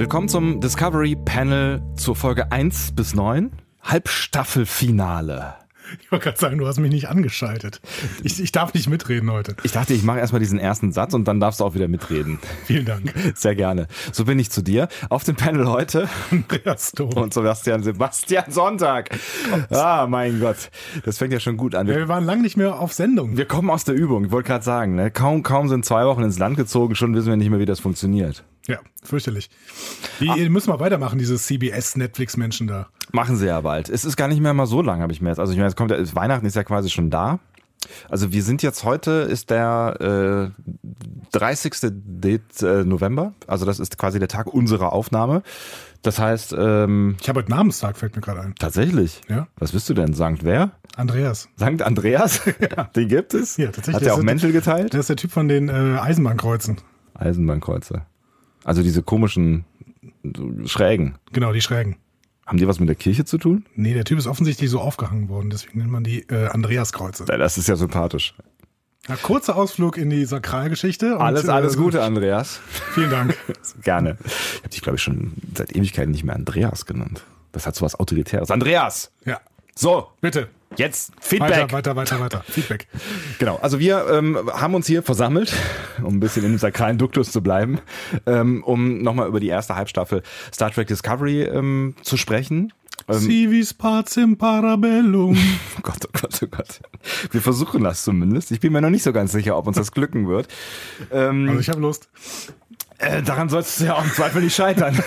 Willkommen zum Discovery Panel zur Folge 1 bis 9. Halbstaffelfinale. Ich wollte gerade sagen, du hast mich nicht angeschaltet. Ich darf nicht mitreden heute. Ich dachte, ich mache erstmal diesen ersten Satz und dann darfst du auch wieder mitreden. Vielen Dank. Sehr gerne. So bin ich zu dir. Auf dem Panel heute Andreas Dom und Sebastian Sonntag. Ah, mein Gott. Das fängt ja schon gut an. Wir waren lange nicht mehr auf Sendung. Wir kommen aus der Übung. Ich wollte gerade sagen, ne? Kaum sind 2 Wochen ins Land gezogen, schon wissen wir nicht mehr, wie das funktioniert. Ja, fürchterlich. Die müssen wir weitermachen, diese CBS-Netflix-Menschen da. Machen sie ja bald. Es ist gar nicht mehr mal so lang, habe ich mir jetzt. Also ich meine, Weihnachten ist ja quasi schon da. Also wir sind jetzt heute, ist der 30. November. Also das ist quasi der Tag unserer Aufnahme. Das heißt... ich habe heute Namenstag, fällt mir gerade ein. Tatsächlich? Ja. Was bist du denn? Sankt wer? Andreas. Sankt Andreas? Ja. Den gibt es? Ja, tatsächlich. Hat der auch Mäntel geteilt? Der ist der Typ von den Eisenbahnkreuzen. Eisenbahnkreuze. Also diese komischen Schrägen. Genau, die Schrägen. Haben die was mit der Kirche zu tun? Nee, der Typ ist offensichtlich so aufgehangen worden, deswegen nennt man die Andreaskreuze. Ja, das ist ja sympathisch. Ja, kurzer Ausflug in die Sakralgeschichte. Alles Gute, Andreas. Vielen Dank. Gerne. Ich habe dich, glaube ich, schon seit Ewigkeiten nicht mehr Andreas genannt. Das hat so was Autoritäres. Andreas! Ja. So, bitte. Jetzt Feedback. Weiter. Feedback. Genau, also wir haben uns hier versammelt, um ein bisschen in dem sakralen Duktus zu bleiben, um nochmal über die erste Halbstaffel Star Trek Discovery zu sprechen. Civis pacem parabellum. Oh Gott. Wir versuchen das zumindest. Ich bin mir noch nicht so ganz sicher, ob uns das glücken wird. Also ich habe Lust. Daran sollst du ja auch im Zweifel nicht scheitern.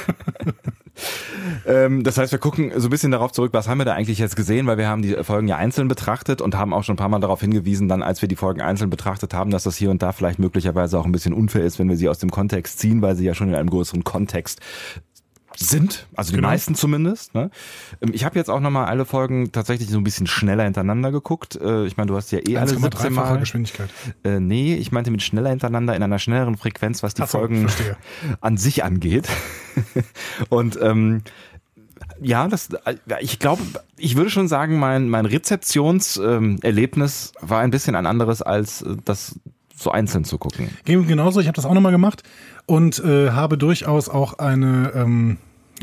Das heißt, wir gucken so ein bisschen darauf zurück, was haben wir da eigentlich jetzt gesehen, weil wir haben die Folgen ja einzeln betrachtet und haben auch schon ein paar Mal darauf hingewiesen, dann als wir die Folgen einzeln betrachtet haben, dass das hier und da vielleicht möglicherweise auch ein bisschen unfair ist, wenn wir sie aus dem Kontext ziehen, weil sie ja schon in einem größeren Kontext sind, also die meisten zumindest. Ne? Ich habe jetzt auch nochmal alle Folgen tatsächlich so ein bisschen schneller hintereinander geguckt. Ich meine, du hast ja alle 17 Mal. Geschwindigkeit. Nee, ich meinte mit schneller hintereinander in einer schnelleren Frequenz, was die Folgen an sich angeht. Und ja, ich glaube, ich würde schon sagen, mein Rezeptionserlebnis war ein bisschen ein anderes als das so einzeln zu gucken. Geht genauso, ich habe das auch nochmal gemacht und habe durchaus auch eine,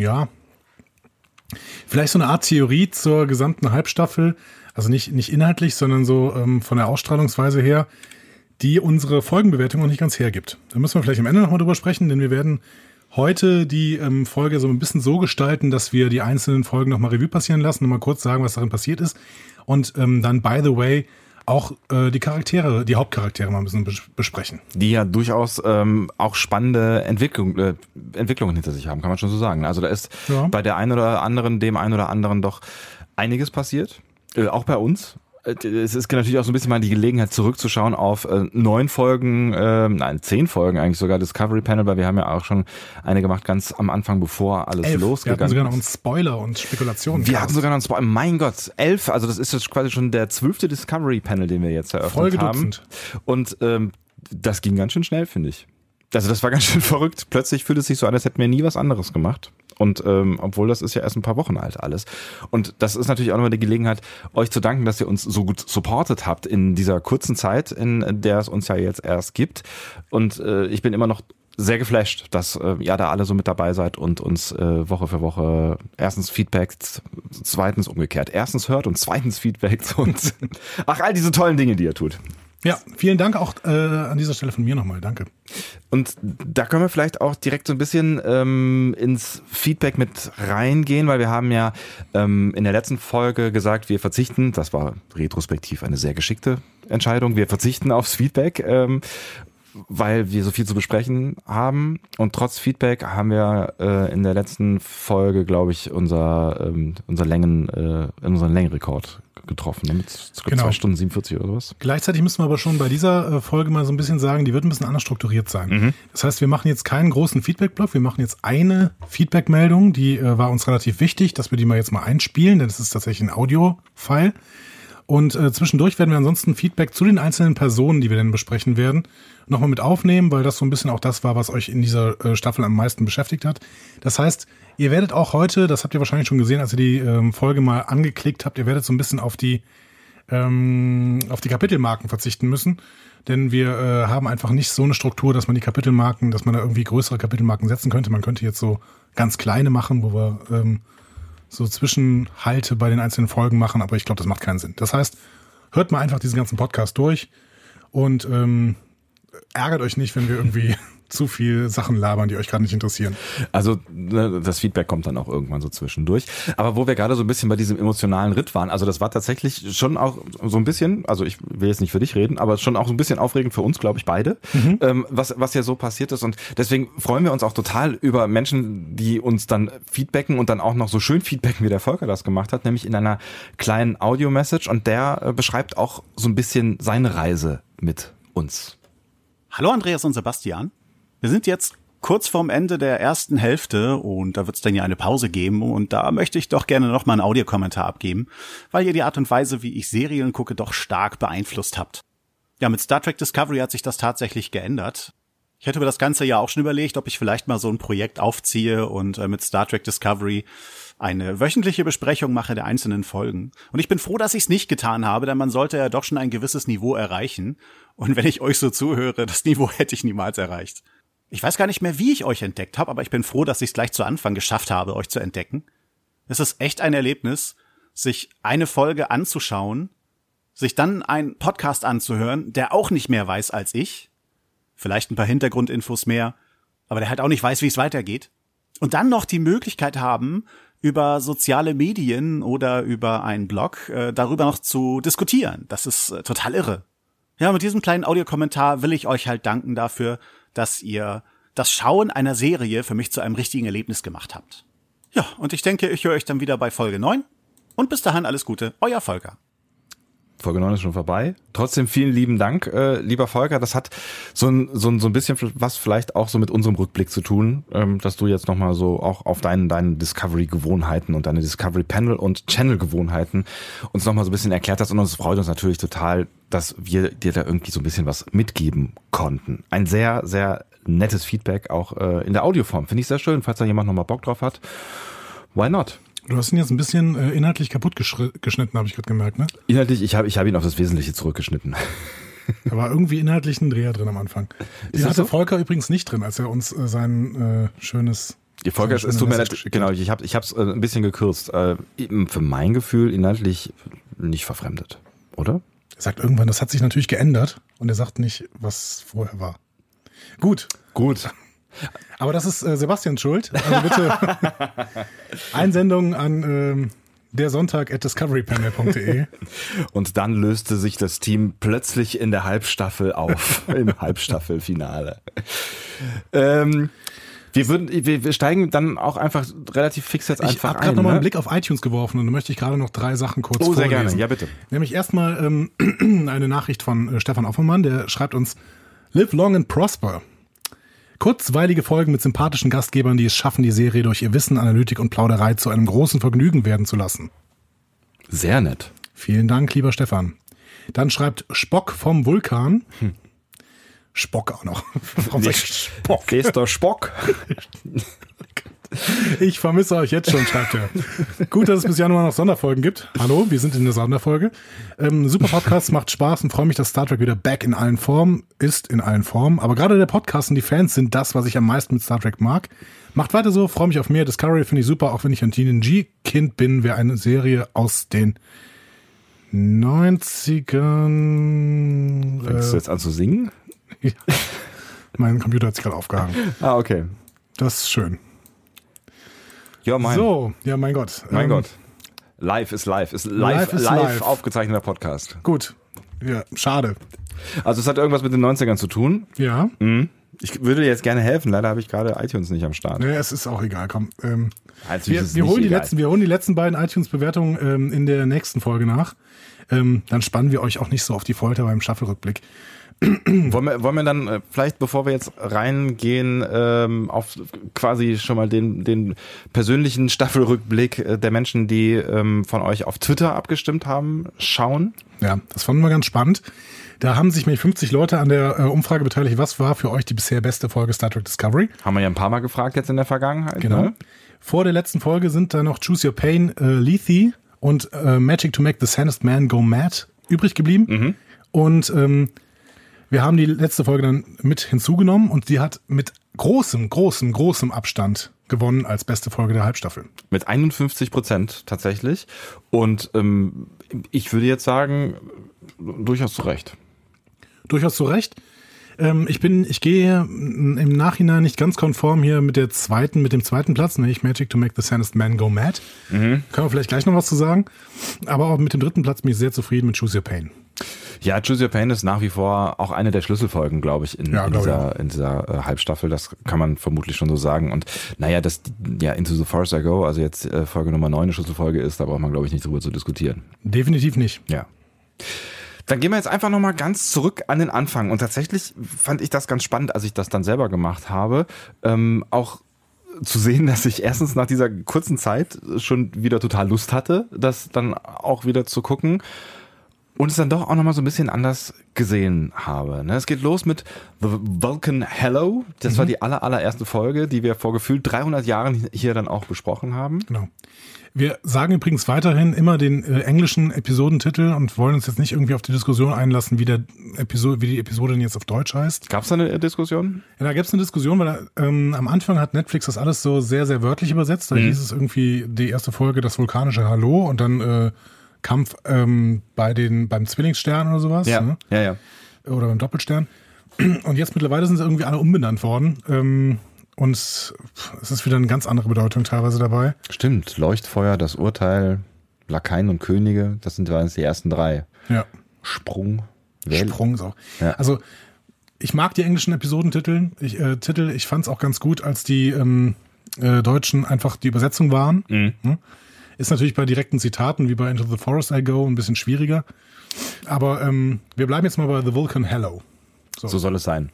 vielleicht so eine Art Theorie zur gesamten Halbstaffel, also nicht inhaltlich, sondern so von der Ausstrahlungsweise her, die unsere Folgenbewertung noch nicht ganz hergibt. Da müssen wir vielleicht am Ende nochmal drüber sprechen, denn wir werden heute die Folge so ein bisschen so gestalten, dass wir die einzelnen Folgen nochmal Revue passieren lassen, nochmal kurz sagen, was darin passiert ist und dann, by the way, auch die Hauptcharaktere mal ein bisschen besprechen. Die ja durchaus auch spannende Entwicklungen hinter sich haben, kann man schon so sagen. Also da ist bei der einen oder anderen, dem einen oder anderen doch einiges passiert, auch bei uns. Es ist natürlich auch so ein bisschen mal die Gelegenheit zurückzuschauen auf 9 Folgen, 10 Folgen eigentlich sogar Discovery Panel, weil wir haben ja auch schon eine gemacht ganz am Anfang, bevor alles 11. losgegangen ist. Wir hatten sogar noch einen Spoiler und Spekulationen. Wir hatten sogar noch einen Spoiler. Mein Gott, 11, also das ist jetzt quasi schon der 12. Discovery Panel, den wir jetzt eröffnet haben. Und das ging ganz schön schnell, finde ich. Also das war ganz schön verrückt. Plötzlich fühlt es sich so an, als hätten wir nie was anderes gemacht. Und obwohl das ist ja erst ein paar Wochen alt alles. Und das ist natürlich auch nochmal die Gelegenheit, euch zu danken, dass ihr uns so gut supportet habt in dieser kurzen Zeit, in der es uns ja jetzt erst gibt. Und ich bin immer noch sehr geflasht, dass ihr da alle so mit dabei seid und uns Woche für Woche erstens feedbackt, zweitens umgekehrt. Erstens hört und zweitens feedbackt und all diese tollen Dinge, die ihr tut. Ja, vielen Dank auch an dieser Stelle von mir nochmal. Danke. Und da können wir vielleicht auch direkt so ein bisschen ins Feedback mit reingehen, weil wir haben ja in der letzten Folge gesagt, wir verzichten, das war retrospektiv eine sehr geschickte Entscheidung, wir verzichten aufs Feedback, weil wir so viel zu besprechen haben. Und trotz Feedback haben wir in der letzten Folge, glaube ich, unseren Längenrekord getroffen, mit 2 Stunden 47 oder was. Gleichzeitig müssen wir aber schon bei dieser Folge mal so ein bisschen sagen, die wird ein bisschen anders strukturiert sein. Mhm. Das heißt, wir machen jetzt keinen großen Feedback-Block, wir machen jetzt eine Feedback-Meldung, die war uns relativ wichtig, dass wir die mal jetzt mal einspielen, denn das ist tatsächlich ein Audio-File. Und zwischendurch werden wir ansonsten Feedback zu den einzelnen Personen, die wir dann besprechen werden, nochmal mit aufnehmen, weil das so ein bisschen auch das war, was euch in dieser Staffel am meisten beschäftigt hat. Das heißt, ihr werdet auch heute, das habt ihr wahrscheinlich schon gesehen, als ihr die Folge mal angeklickt habt, ihr werdet so ein bisschen auf die auf die Kapitelmarken verzichten müssen. Denn wir haben einfach nicht so eine Struktur, dass man die Kapitelmarken, dass man da irgendwie größere Kapitelmarken setzen könnte. Man könnte jetzt so ganz kleine machen, wo wir so Zwischenhalte bei den einzelnen Folgen machen, aber ich glaube, das macht keinen Sinn. Das heißt, hört mal einfach diesen ganzen Podcast durch und ärgert euch nicht, wenn wir irgendwie zu viel Sachen labern, die euch gerade nicht interessieren. Also das Feedback kommt dann auch irgendwann so zwischendurch. Aber wo wir gerade so ein bisschen bei diesem emotionalen Ritt waren, also das war tatsächlich schon auch so ein bisschen, also ich will jetzt nicht für dich reden, aber schon auch so ein bisschen aufregend für uns, glaube ich, beide, was ja so passiert ist. Und deswegen freuen wir uns auch total über Menschen, die uns dann feedbacken und dann auch noch so schön feedbacken, wie der Volker das gemacht hat, nämlich in einer kleinen Audio-Message. Und der beschreibt auch so ein bisschen seine Reise mit uns. Hallo Andreas und Sebastian. Wir sind jetzt kurz vorm Ende der ersten Hälfte und da wird es dann ja eine Pause geben und da möchte ich doch gerne nochmal einen Audiokommentar abgeben, weil ihr die Art und Weise, wie ich Serien gucke, doch stark beeinflusst habt. Ja, mit Star Trek Discovery hat sich das tatsächlich geändert. Ich hätte über das ganze Jahr auch schon überlegt, ob ich vielleicht mal so ein Projekt aufziehe und mit Star Trek Discovery eine wöchentliche Besprechung mache der einzelnen Folgen. Und ich bin froh, dass ich es nicht getan habe, denn man sollte ja doch schon ein gewisses Niveau erreichen. Und wenn ich euch so zuhöre, das Niveau hätte ich niemals erreicht. Ich weiß gar nicht mehr, wie ich euch entdeckt habe, aber ich bin froh, dass ich es gleich zu Anfang geschafft habe, euch zu entdecken. Es ist echt ein Erlebnis, sich eine Folge anzuschauen, sich dann einen Podcast anzuhören, der auch nicht mehr weiß als ich. Vielleicht ein paar Hintergrundinfos mehr, aber der halt auch nicht weiß, wie es weitergeht. Und dann noch die Möglichkeit haben, über soziale Medien oder über einen Blog darüber noch zu diskutieren. Das ist total irre. Ja, mit diesem kleinen Audiokommentar will ich euch halt danken dafür, dass ihr das Schauen einer Serie für mich zu einem richtigen Erlebnis gemacht habt. Ja, und ich denke, ich höre euch dann wieder bei Folge 9. Und bis dahin alles Gute, euer Volker. Folge 9 ist schon vorbei. Trotzdem vielen lieben Dank, lieber Volker. Das hat so ein bisschen was vielleicht auch so mit unserem Rückblick zu tun, dass du jetzt nochmal so auch auf deine Discovery-Gewohnheiten und deine Discovery-Panel- und Channel-Gewohnheiten uns nochmal so ein bisschen erklärt hast. Und es freut uns natürlich total, dass wir dir da irgendwie so ein bisschen was mitgeben konnten. Ein sehr, sehr nettes Feedback, auch in der Audioform. Finde ich sehr schön, falls da jemand nochmal Bock drauf hat. Why not? Du hast ihn jetzt ein bisschen inhaltlich kaputt geschnitten, habe ich gerade gemerkt, ne? Inhaltlich, ich hab ihn auf das Wesentliche zurückgeschnitten. Da war irgendwie inhaltlich ein Dreher drin am Anfang. Den hatte Volker übrigens nicht drin, als er uns sein schönes... Die Volker, es tut mir leid, genau, ich hab's ein bisschen gekürzt. Für mein Gefühl inhaltlich nicht verfremdet, oder? Er sagt irgendwann, das hat sich natürlich geändert und er sagt nicht, was vorher war. Gut. Aber das ist Sebastians Schuld. Also bitte Einsendungen an dersonntag@discoverypanel.de. Und dann löste sich das Team plötzlich in der Halbstaffel auf, im Halbstaffelfinale. Wir steigen dann auch einfach relativ fix jetzt einfach ein. Ich habe gerade nochmal einen Blick auf iTunes geworfen und da möchte ich gerade noch 3 Sachen kurz vorlesen. Sehr gerne, ja bitte. Nämlich erstmal eine Nachricht von Stefan Offermann, der schreibt uns: Live long and prosper. Kurzweilige Folgen mit sympathischen Gastgebern, die es schaffen, die Serie durch ihr Wissen, Analytik und Plauderei zu einem großen Vergnügen werden zu lassen. Sehr nett. Vielen Dank, lieber Stefan. Dann schreibt Spock vom Vulkan. Spock auch noch. Warum sag ich Spock? Ist doch Spock. Ich vermisse euch jetzt schon, schreibt er. Gut, dass es bis Januar noch Sonderfolgen gibt. Hallo, wir sind in der Sonderfolge. Super Podcast, macht Spaß und freue mich, dass Star Trek wieder back in allen Formen ist, in allen Formen. Aber gerade der Podcast und die Fans sind das, was ich am meisten mit Star Trek mag. Macht weiter so, freue mich auf mehr. Discovery finde ich super, auch wenn ich ein TNG-Kind bin, wäre eine Serie aus den 90ern. Fängst du jetzt an zu singen? Ja. Mein Computer hat sich gerade aufgehangen. Ah, okay. Das ist schön. Ja, mein Gott. Mein Gott. Live ist live. Ist live aufgezeichneter Podcast. Gut. Ja, schade. Also es hat irgendwas mit den 90ern zu tun. Ja. Ich würde dir jetzt gerne helfen. Leider habe ich gerade iTunes nicht am Start. Nee, es ist auch egal. Komm. Wir holen die letzten beiden iTunes-Bewertungen in der nächsten Folge nach. Dann spannen wir euch auch nicht so auf die Folter beim Staffelrückblick. Wollen wir dann vielleicht, bevor wir jetzt reingehen, auf quasi schon mal den persönlichen Staffelrückblick der Menschen, die von euch auf Twitter abgestimmt haben, schauen? Ja, das fanden wir ganz spannend. Da haben sich nämlich 50 Leute an der Umfrage beteiligt. Was war für euch die bisher beste Folge Star Trek Discovery? Haben wir ja ein paar Mal gefragt jetzt in der Vergangenheit. Genau. Ne? Vor der letzten Folge sind da noch Choose Your Pain, Lethe und Magic to Make the Sanest Man Go Mad übrig geblieben. Und wir haben die letzte Folge dann mit hinzugenommen und die hat mit großem Abstand gewonnen als beste Folge der Halbstaffel. Mit 51% tatsächlich. Und ich würde jetzt sagen, durchaus zu Recht. Durchaus zu Recht. Ich gehe im Nachhinein nicht ganz konform hier mit dem zweiten Platz, nämlich Magic to Make the Sanest Man Go Mad. Können wir vielleicht gleich noch was zu sagen. Aber auch mit dem dritten Platz bin ich sehr zufrieden mit Choose Your Pain. Ja, Choose Your Pain ist nach wie vor auch eine der Schlüsselfolgen, glaube ich, in dieser Halbstaffel. Das kann man vermutlich schon so sagen. Und naja, dass Into the Forest I Go, also jetzt Folge Nummer 9 eine Schlüsselfolge ist, da braucht man, glaube ich, nicht drüber zu diskutieren. Definitiv nicht. Ja. Dann gehen wir jetzt einfach nochmal ganz zurück an den Anfang. Und tatsächlich fand ich das ganz spannend, als ich das dann selber gemacht habe, auch zu sehen, dass ich erstens nach dieser kurzen Zeit schon wieder total Lust hatte, das dann auch wieder zu gucken. Und es dann doch auch nochmal so ein bisschen anders gesehen habe. Es geht los mit The Vulcan Hello. Das war die allererste Folge, die wir vor gefühlt 300 Jahren hier dann auch besprochen haben. Genau. Wir sagen übrigens weiterhin immer den englischen Episodentitel und wollen uns jetzt nicht irgendwie auf die Diskussion einlassen, wie die Episode denn jetzt auf Deutsch heißt. Gab es da eine Diskussion? Ja, da gab es eine Diskussion, weil am Anfang hat Netflix das alles so sehr, sehr wörtlich übersetzt. Da hieß es irgendwie die erste Folge das vulkanische Hallo und dann Kampf beim Zwillingsstern oder sowas. Ja, ne? ja. Oder beim Doppelstern. Und jetzt mittlerweile sind sie irgendwie alle umbenannt worden. Und es ist wieder eine ganz andere Bedeutung teilweise dabei. Stimmt, Leuchtfeuer, das Urteil, Lakaien und Könige, das sind die ersten 3. Ja. Sprung ist auch. Ja. Also ich mag die englischen Episodentitel. Ich fand es auch ganz gut, als die Deutschen einfach die Übersetzung waren. Ist natürlich bei direkten Zitaten wie bei Into the Forest I Go ein bisschen schwieriger. Aber wir bleiben jetzt mal bei The Vulcan Hello. So soll es sein.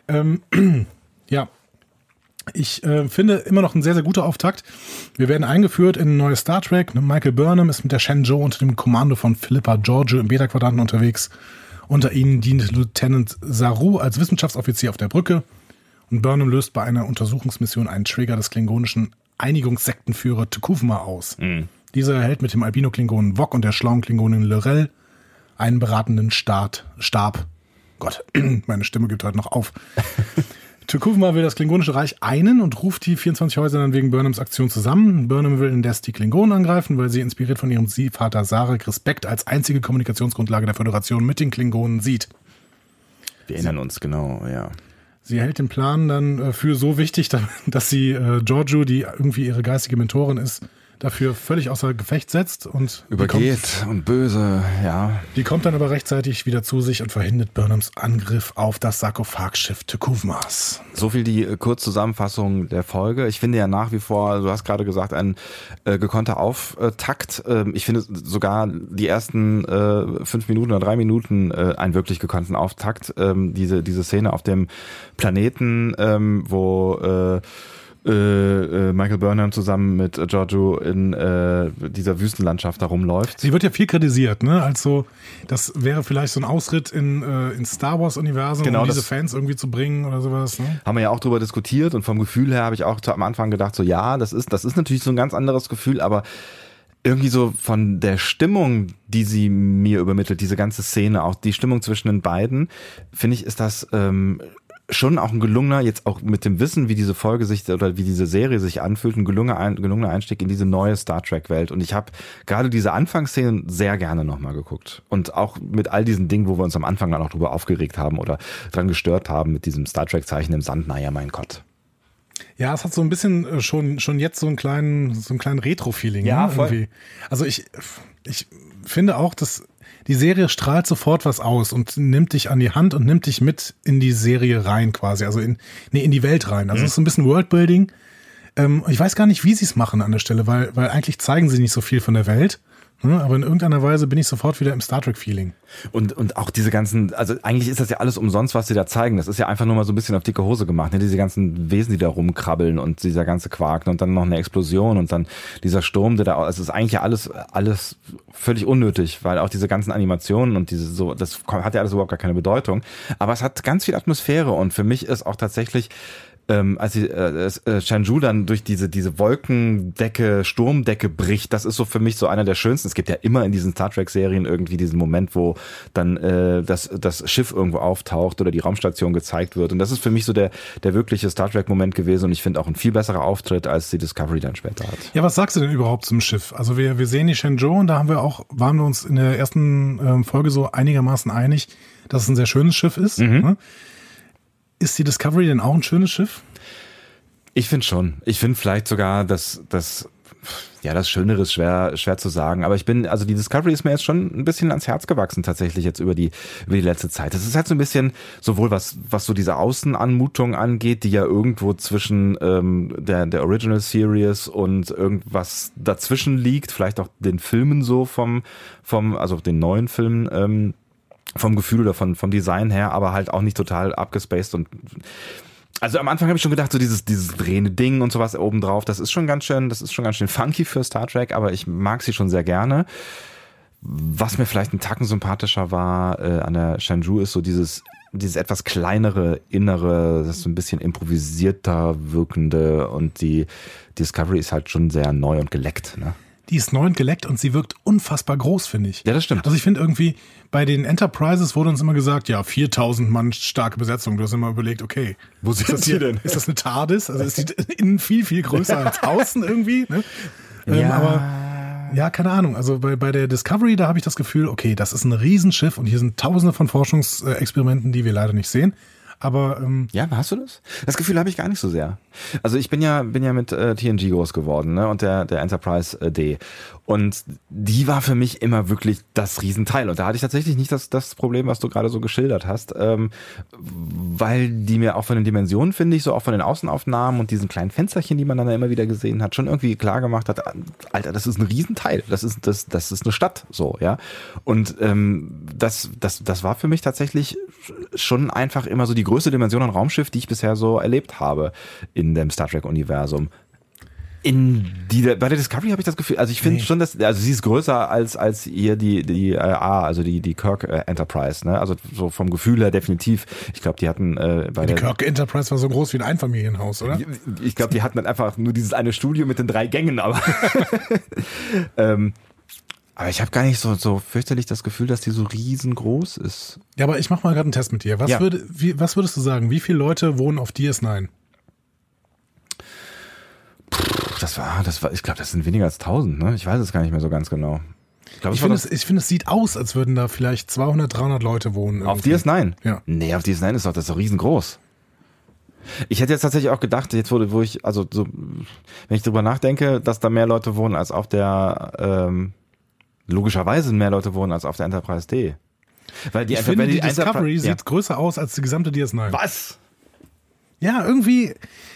Ja. Ich finde immer noch ein sehr, sehr guter Auftakt. Wir werden eingeführt in ein neues Star Trek. Michael Burnham ist mit der Shenzhou unter dem Kommando von Philippa Georgiou im Beta-Quadranten unterwegs. Unter ihnen dient Lieutenant Saru als Wissenschaftsoffizier auf der Brücke. Und Burnham löst bei einer Untersuchungsmission einen Trigger des klingonischen Einigungssektenführer T'Kuvma aus. Dieser erhält mit dem Albino-Klingonen Wok und der schlauen Klingonin Lorel einen beratenden Stab. Gott, meine Stimme gibt heute noch auf. T'Kuvma will das Klingonische Reich einen und ruft die 24 Häuser dann wegen Burnhams Aktion zusammen. Burnham will indes die Klingonen angreifen, weil sie inspiriert von ihrem Vater Sarek Respekt als einzige Kommunikationsgrundlage der Föderation mit den Klingonen sieht. Wir erinnern uns, genau, ja. Sie hält den Plan dann für so wichtig, dass sie Georgiou, die irgendwie ihre geistige Mentorin ist, dafür völlig außer Gefecht setzt und übergeht und böse, ja. Die kommt dann aber rechtzeitig wieder zu sich und verhindert Burnhams Angriff auf das Sarkophagschiff T'Kuvmas. So viel die Kurzzusammenfassung der Folge. Ich finde ja nach wie vor, du hast gerade gesagt, ein gekonnter Auftakt. Ich finde sogar die ersten 5 Minuten oder 3 Minuten einen wirklich gekonnten Auftakt. Diese Szene auf dem Planeten, wo Michael Burnham zusammen mit Georgiou in dieser Wüstenlandschaft da rumläuft. Sie wird ja viel kritisiert, ne? Also das wäre vielleicht so ein Ausritt in Star Wars Universum, genau, um diese Fans irgendwie zu bringen oder sowas. Ne? Haben wir ja auch drüber diskutiert und vom Gefühl her habe ich auch am Anfang gedacht, so ja, das ist natürlich so ein ganz anderes Gefühl, aber irgendwie so von der Stimmung, die sie mir übermittelt, diese ganze Szene, auch die Stimmung zwischen den beiden, finde ich, ist das schon auch ein gelungener, jetzt auch mit dem Wissen, wie diese Folge sich oder wie diese Serie sich anfühlt, ein gelungener Einstieg in diese neue Star Trek Welt. Und ich habe gerade diese Anfangsszenen sehr gerne nochmal geguckt. Und auch mit all diesen Dingen, wo wir uns am Anfang dann auch drüber aufgeregt haben oder dran gestört haben mit diesem Star Trek Zeichen im Sand, naja, mein Gott. Ja, es hat so ein bisschen schon jetzt so einen kleinen Retro-Feeling. Ja, ne? voll. Irgendwie. Also ich finde auch, dass die Serie strahlt sofort was aus und nimmt dich an die Hand und nimmt dich mit in die Serie rein quasi, also in die Welt rein. Also es ist so ein bisschen Worldbuilding. Ich weiß gar nicht, wie sie es machen an der Stelle, weil eigentlich zeigen sie nicht so viel von der Welt. Aber in irgendeiner Weise bin ich sofort wieder im Star Trek-Feeling. Und auch diese ganzen, also eigentlich ist das ja alles umsonst, was sie da zeigen. Das ist ja einfach nur mal so ein bisschen auf dicke Hose gemacht. Ne? Diese ganzen Wesen, die da rumkrabbeln und dieser ganze Quark und dann noch eine Explosion und dann dieser Sturm, der da, es ist eigentlich ja alles völlig unnötig, weil auch diese ganzen Animationen und das hat ja alles überhaupt gar keine Bedeutung. Aber es hat ganz viel Atmosphäre und für mich ist auch tatsächlich als die Shenzhou dann durch diese Wolkendecke, Sturmdecke bricht, das ist so für mich so einer der schönsten. Es gibt ja immer in diesen Star Trek-Serien irgendwie diesen Moment, wo dann das Schiff irgendwo auftaucht oder die Raumstation gezeigt wird. Und das ist für mich so der wirkliche Star Trek-Moment gewesen. Und ich finde auch ein viel besserer Auftritt, als die Discovery dann später hat. Ja, was sagst du denn überhaupt zum Schiff? Also wir sehen die Shenzhou und da waren wir uns in der ersten Folge so einigermaßen einig, dass es ein sehr schönes Schiff ist. Ne? Ist die Discovery denn auch ein schönes Schiff? Ich finde schon. Ich finde vielleicht sogar, das Schönere ist schwer zu sagen. Aber die Discovery ist mir jetzt schon ein bisschen ans Herz gewachsen tatsächlich jetzt über die letzte Zeit. Das ist halt so ein bisschen sowohl was so diese Außenanmutung angeht, die ja irgendwo zwischen der Original Series und irgendwas dazwischen liegt, vielleicht auch den Filmen so also den neuen Filmen, vom Gefühl oder vom Design her, aber halt auch nicht total abgespaced. Und also am Anfang habe ich schon gedacht, so dieses drehende Ding und sowas obendrauf, das ist schon ganz schön funky für Star Trek, aber ich mag sie schon sehr gerne. Was mir vielleicht einen Tacken sympathischer war an der Shenzhou ist so dieses etwas kleinere Innere, das ist so ein bisschen improvisierter wirkende, und die Discovery ist halt schon sehr neu und geleckt, ne? Die ist neu und geleckt und sie wirkt unfassbar groß, finde ich. Ja, das stimmt. Also ich finde irgendwie, bei den Enterprises wurde uns immer gesagt, ja, 4000 Mann starke Besetzung. Du hast immer überlegt, okay, wo sind die denn? Ist das eine TARDIS? Also es sieht innen viel, viel größer als außen irgendwie. Ne? Ja. Aber ja, keine Ahnung. Also bei der Discovery, da habe ich das Gefühl, okay, das ist ein Riesenschiff und hier sind tausende von Forschungsexperimenten, die wir leider nicht sehen. Aber ja, hast du das? Das Gefühl habe ich gar nicht so sehr. Also ich bin ja mit TNG groß geworden, ne, und der Enterprise D. Und die war für mich immer wirklich das Riesenteil. Und da hatte ich tatsächlich nicht das Problem, was du gerade so geschildert hast, weil die mir auch von den Dimensionen, finde ich, so auch von den Außenaufnahmen und diesen kleinen Fensterchen, die man dann immer wieder gesehen hat, schon irgendwie klar gemacht hat, Alter, das ist ein Riesenteil. Das ist eine Stadt, so, ja. Und das war für mich tatsächlich schon einfach immer so die größte Dimension an Raumschiff, die ich bisher so erlebt habe in dem Star Trek-Universum. Bei der Discovery habe ich das Gefühl, also ich finde schon, also sie ist größer als hier die Kirk Enterprise, ne? Also so vom Gefühl her definitiv. Ich glaube, die hatten die Kirk Enterprise war so groß wie ein Einfamilienhaus, oder? Ich glaube, die hatten dann einfach nur dieses eine Studio mit den 3 Gängen, aber aber ich habe gar nicht so fürchterlich das Gefühl, dass die so riesengroß ist. Ja, aber ich mache mal gerade einen Test mit dir. Was würdest du sagen? Wie viele Leute wohnen auf DS9? Das war, ich glaube, das sind weniger als 1000, ne? Ich weiß es gar nicht mehr so ganz genau. Ich finde, es sieht aus, als würden da vielleicht 200, 300 Leute wohnen. Irgendwie. Auf DS9? Ja. Nee, auf DS9 ist das so riesengroß. Ich hätte jetzt tatsächlich auch gedacht, jetzt wo ich, also so, wenn ich drüber nachdenke, dass da mehr Leute wohnen als auf der, logischerweise mehr Leute wohnen als auf der Enterprise D. Weil die Discovery sieht größer aus als die gesamte DS9. Was? Ja, irgendwie.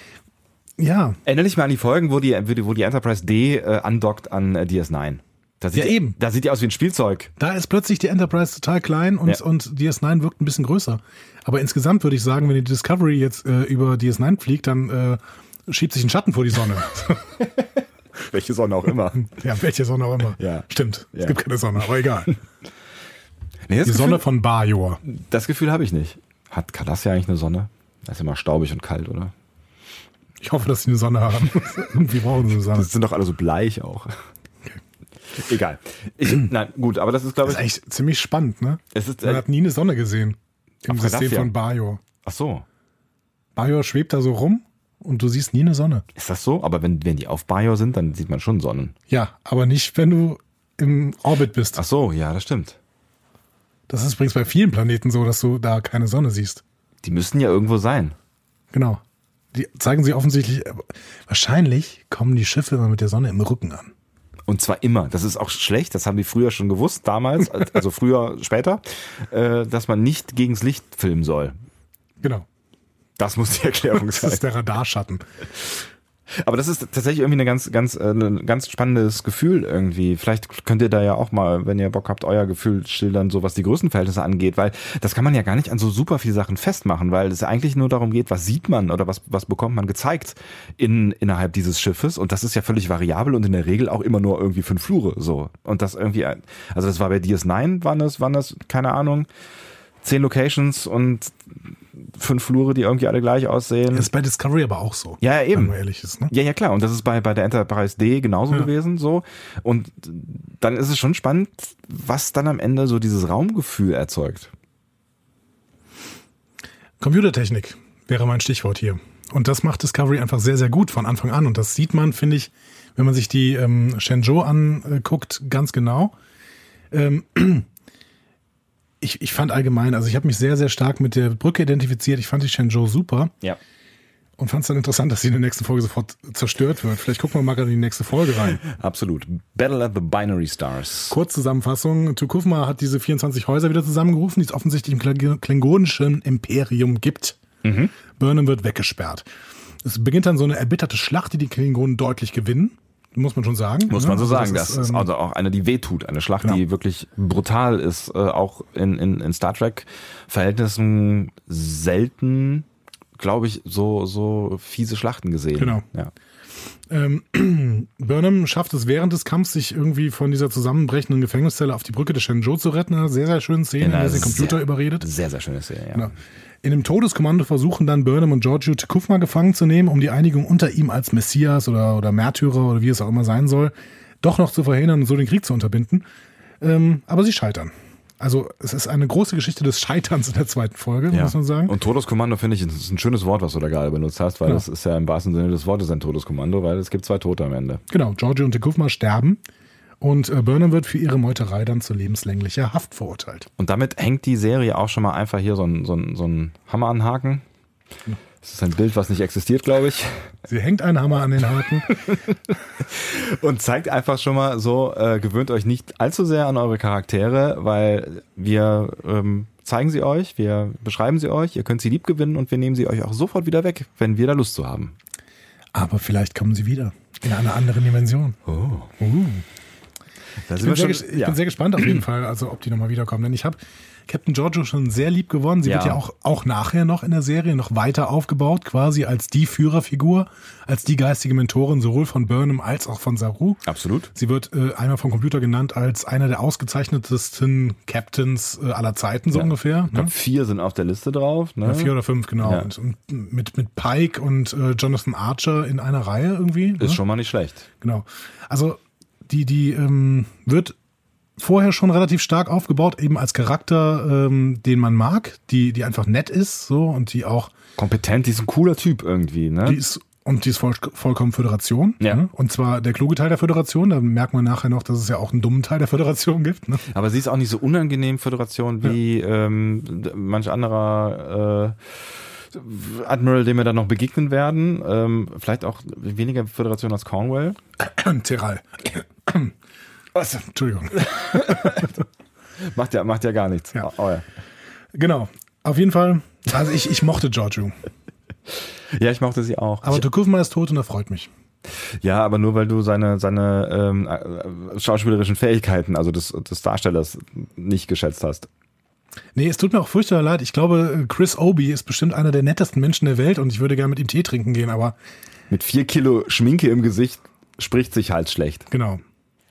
Ja. Erinnere dich mal an die Folgen, wo die Enterprise D andockt an DS9. Da sieht die aus wie ein Spielzeug. Da ist plötzlich die Enterprise total klein und DS9 wirkt ein bisschen größer. Aber insgesamt würde ich sagen, wenn die Discovery jetzt über DS9 fliegt, dann schiebt sich ein Schatten vor die Sonne. Welche Sonne auch immer. Ja, welche Sonne auch immer. Ja. Stimmt, es gibt keine Sonne, aber egal. Nee, die Sonne von Bajor. Das Gefühl habe ich nicht. Hat Cardassia eigentlich eine Sonne? Das ist immer staubig und kalt, oder? Ich hoffe, dass sie eine Sonne haben. Irgendwie brauchen sie eine Sonne. Das sind doch alle so bleich auch. Okay. Egal. Nein, gut, aber das ist, glaube ich... Das ist echt ziemlich spannend, ne? Man hat nie eine Sonne gesehen. Im System Cardassia. von Bajor. Ach so. Bajor schwebt da so rum und du siehst nie eine Sonne. Ist das so? Aber wenn die auf Bajor sind, dann sieht man schon Sonnen. Ja, aber nicht, wenn du im Orbit bist. Ach so, ja, das stimmt. Das ist übrigens bei vielen Planeten so, dass du da keine Sonne siehst. Die müssten ja irgendwo sein. Genau. Die zeigen sie offensichtlich, wahrscheinlich kommen die Schiffe immer mit der Sonne im Rücken an. Und zwar immer. Das ist auch schlecht, das haben die früher schon gewusst, damals, also früher, später, dass man nicht gegens Licht filmen soll. Genau. Das muss die Erklärung sein. Das ist der Radarschatten. Aber das ist tatsächlich irgendwie ein ganz spannendes Gefühl irgendwie. Vielleicht könnt ihr da ja auch mal, wenn ihr Bock habt, euer Gefühl schildern, so was die Größenverhältnisse angeht, weil das kann man ja gar nicht an so super viele Sachen festmachen, weil es eigentlich nur darum geht, was sieht man oder was bekommt man gezeigt innerhalb dieses Schiffes, und das ist ja völlig variabel und in der Regel auch immer nur irgendwie 5 Flure, so. Und das irgendwie, also das war bei DS9, waren das, keine Ahnung, 10 Locations und 5 Flure, die irgendwie alle gleich aussehen. Das ist bei Discovery aber auch so. Ja, eben. Wenn man ehrlich ist, ne? Ja, klar. Und das ist bei der Enterprise D genauso gewesen, so. Und dann ist es schon spannend, was dann am Ende so dieses Raumgefühl erzeugt. Computertechnik wäre mein Stichwort hier. Und das macht Discovery einfach sehr, sehr gut von Anfang an. Und das sieht man, finde ich, wenn man sich die Shenzhou anguckt, ganz genau. Ich fand allgemein, also ich habe mich sehr, sehr stark mit der Brücke identifiziert. Ich fand die Shenzhou super. Ja. Und fand es dann interessant, dass sie in der nächsten Folge sofort zerstört wird. Vielleicht gucken wir mal gerade in die nächste Folge rein. Absolut. Battle at the Binary Stars. Kurzzusammenfassung. T'Kuvma hat diese 24 Häuser wieder zusammengerufen, die es offensichtlich im klingonischen Imperium gibt. Burnham wird weggesperrt. Es beginnt dann so eine erbitterte Schlacht, die die Klingonen deutlich gewinnen. Muss man schon sagen. Muss man so sagen. Das ist also auch eine, die wehtut. Eine Schlacht, die wirklich brutal ist. Auch in Star Trek-Verhältnissen selten, glaube ich, so fiese Schlachten gesehen. Genau. Ja. Burnham schafft es während des Kampfs, sich irgendwie von dieser zusammenbrechenden Gefängniszelle auf die Brücke der Shenzhou zu retten. Eine sehr, sehr schöne Szene, in der sie den Computer überredet. Sehr, sehr schöne Szene, ja. Genau. In dem Todeskommando versuchen dann Burnham und Georgiou T'Kuvma gefangen zu nehmen, um die Einigung unter ihm als Messias oder Märtyrer oder wie es auch immer sein soll, doch noch zu verhindern und so den Krieg zu unterbinden. Aber sie scheitern. Also es ist eine große Geschichte des Scheiterns in der zweiten Folge, muss man sagen. Und Todeskommando, finde ich, ist ein schönes Wort, was du da gerade benutzt hast, weil das ist ja im wahrsten Sinne des Wortes ein Todeskommando, weil es gibt 2 Tote am Ende. Genau, Georgiou und T'Kuvma sterben. Und Burnham wird für ihre Meuterei dann zu lebenslänglicher Haft verurteilt. Und damit hängt die Serie auch schon mal einfach hier so ein Hammer an den Haken. Das ist ein Bild, was nicht existiert, glaube ich. Sie hängt einen Hammer an den Haken. Und zeigt einfach schon mal so, gewöhnt euch nicht allzu sehr an eure Charaktere, weil wir zeigen sie euch, wir beschreiben sie euch, ihr könnt sie lieb gewinnen und wir nehmen sie euch auch sofort wieder weg, wenn wir da Lust zu haben. Aber vielleicht kommen sie wieder. In einer anderen Dimension. Oh. Ich bin sehr gespannt auf jeden Fall, also ob die nochmal wiederkommen. Denn ich habe Captain Georgiou schon sehr lieb gewonnen. Sie wird ja auch nachher noch in der Serie noch weiter aufgebaut, quasi als die Führerfigur, als die geistige Mentorin sowohl von Burnham als auch von Saru. Absolut. Sie wird einmal vom Computer genannt als einer der ausgezeichnetesten Captains aller Zeiten, so ungefähr. Ich glaube, 4 sind auf der Liste drauf. Ne? Ja, 4 oder 5, genau. Ja. Und mit Pike und Jonathan Archer in einer Reihe irgendwie. Ist schon mal nicht schlecht. Genau. Also die wird vorher schon relativ stark aufgebaut, eben als Charakter, den man mag, die einfach nett ist, so, und die auch kompetent, die ist ein cooler Typ irgendwie, ne? Die ist vollkommen Föderation. Ja. Ne? Und zwar der kluge Teil der Föderation. Da merkt man nachher noch, dass es ja auch einen dummen Teil der Föderation gibt. Ne? Aber sie ist auch nicht so unangenehm Föderation wie manch anderer Admiral, dem wir dann noch begegnen werden. Vielleicht auch weniger Föderation als Cornwell. Teral. Was? Entschuldigung. Macht ja gar nichts. Ja. Oh, ja. Genau. Auf jeden Fall. Also ich mochte Georgiou. Ja, ich mochte sie auch. Aber T'Kuvma ist tot und das freut mich. Ja, aber nur weil du seine schauspielerischen Fähigkeiten, also des Darstellers, nicht geschätzt hast. Nee, es tut mir auch furchtbar leid. Ich glaube, Chris Obi ist bestimmt einer der nettesten Menschen der Welt und ich würde gerne mit ihm Tee trinken gehen, aber... Mit 4 Kilo Schminke im Gesicht spricht sich halt schlecht. Genau.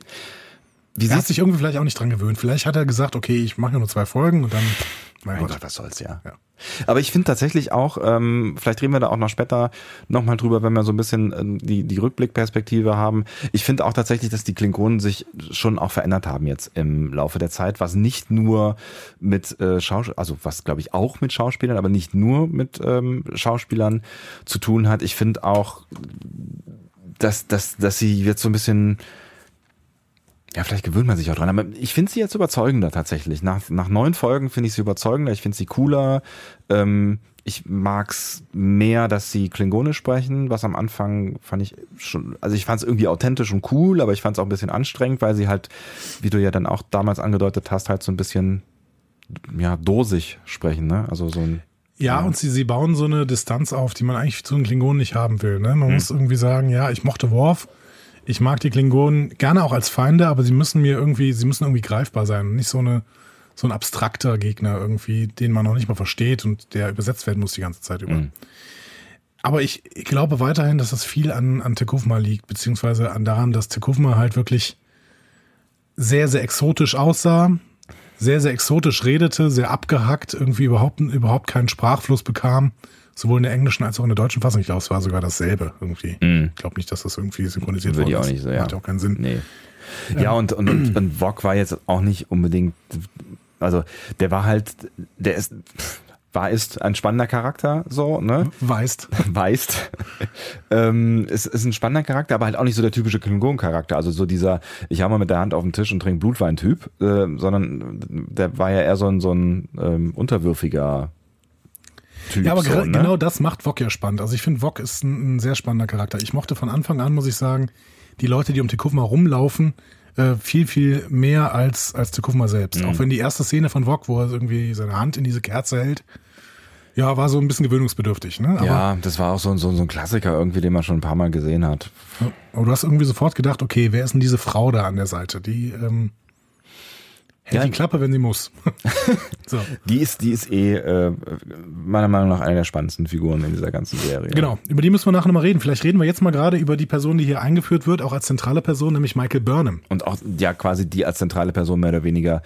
Er hat sich irgendwie vielleicht auch nicht dran gewöhnt. Vielleicht hat er gesagt, okay, ich mache nur 2 Folgen und dann... Mein Gott, was soll's, ja. Aber ich finde tatsächlich auch, vielleicht reden wir da auch noch später nochmal drüber, wenn wir so ein bisschen die Rückblickperspektive haben. Ich finde auch tatsächlich, dass die Klingonen sich schon auch verändert haben jetzt im Laufe der Zeit, was nicht nur mit was glaube ich auch mit Schauspielern, aber nicht nur mit Schauspielern zu tun hat. Ich finde auch, dass sie jetzt so ein bisschen... Ja, vielleicht gewöhnt man sich auch dran, aber ich finde sie jetzt überzeugender tatsächlich. Nach 9 Folgen finde ich sie überzeugender, ich finde sie cooler. Ich mag's mehr, dass sie Klingonisch sprechen, was am Anfang fand ich schon, also ich fand es irgendwie authentisch und cool, aber ich fand es auch ein bisschen anstrengend, weil sie halt, wie du ja dann auch damals angedeutet hast, halt so ein bisschen, dosig sprechen, ne? Also so ein... Ja, und sie bauen so eine Distanz auf, die man eigentlich zu den Klingonen nicht haben will, ne? Man muss irgendwie sagen, ja, ich mochte Worf. Ich mag die Klingonen gerne auch als Feinde, aber sie müssen irgendwie greifbar sein. Nicht so ein abstrakter Gegner irgendwie, den man noch nicht mal versteht und der übersetzt werden muss die ganze Zeit über. Aber ich glaube weiterhin, dass das viel an T'Kuvma liegt, beziehungsweise daran, dass T'Kuvma halt wirklich sehr, sehr exotisch aussah. sehr, sehr exotisch redete, sehr abgehackt, irgendwie überhaupt keinen Sprachfluss bekam. Sowohl in der englischen als auch in der deutschen Fassung. Ich glaube, es war sogar dasselbe irgendwie. Ich glaube nicht, dass das irgendwie synchronisiert wurde. Würde ich auch nicht so, ja. Macht ja auch keinen Sinn. Nee. Ja, und Vog war jetzt auch nicht unbedingt, also der war halt, ist ein spannender Charakter, so, ne? Weist. Ist ein spannender Charakter, aber halt auch nicht so der typische Klingon-Charakter, also so dieser, ich hau mal mit der Hand auf den Tisch und trinke Blutwein-Typ, sondern der war ja eher so ein unterwürfiger Typ. Ja, aber so, ne? Genau das macht Vog ja spannend. Also ich finde, Vog ist ein sehr spannender Charakter. Ich mochte von Anfang an, muss ich sagen, die Leute, die um T'Kuvma rumlaufen, viel, viel mehr als T'Kuvma selbst. Auch wenn die erste Szene von Vog, wo er irgendwie seine Hand in diese Kerze hält, ja, war so ein bisschen gewöhnungsbedürftig. Ne? Aber, ja, das war auch so ein Klassiker irgendwie, den man schon ein paar Mal gesehen hat. Aber du hast irgendwie sofort gedacht, okay, wer ist denn diese Frau da an der Seite? Die hält die Klappe, wenn sie muss. So. Die ist meiner Meinung nach eine der spannendsten Figuren in dieser ganzen Serie. Genau, über die müssen wir nachher nochmal reden. Vielleicht reden wir jetzt mal gerade über die Person, die hier eingeführt wird, auch als zentrale Person, nämlich Michael Burnham. Und auch ja quasi die als zentrale Person mehr oder weniger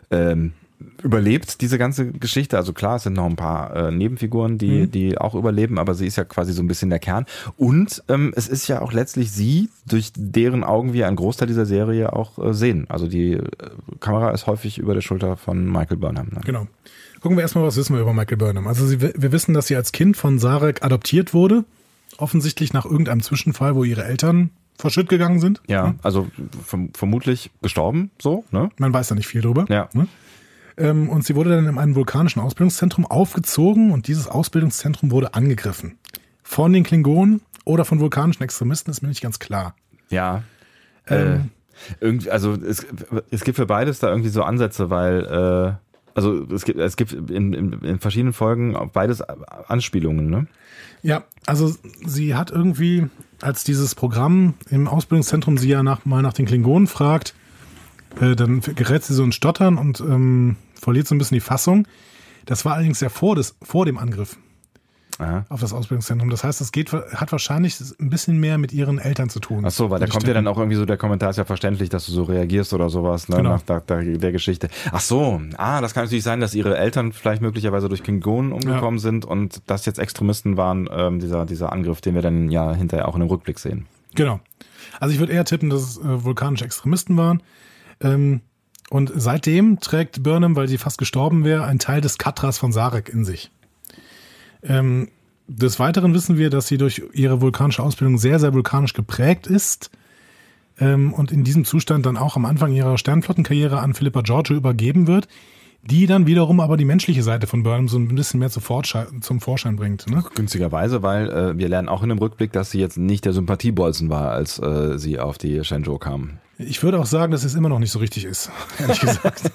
überlebt diese ganze Geschichte. Also klar, es sind noch ein paar Nebenfiguren, die auch überleben, aber sie ist ja quasi so ein bisschen der Kern. Und es ist ja auch letztlich sie, durch deren Augen wir einen Großteil dieser Serie auch sehen. Also die Kamera ist häufig über der Schulter von Michael Burnham. Ne? Genau. Gucken wir erstmal, was wissen wir über Michael Burnham. Also wir wissen, dass sie als Kind von Sarek adoptiert wurde. Offensichtlich nach irgendeinem Zwischenfall, wo ihre Eltern vor Schritt gegangen sind. Ja, also vermutlich gestorben, so. Ne? Man weiß da nicht viel drüber. Ja. Ne? Und sie wurde dann in einem vulkanischen Ausbildungszentrum aufgezogen und dieses Ausbildungszentrum wurde angegriffen. Von den Klingonen oder von vulkanischen Extremisten, ist mir nicht ganz klar. Ja. Irgendwie, also es gibt für beides da irgendwie so Ansätze, weil also es gibt in verschiedenen Folgen auf beides Anspielungen, ne? Ja, also sie hat irgendwie, als dieses Programm im Ausbildungszentrum sie ja mal nach den Klingonen fragt, dann gerät sie so ins Stottern und verliert so ein bisschen die Fassung. Das war allerdings ja vor dem Angriff auf das Ausbildungszentrum. Das heißt, hat wahrscheinlich ein bisschen mehr mit ihren Eltern zu tun. Ach so, weil da kommt ja dann auch irgendwie so, der Kommentar ist ja verständlich, dass du so reagierst oder sowas, ne, genau. nach der Geschichte. Ach so, das kann natürlich sein, dass ihre Eltern vielleicht möglicherweise durch Klingonen umgekommen sind und das jetzt Extremisten waren, dieser Angriff, den wir dann ja hinterher auch in dem Rückblick sehen. Genau. Also ich würde eher tippen, dass es vulkanische Extremisten waren. Und seitdem trägt Burnham, weil sie fast gestorben wäre, einen Teil des Katras von Sarek in sich. Des Weiteren wissen wir, dass sie durch ihre vulkanische Ausbildung sehr, sehr vulkanisch geprägt ist und in diesem Zustand dann auch am Anfang ihrer Sternflottenkarriere an Philippa Georgiou übergeben wird, die dann wiederum aber die menschliche Seite von Burnham so ein bisschen mehr zum Vorschein bringt. Ne? Günstigerweise, weil wir lernen auch in dem Rückblick, dass sie jetzt nicht der Sympathiebolzen war, als sie auf die Shenzhou kam. Ich würde auch sagen, dass es immer noch nicht so richtig ist, ehrlich gesagt.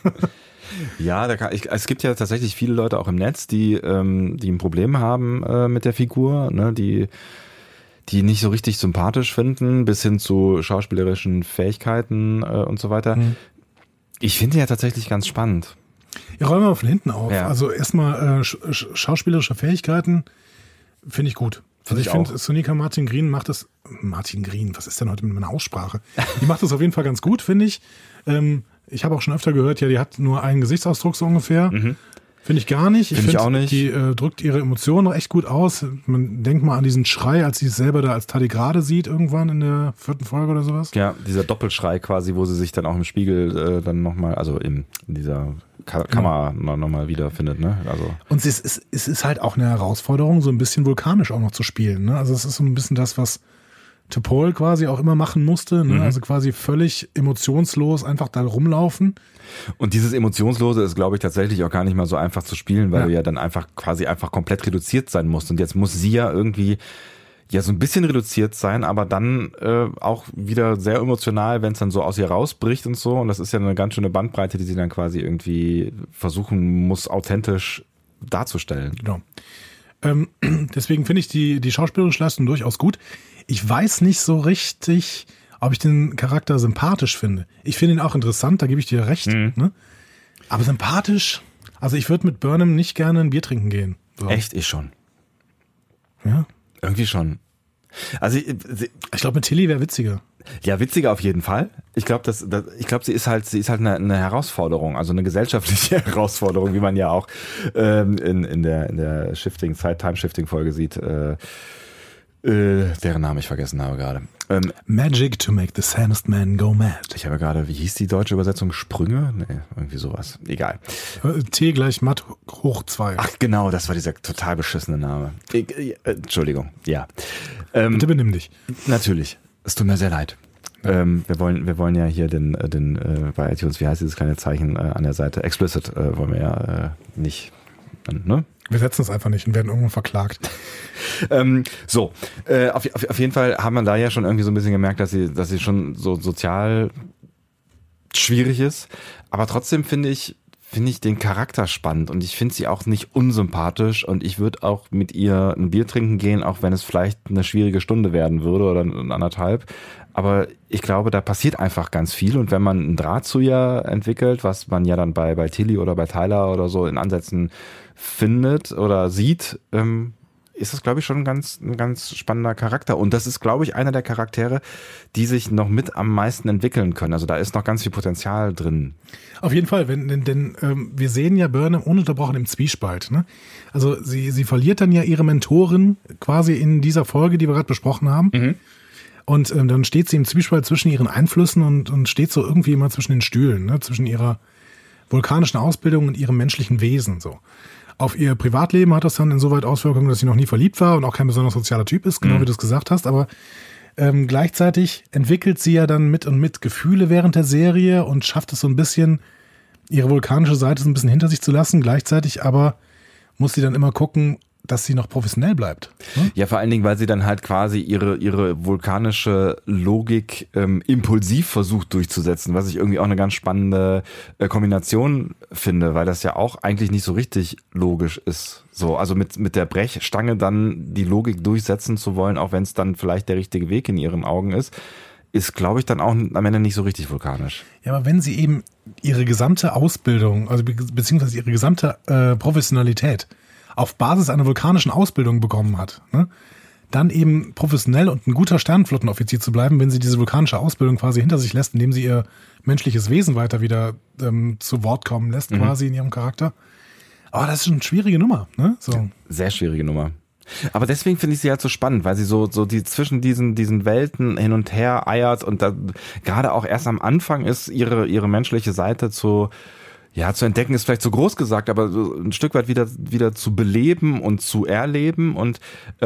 Ja, es gibt ja tatsächlich viele Leute auch im Netz, die ein Problem haben mit der Figur, ne, die nicht so richtig sympathisch finden, bis hin zu schauspielerischen Fähigkeiten und so weiter. Ich finde ja tatsächlich ganz spannend. Ja, räumen wir mal von hinten auf. Ja. Also erstmal schauspielerische Fähigkeiten finde ich gut. Also ich finde, Sonika Martin Green macht das. Martin Green, was ist denn heute mit meiner Aussprache? Die macht das auf jeden Fall ganz gut, finde ich. Ich habe auch schon öfter gehört, ja, die hat nur einen Gesichtsausdruck so ungefähr. Finde ich gar nicht. Finde ich auch nicht. Die drückt ihre Emotionen noch echt gut aus. Man denkt mal an diesen Schrei, als sie es selber da als Tardigrade sieht, irgendwann in der 4. Folge oder sowas. Ja, dieser Doppelschrei quasi, wo sie sich dann auch im Spiegel dann nochmal, also in dieser Kamera nochmal wiederfindet, ne? Also. Und es ist halt auch eine Herausforderung, so ein bisschen vulkanisch auch noch zu spielen, ne? Also es ist so ein bisschen das, was T'Pol quasi auch immer machen musste, ne? Also quasi völlig emotionslos einfach da rumlaufen. Und dieses Emotionslose ist, glaube ich, tatsächlich auch gar nicht mal so einfach zu spielen, weil du ja dann einfach komplett reduziert sein musst. Und jetzt muss sie ja irgendwie so ein bisschen reduziert sein, aber dann auch wieder sehr emotional, wenn es dann so aus ihr rausbricht und so. Und das ist ja eine ganz schöne Bandbreite, die sie dann quasi irgendwie versuchen muss, authentisch darzustellen. Genau. Deswegen finde ich die schauspielerische Leistung durchaus gut. Ich weiß nicht so richtig, ob ich den Charakter sympathisch finde. Ich finde ihn auch interessant, da gebe ich dir recht. Ne? Aber sympathisch, also ich würde mit Burnham nicht gerne ein Bier trinken gehen. So. Echt? Ich schon. Ja? Irgendwie schon. Also ich glaube, mit Tilly wäre witziger. Ja, witziger auf jeden Fall. Ich glaube, sie ist halt eine Herausforderung, also eine gesellschaftliche Herausforderung, wie man ja auch in der Time-Shifting-Folge sieht, deren Namen ich vergessen habe gerade. Magic to make the sanest man go mad. Ich habe gerade, wie hieß die deutsche Übersetzung? Sprünge? Nee, irgendwie sowas. Egal. T = Matt hoch 2. Ach genau, das war dieser total beschissene Name. Entschuldigung, ja. Bitte benimm dich. Natürlich. Es tut mir sehr leid. Wir wollen ja hier den bei iTunes, wie heißt dieses kleine Zeichen an der Seite? Explicit wollen wir ja nicht, ne? Wir setzen es einfach nicht und werden irgendwann verklagt. Auf jeden Fall haben wir da ja schon irgendwie so ein bisschen gemerkt, dass sie schon so sozial schwierig ist. Aber trotzdem finde ich den Charakter spannend und ich finde sie auch nicht unsympathisch und ich würde auch mit ihr ein Bier trinken gehen, auch wenn es vielleicht eine schwierige Stunde werden würde oder 1,5. Aber ich glaube, da passiert einfach ganz viel und wenn man einen Draht zu ihr entwickelt, was man ja dann bei Tilly oder bei Tyler oder so in Ansätzen findet oder sieht, ist das, glaube ich, schon ein ganz spannender Charakter. Und das ist, glaube ich, einer der Charaktere, die sich noch mit am meisten entwickeln können. Also da ist noch ganz viel Potenzial drin. Auf jeden Fall, denn wir sehen ja Burnham ununterbrochen im Zwiespalt. Ne? Also sie verliert dann ja ihre Mentorin quasi in dieser Folge, die wir gerade besprochen haben. Mhm. Und dann steht sie im Zwiespalt zwischen ihren Einflüssen und steht so irgendwie immer zwischen den Stühlen, ne? Zwischen ihrer vulkanischen Ausbildung und ihrem menschlichen Wesen so. Auf ihr Privatleben hat das dann insoweit Auswirkungen, dass sie noch nie verliebt war und auch kein besonders sozialer Typ ist, genau wie du es gesagt hast. Aber gleichzeitig entwickelt sie ja dann mit Gefühle während der Serie und schafft es so ein bisschen, ihre vulkanische Seite so ein bisschen hinter sich zu lassen. Gleichzeitig aber muss sie dann immer gucken, dass sie noch professionell bleibt. Ne? Ja, vor allen Dingen, weil sie dann halt quasi ihre vulkanische Logik impulsiv versucht durchzusetzen, was ich irgendwie auch eine ganz spannende Kombination finde, weil das ja auch eigentlich nicht so richtig logisch ist. So, also mit der Brechstange dann die Logik durchsetzen zu wollen, auch wenn es dann vielleicht der richtige Weg in ihren Augen ist, glaube ich, dann auch am Ende nicht so richtig vulkanisch. Ja, aber wenn sie eben ihre gesamte Ausbildung, also beziehungsweise ihre gesamte Professionalität auf Basis einer vulkanischen Ausbildung bekommen hat, ne? Dann eben professionell und ein guter Sternenflottenoffizier zu bleiben, wenn sie diese vulkanische Ausbildung quasi hinter sich lässt, indem sie ihr menschliches Wesen weiter wieder zu Wort kommen lässt, quasi in ihrem Charakter. Aber das ist eine schwierige Nummer. Ne? So. Sehr schwierige Nummer. Aber deswegen finde ich sie halt so spannend, weil sie so die zwischen diesen Welten hin und her eiert und da gerade auch erst am Anfang ist ihre menschliche Seite zu entdecken ist vielleicht zu groß gesagt, aber so ein Stück weit wieder zu beleben und zu erleben und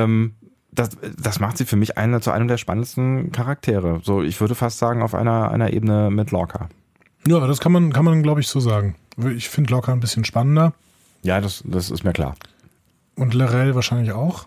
das macht sie für mich zu einem der spannendsten Charaktere. So, ich würde fast sagen, auf einer Ebene mit Lorca. Ja, das kann man glaube ich so sagen. Ich finde Lorca ein bisschen spannender. Ja, das ist mir klar. Und L'Rell wahrscheinlich auch.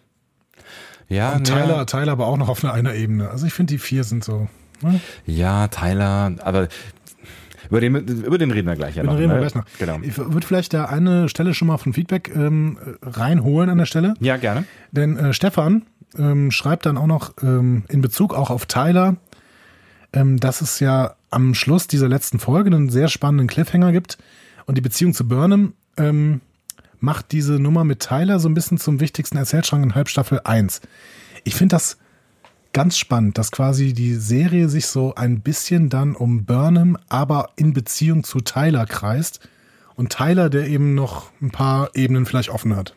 Ja, und Tyler aber auch noch auf einer Ebene. Also ich finde, die 4 sind so. Ne? Ja, Tyler, aber über den reden wir gleich ja noch. Reden wir gleich noch. Genau. Ich würde vielleicht da eine Stelle schon mal von Feedback reinholen an der Stelle. Ja, gerne. Denn Stefan schreibt dann auch noch in Bezug auch auf Tyler, dass es ja am Schluss dieser letzten Folge einen sehr spannenden Cliffhanger gibt und die Beziehung zu Burnham macht diese Nummer mit Tyler so ein bisschen zum wichtigsten Erzählstrang in Halbstaffel 1. Ich finde das ganz spannend, dass quasi die Serie sich so ein bisschen dann um Burnham, aber in Beziehung zu Tyler kreist. Und Tyler, der eben noch ein paar Ebenen vielleicht offen hat.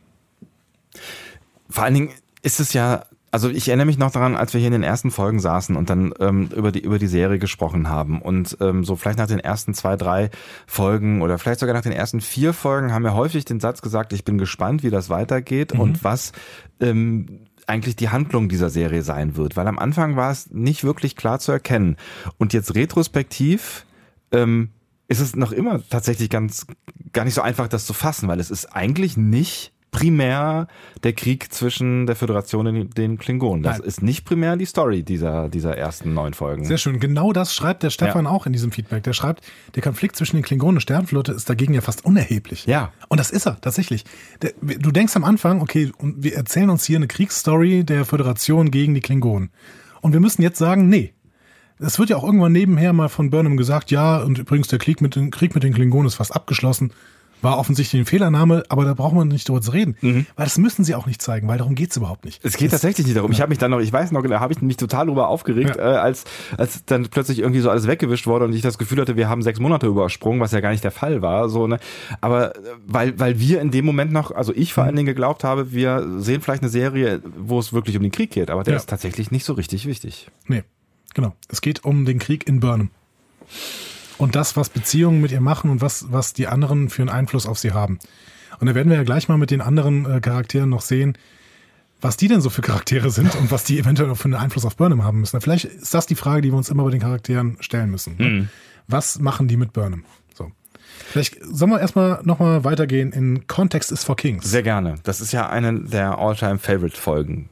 Vor allen Dingen ist es ja, also ich erinnere mich noch daran, als wir hier in den ersten Folgen saßen und dann über die Serie gesprochen haben. Und so vielleicht nach den ersten 2, 3 Folgen oder vielleicht sogar nach den ersten 4 Folgen haben wir häufig den Satz gesagt, ich bin gespannt, wie das weitergeht und was eigentlich die Handlung dieser Serie sein wird, weil am Anfang war es nicht wirklich klar zu erkennen. Und jetzt retrospektiv ist es noch immer tatsächlich gar nicht so einfach, das zu fassen, weil es ist eigentlich nicht primär der Krieg zwischen der Föderation und den Klingonen. Das ist nicht primär die Story dieser ersten 9 Folgen. Sehr schön. Genau das schreibt der Stefan auch in diesem Feedback. Der schreibt, der Konflikt zwischen den Klingonen und Sternenflotte ist dagegen ja fast unerheblich. Ja. Und das ist er, tatsächlich. Du denkst am Anfang, okay, und wir erzählen uns hier eine Kriegsstory der Föderation gegen die Klingonen. Und wir müssen jetzt sagen, nee. Es wird ja auch irgendwann nebenher mal von Burnham gesagt, ja, und übrigens der Krieg mit den Klingonen ist fast abgeschlossen. war offensichtlich eine Fehlernahme, aber da braucht man nicht drüber zu reden. Weil das müssen sie auch nicht zeigen, weil darum geht's überhaupt nicht. Es geht tatsächlich nicht darum. Ich habe mich dann noch, ich weiß noch, da habe ich mich total drüber aufgeregt, als dann plötzlich irgendwie so alles weggewischt wurde und ich das Gefühl hatte, wir haben 6 Monate übersprungen, was ja gar nicht der Fall war. So, ne? Aber weil wir in dem Moment noch, also ich vor allen Dingen geglaubt habe, wir sehen vielleicht eine Serie, wo es wirklich um den Krieg geht, aber der ist tatsächlich nicht so richtig wichtig. Nee, genau. Es geht um den Krieg in Burnham. Und das, was Beziehungen mit ihr machen und was die anderen für einen Einfluss auf sie haben. Und da werden wir ja gleich mal mit den anderen Charakteren noch sehen, was die denn so für Charaktere sind und was die eventuell auch für einen Einfluss auf Burnham haben müssen. Vielleicht ist das die Frage, die wir uns immer bei den Charakteren stellen müssen. Ne? Was machen die mit Burnham? So. Vielleicht sollen wir erstmal nochmal weitergehen in Context is for Kings. Sehr gerne. Das ist ja eine der All-Time-Favorite-Folgen.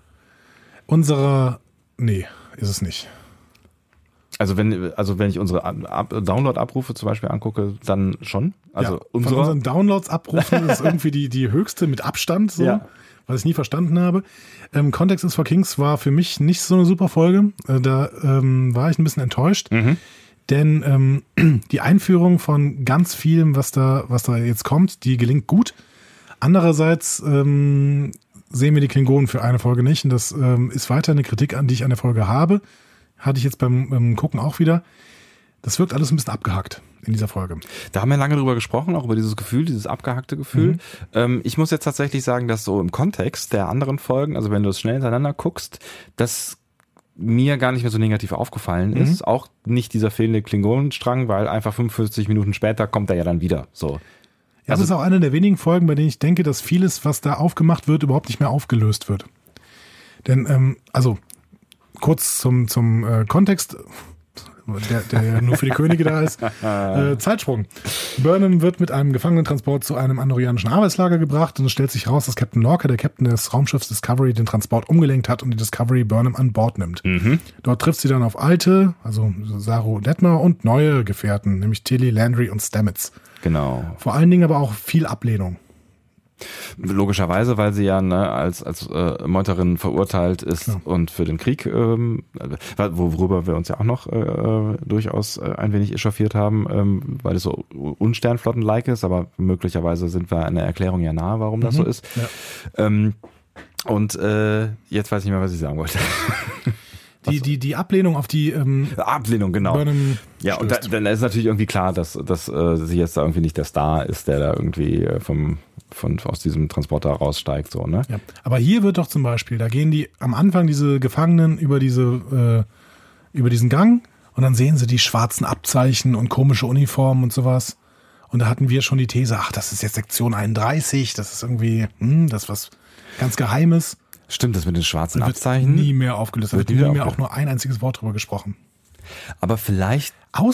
Nee, ist es nicht. Also wenn ich unsere Download-Abrufe zum Beispiel angucke, dann schon. Also von unseren Downloads abrufen ist irgendwie die höchste mit Abstand, so, was ich nie verstanden habe. Context is for Kings war für mich nicht so eine super Folge. Da war ich ein bisschen enttäuscht. Denn die Einführung von ganz vielem, was da jetzt kommt, die gelingt gut. Andererseits sehen wir die Klingonen für eine Folge nicht. Und das ist weiter eine Kritik, die ich an der Folge habe. Hatte ich jetzt beim Gucken auch wieder. Das wirkt alles ein bisschen abgehackt in dieser Folge. Da haben wir lange drüber gesprochen, auch über dieses Gefühl, dieses abgehackte Gefühl. Ich muss jetzt tatsächlich sagen, dass so im Kontext der anderen Folgen, also wenn du es schnell hintereinander guckst, das mir gar nicht mehr so negativ aufgefallen ist. Auch nicht dieser fehlende Klingonenstrang, weil einfach 45 Minuten später kommt er ja dann wieder. So. Ja, das ist auch eine der wenigen Folgen, bei denen ich denke, dass vieles, was da aufgemacht wird, überhaupt nicht mehr aufgelöst wird. Denn, kurz zum Kontext, der ja nur für die Könige da ist. Zeitsprung. Burnham wird mit einem Gefangenentransport zu einem andorianischen Arbeitslager gebracht und es stellt sich raus, dass Captain Lorca, der Captain des Raumschiffs Discovery, den Transport umgelenkt hat und die Discovery Burnham an Bord nimmt. Dort trifft sie dann auf alte, also Saru Detmer und neue Gefährten, nämlich Tilly, Landry und Stamets. Genau. Vor allen Dingen aber auch viel Ablehnung. Logischerweise, weil sie ja als Meuterin verurteilt ist und für den Krieg, worüber wir uns ja auch noch durchaus ein wenig echauffiert haben, weil es so unsternflotten-like ist, aber möglicherweise sind wir einer Erklärung ja nahe, warum das so ist. Ja. Und jetzt weiß ich nicht mehr, was ich sagen wollte. Die Ablehnung auf die Ablehnung, genau. Burnham ja, und dann ist natürlich irgendwie klar, dass sie jetzt da irgendwie nicht der Star ist, der da irgendwie aus diesem Transporter raussteigt, so, ne? Ja. Aber hier wird doch zum Beispiel, da gehen die am Anfang diese Gefangenen über diesen Gang und dann sehen sie die schwarzen Abzeichen und komische Uniformen und sowas. Und da hatten wir schon die These, das ist jetzt Sektion 31, das ist irgendwie, das ist was ganz Geheimes. Stimmt, das mit den schwarzen Abzeichen? Nie mehr aufgelöst. Da wird nie mehr auch nur ein einziges Wort drüber gesprochen. Aber vielleicht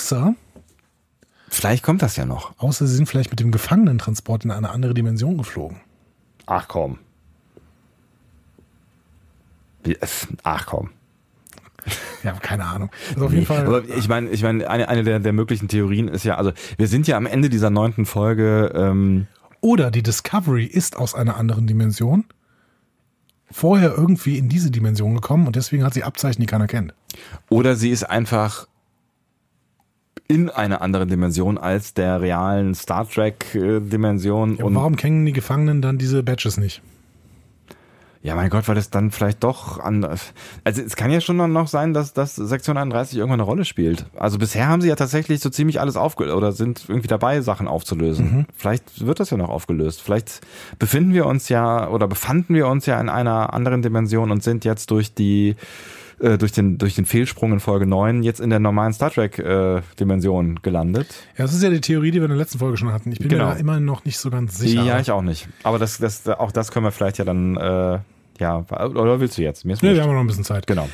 kommt das ja noch. Außer sie sind vielleicht mit dem Gefangenentransport in eine andere Dimension geflogen. Ach komm. Ja, keine Ahnung. Also auf jeden Fall. Aber ich meine, eine der möglichen Theorien ist ja, also wir sind ja am Ende dieser 9. Folge. Oder die Discovery ist aus einer anderen Dimension vorher irgendwie in diese Dimension gekommen und deswegen hat sie Abzeichen, die keiner kennt. Oder sie ist einfach in einer anderen Dimension als der realen Star Trek-Dimension. Ja, und warum kennen die Gefangenen dann diese Badges nicht? Ja, mein Gott, weil das dann vielleicht doch anders. Also es kann ja schon noch sein, dass Sektion 31 irgendwann eine Rolle spielt. Also bisher haben sie ja tatsächlich so ziemlich alles oder sind irgendwie dabei, Sachen aufzulösen. Vielleicht wird das ja noch aufgelöst. Vielleicht befanden wir uns ja in einer anderen Dimension und sind jetzt durch den Fehlsprung in Folge 9 jetzt in der normalen Star Trek Dimension gelandet. Ja, das ist ja die Theorie, die wir in der letzten Folge schon hatten. Ich bin mir da immer noch nicht so ganz sicher. Ja, ich auch nicht. Aber auch das können wir vielleicht ja dann, oder willst du jetzt? Wir haben noch ein bisschen Zeit. Genau.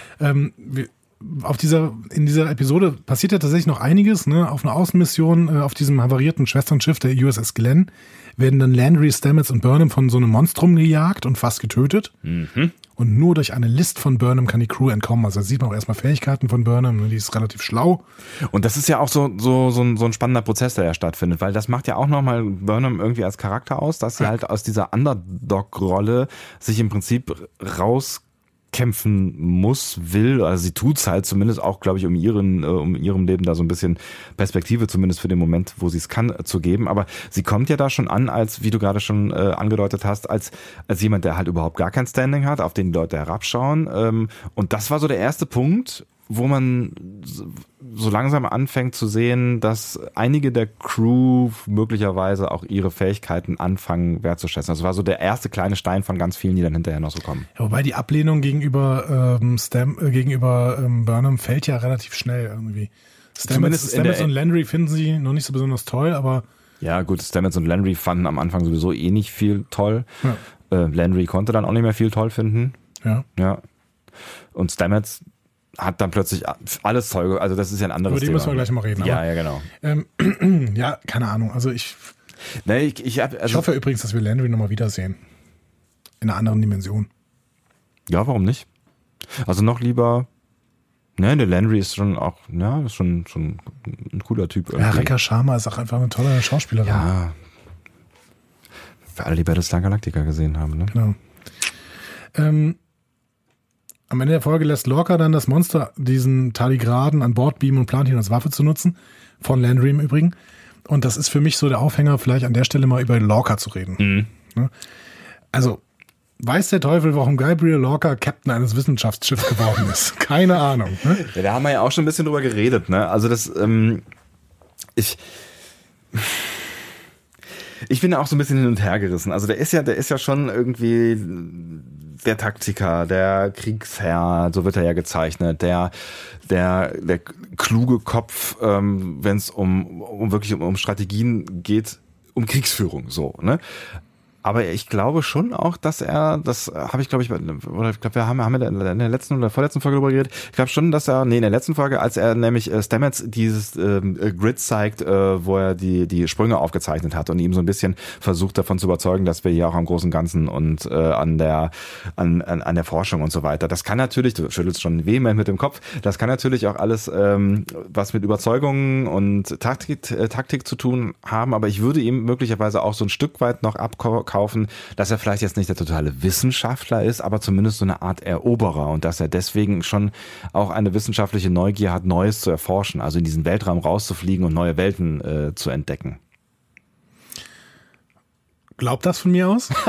In dieser Episode passiert ja tatsächlich noch einiges, ne? Auf einer Außenmission auf diesem havarierten Schwesternschiff der USS Glenn werden dann Landry, Stamets und Burnham von so einem Monstrum gejagt und fast getötet. Und nur durch eine List von Burnham kann die Crew entkommen. Also da sieht man auch erstmal Fähigkeiten von Burnham, die ist relativ schlau. Und das ist ja auch so ein spannender Prozess, der ja stattfindet, weil das macht ja auch nochmal Burnham irgendwie als Charakter aus, dass sie halt aus dieser Underdog-Rolle sich im Prinzip kämpfen will, also sie tut's halt zumindest auch, glaube ich, um ihrem Leben da so ein bisschen Perspektive, zumindest für den Moment, wo sie es kann, zu geben. Aber sie kommt ja da schon an, als, wie du gerade schon angedeutet hast, als jemand, der halt überhaupt gar kein Standing hat, auf den die Leute herabschauen. Und das war so der erste Punkt, wo man so langsam anfängt zu sehen, dass einige der Crew möglicherweise auch ihre Fähigkeiten anfangen wertzuschätzen. Das war so der erste kleine Stein von ganz vielen, die dann hinterher noch so kommen. Ja, wobei die Ablehnung gegenüber Burnham fällt ja relativ schnell irgendwie. Stamets und Landry finden sie noch nicht so besonders toll, aber... Ja gut, Stamets und Landry fanden am Anfang sowieso nicht viel toll. Ja. Landry konnte dann auch nicht mehr viel toll finden. Ja. Und Stamets hat dann plötzlich alles toll, also das ist ja ein anderes Thema. Über die müssen wir gleich mal reden. Ja, genau. Ja, keine Ahnung, also ich hoffe übrigens, dass wir Landry nochmal wiedersehen. In einer anderen Dimension. Ja, warum nicht? Also noch lieber, der Landry ist schon auch, ist schon ein cooler Typ. Irgendwie. Ja, Rekha Sharma ist auch einfach eine tolle Schauspielerin. Ja. Für alle, die Battlestar Galactica gesehen haben, ne? Genau. Am Ende der Folge lässt Lorca dann das Monster diesen Tardigraden an Bord beamen und plant ihn als Waffe zu nutzen. Von Landry im Übrigen. Und das ist für mich so der Aufhänger, vielleicht an der Stelle mal über Lorca zu reden. Mhm. Also, weiß der Teufel, warum Gabriel Lorca Captain eines Wissenschaftsschiffs geworden ist? Keine Ahnung. Ne? Ja, da haben wir ja auch schon ein bisschen drüber geredet. Ne? Also das, ich bin auch so ein bisschen hin und her gerissen. Also der ist ja schon irgendwie der Taktiker, der Kriegsherr, so wird er ja gezeichnet, der kluge Kopf, wenn es um Strategien geht, um Kriegsführung, so, ne? Aber ich glaube schon auch, dass er, das habe ich, glaube ich, wir haben in der letzten oder vorletzten Folge darüber geredet, ich glaube schon, dass er, in der letzten Folge, als er nämlich Stamets dieses Grid zeigt, wo er die Sprünge aufgezeichnet hat und ihm so ein bisschen versucht davon zu überzeugen, dass wir hier auch am großen Ganzen und an der Forschung und so weiter. Das kann natürlich, du schüttelst schon vehement mit dem Kopf, das kann natürlich auch alles was mit Überzeugungen und Taktik zu tun haben, aber ich würde ihm möglicherweise auch so ein Stück weit noch abkaufen, dass er vielleicht jetzt nicht der totale Wissenschaftler ist, aber zumindest so eine Art Eroberer und dass er deswegen schon auch eine wissenschaftliche Neugier hat, Neues zu erforschen, also in diesen Weltraum rauszufliegen und neue Welten zu entdecken. Glaubt das von mir aus?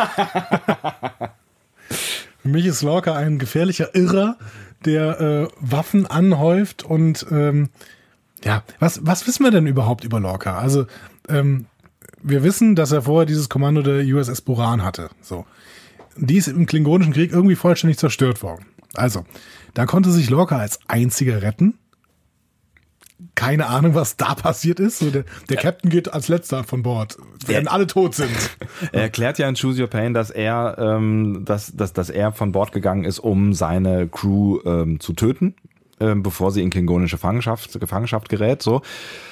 Für mich ist Lorca ein gefährlicher Irrer, der Waffen anhäuft und was wissen wir denn überhaupt über Lorca? Also wir wissen, dass er vorher dieses Kommando der USS Buran hatte. So. Die ist im Klingonischen Krieg irgendwie vollständig zerstört worden. Also, da konnte sich Lorca als einziger retten. Keine Ahnung, was da passiert ist. So, der Captain geht als letzter von Bord, während alle tot sind. Er erklärt ja in Choose Your Pain, dass er, dass er von Bord gegangen ist, um seine Crew zu töten, bevor sie in klingonische Gefangenschaft gerät. So.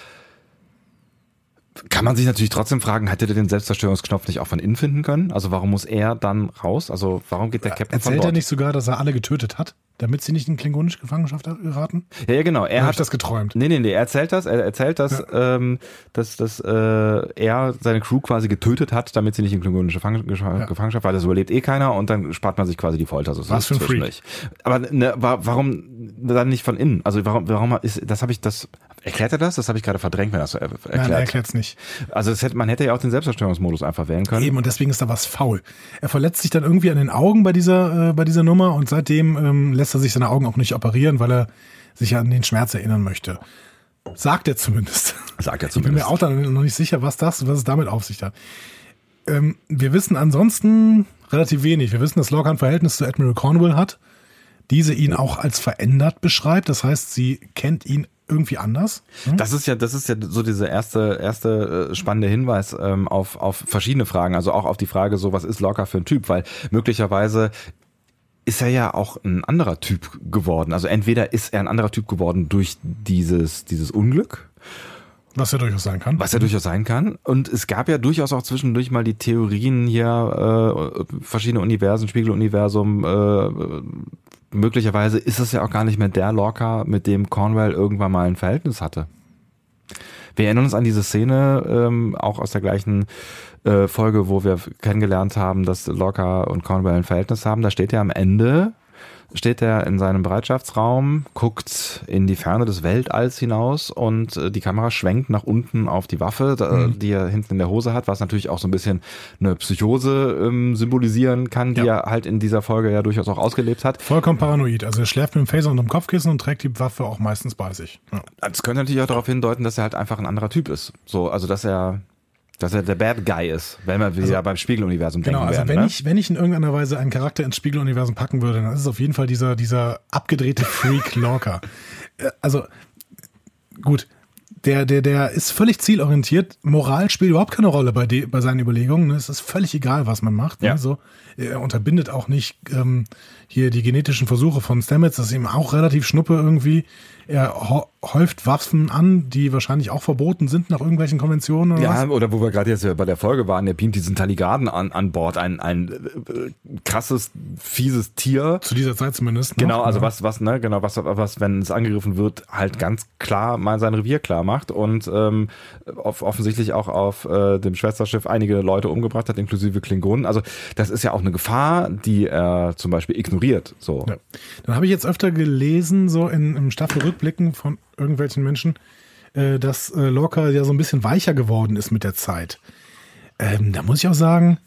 Kann man sich natürlich trotzdem fragen, hätte der den Selbstzerstörungsknopf nicht auch von innen finden können? Also warum muss er dann raus? Also warum geht der Captain von Bord? Erzählt er nicht sogar, dass er alle getötet hat, damit sie nicht in klingonische Gefangenschaft geraten? Ja, genau. Er hat das geträumt. Nee, er erzählt das, ja. Dass er seine Crew quasi getötet hat, damit sie nicht in klingonische Gefangenschaft, weil das überlebt keiner und dann spart man sich quasi die Folter. So, was für ein Freak. Aber warum dann nicht von innen? Also warum ist das erklärt er das? Das habe ich gerade verdrängt, wenn er das so erklärt. Nein, er erklärt es nicht. Also man hätte ja auch den Selbstzerstörungsmodus einfach wählen können. Eben, und deswegen ist da was faul. Er verletzt sich dann irgendwie an den Augen bei dieser Nummer und seitdem lässt er sich seine Augen auch nicht operieren, weil er sich an den Schmerz erinnern möchte. Sagt er zumindest. Ich bin mir auch dann noch nicht sicher, was es damit auf sich hat. Wir wissen ansonsten relativ wenig. Wir wissen, dass Lorca ein Verhältnis zu Admiral Cornwell hat, diese ihn auch als verändert beschreibt. Das heißt, sie kennt ihn irgendwie anders. Das ist ja so dieser erste spannende Hinweis auf verschiedene Fragen, also auch auf die Frage, so was ist Lorca für ein Typ, weil möglicherweise ist er ja auch ein anderer Typ geworden. Also entweder ist er ein anderer Typ geworden durch dieses Unglück. Was er durchaus sein kann. Und es gab ja durchaus auch zwischendurch mal die Theorien hier, verschiedene Universen, Spiegeluniversum, möglicherweise ist es ja auch gar nicht mehr der Lorca, mit dem Cornwell irgendwann mal ein Verhältnis hatte. Wir erinnern uns an diese Szene, auch aus der gleichen Folge, wo wir kennengelernt haben, dass Lorca und Cornwell ein Verhältnis haben. Da steht ja am Ende steht er in seinem Bereitschaftsraum, guckt in die Ferne des Weltalls hinaus und die Kamera schwenkt nach unten auf die Waffe, die er hinten in der Hose hat, was natürlich auch so ein bisschen eine Psychose symbolisieren kann, die er halt in dieser Folge ja durchaus auch ausgelebt hat. Vollkommen paranoid. Also er schläft mit dem Phaser unterm Kopfkissen und trägt die Waffe auch meistens bei sich. Ja. Das könnte natürlich auch darauf hindeuten, dass er halt einfach ein anderer Typ ist. So, also dass er der Bad Guy ist, wenn wir wieder beim Spiegeluniversum denken werden. Genau, also wenn ich in irgendeiner Weise einen Charakter ins Spiegeluniversum packen würde, dann ist es auf jeden Fall dieser abgedrehte Freak Lorca. Also gut, der ist völlig zielorientiert. Moral spielt überhaupt keine Rolle bei seinen Überlegungen. Es ist völlig egal, was man macht. Ja. Ne? So, er unterbindet auch nicht hier die genetischen Versuche von Stamets. Das ist ihm auch relativ schnuppe irgendwie. Er häuft Waffen an, die wahrscheinlich auch verboten sind nach irgendwelchen Konventionen oder was? Oder wo wir gerade jetzt bei der Folge waren, der beamt diesen Taligarden an Bord, ein krasses, fieses Tier. Zu dieser Zeit zumindest. Genau, also was, wenn es angegriffen wird, halt ganz klar mal sein Revier klar macht und offensichtlich auch auf dem Schwesterschiff einige Leute umgebracht hat, inklusive Klingonen. Also das ist ja auch eine Gefahr, die er zum Beispiel ignoriert. So. Ja. Dann habe ich jetzt öfter gelesen, so im Staffelrückblicken von irgendwelchen Menschen, dass Lorca ja so ein bisschen weicher geworden ist mit der Zeit. Da muss ich auch sagen,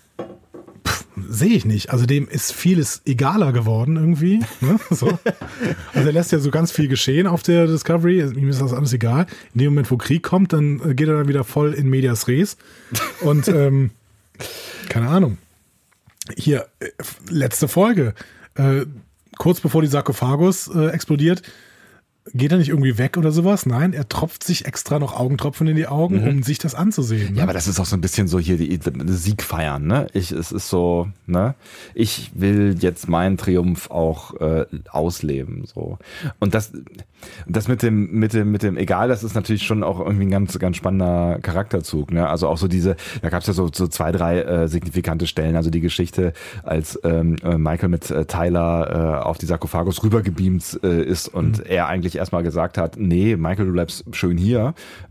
sehe ich nicht. Also dem ist vieles egaler geworden irgendwie. Ne? So. Also er lässt ja so ganz viel geschehen auf der Discovery. Ihm ist das alles egal. In dem Moment, wo Krieg kommt, dann geht er dann wieder voll in medias res. Und keine Ahnung. Hier, letzte Folge. Kurz bevor die Sarkophagus explodiert, geht er nicht irgendwie weg oder sowas? Nein, er tropft sich extra noch Augentropfen in die Augen, um sich das anzusehen. Ne? Ja, aber das ist auch so ein bisschen so hier die Sieg feiern, ne? Es ist so, ne? Ich will jetzt meinen Triumph auch ausleben, so. Und das mit dem egal, das ist natürlich schon auch irgendwie ein ganz, ganz spannender Charakterzug, ne? Also auch so da gab es ja so 2, 3 signifikante Stellen, also die Geschichte, als Michael mit Tyler auf die Sarkophagus rübergebeamt ist und er eigentlich erstmal gesagt hat, nee, Michael, du bleibst schön hier,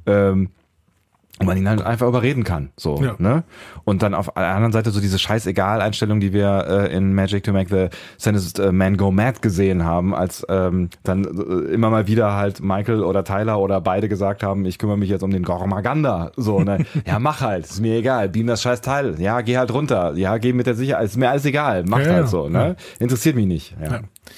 und man ihn halt einfach überreden kann, so, ja. Ne? Und dann auf der anderen Seite so diese Scheißegal-Einstellung, die wir in Magic to Make the Sanest Man Go Mad gesehen haben, als dann immer mal wieder halt Michael oder Tyler oder beide gesagt haben, ich kümmere mich jetzt um den Gormaganda, so, ne? Ja, mach halt, ist mir egal, beam das scheiß Teil, ja, geh halt runter, ja, geh mit der Sicherheit, ist mir alles egal, mach halt so, ne? Interessiert mich nicht, ja.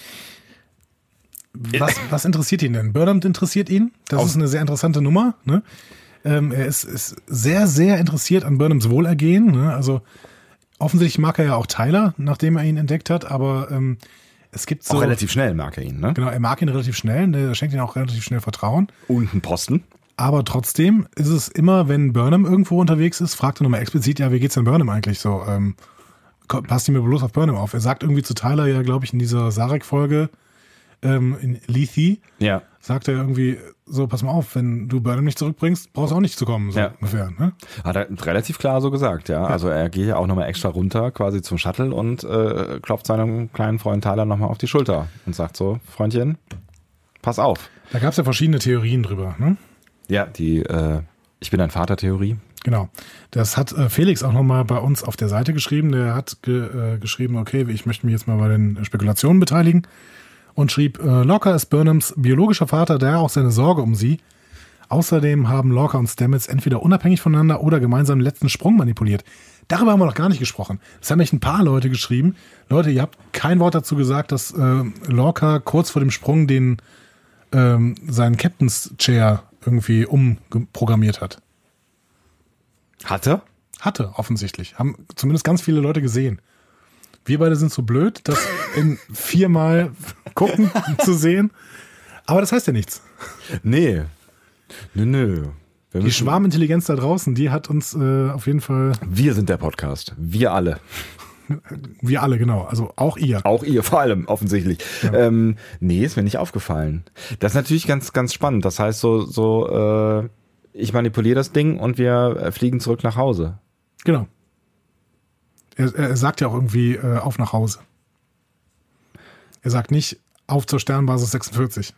Was interessiert ihn denn? Burnham interessiert ihn, das ist eine sehr interessante Nummer, ne? Er ist sehr, sehr interessiert an Burnhams Wohlergehen. Ne? Also offensichtlich mag er ja auch Tyler, nachdem er ihn entdeckt hat, aber es gibt so... Auch relativ schnell mag er ihn, ne? Genau, er mag ihn relativ schnell, er schenkt ihm auch relativ schnell Vertrauen. Und einen Posten. Aber trotzdem ist es immer, wenn Burnham irgendwo unterwegs ist, fragt er nochmal explizit, ja, wie geht's denn Burnham eigentlich so? Passt die mir bloß auf Burnham auf? Er sagt irgendwie zu Tyler ja, glaube ich, in dieser Sarek-Folge, in Lethe, ja. Sagt er irgendwie so, pass mal auf, wenn du Burnham nicht zurückbringst, brauchst du auch nicht zu kommen, so ungefähr. Ne? Hat er relativ klar so gesagt, ja. Also er geht ja auch nochmal extra runter quasi zum Shuttle und klopft seinem kleinen Freund Tyler nochmal auf die Schulter und sagt so, Freundchen, pass auf. Da gab es ja verschiedene Theorien drüber, ne? Ja, die Ich bin ein Vater-Theorie. Genau. Das hat Felix auch nochmal bei uns auf der Seite geschrieben. Der hat geschrieben, okay, ich möchte mich jetzt mal bei den Spekulationen beteiligen. Und schrieb, Lorca ist Burnhams biologischer Vater, daher auch seine Sorge um sie. Außerdem haben Lorca und Stamets entweder unabhängig voneinander oder gemeinsam den letzten Sprung manipuliert. Darüber haben wir noch gar nicht gesprochen. Es haben echt ein paar Leute geschrieben. Leute, ihr habt kein Wort dazu gesagt, dass Lorca kurz vor dem Sprung seinen Captain's Chair irgendwie umprogrammiert hat. Hatte? Hatte, offensichtlich. Haben zumindest ganz viele Leute gesehen. Wir beide sind so blöd, das in 4-mal gucken zu sehen. Aber das heißt ja nichts. Nee. Nö. Die Schwarmintelligenz da draußen, die hat uns auf jeden Fall... Wir sind der Podcast. Wir alle. Wir alle, genau. Also auch ihr. Auch ihr, vor allem, offensichtlich. Ja. Nee, ist mir nicht aufgefallen. Das ist natürlich ganz, ganz spannend. Das heißt ich manipuliere das Ding und wir fliegen zurück nach Hause. Genau. Er sagt ja auch irgendwie auf nach Hause. Er sagt nicht auf zur Sternbasis 46.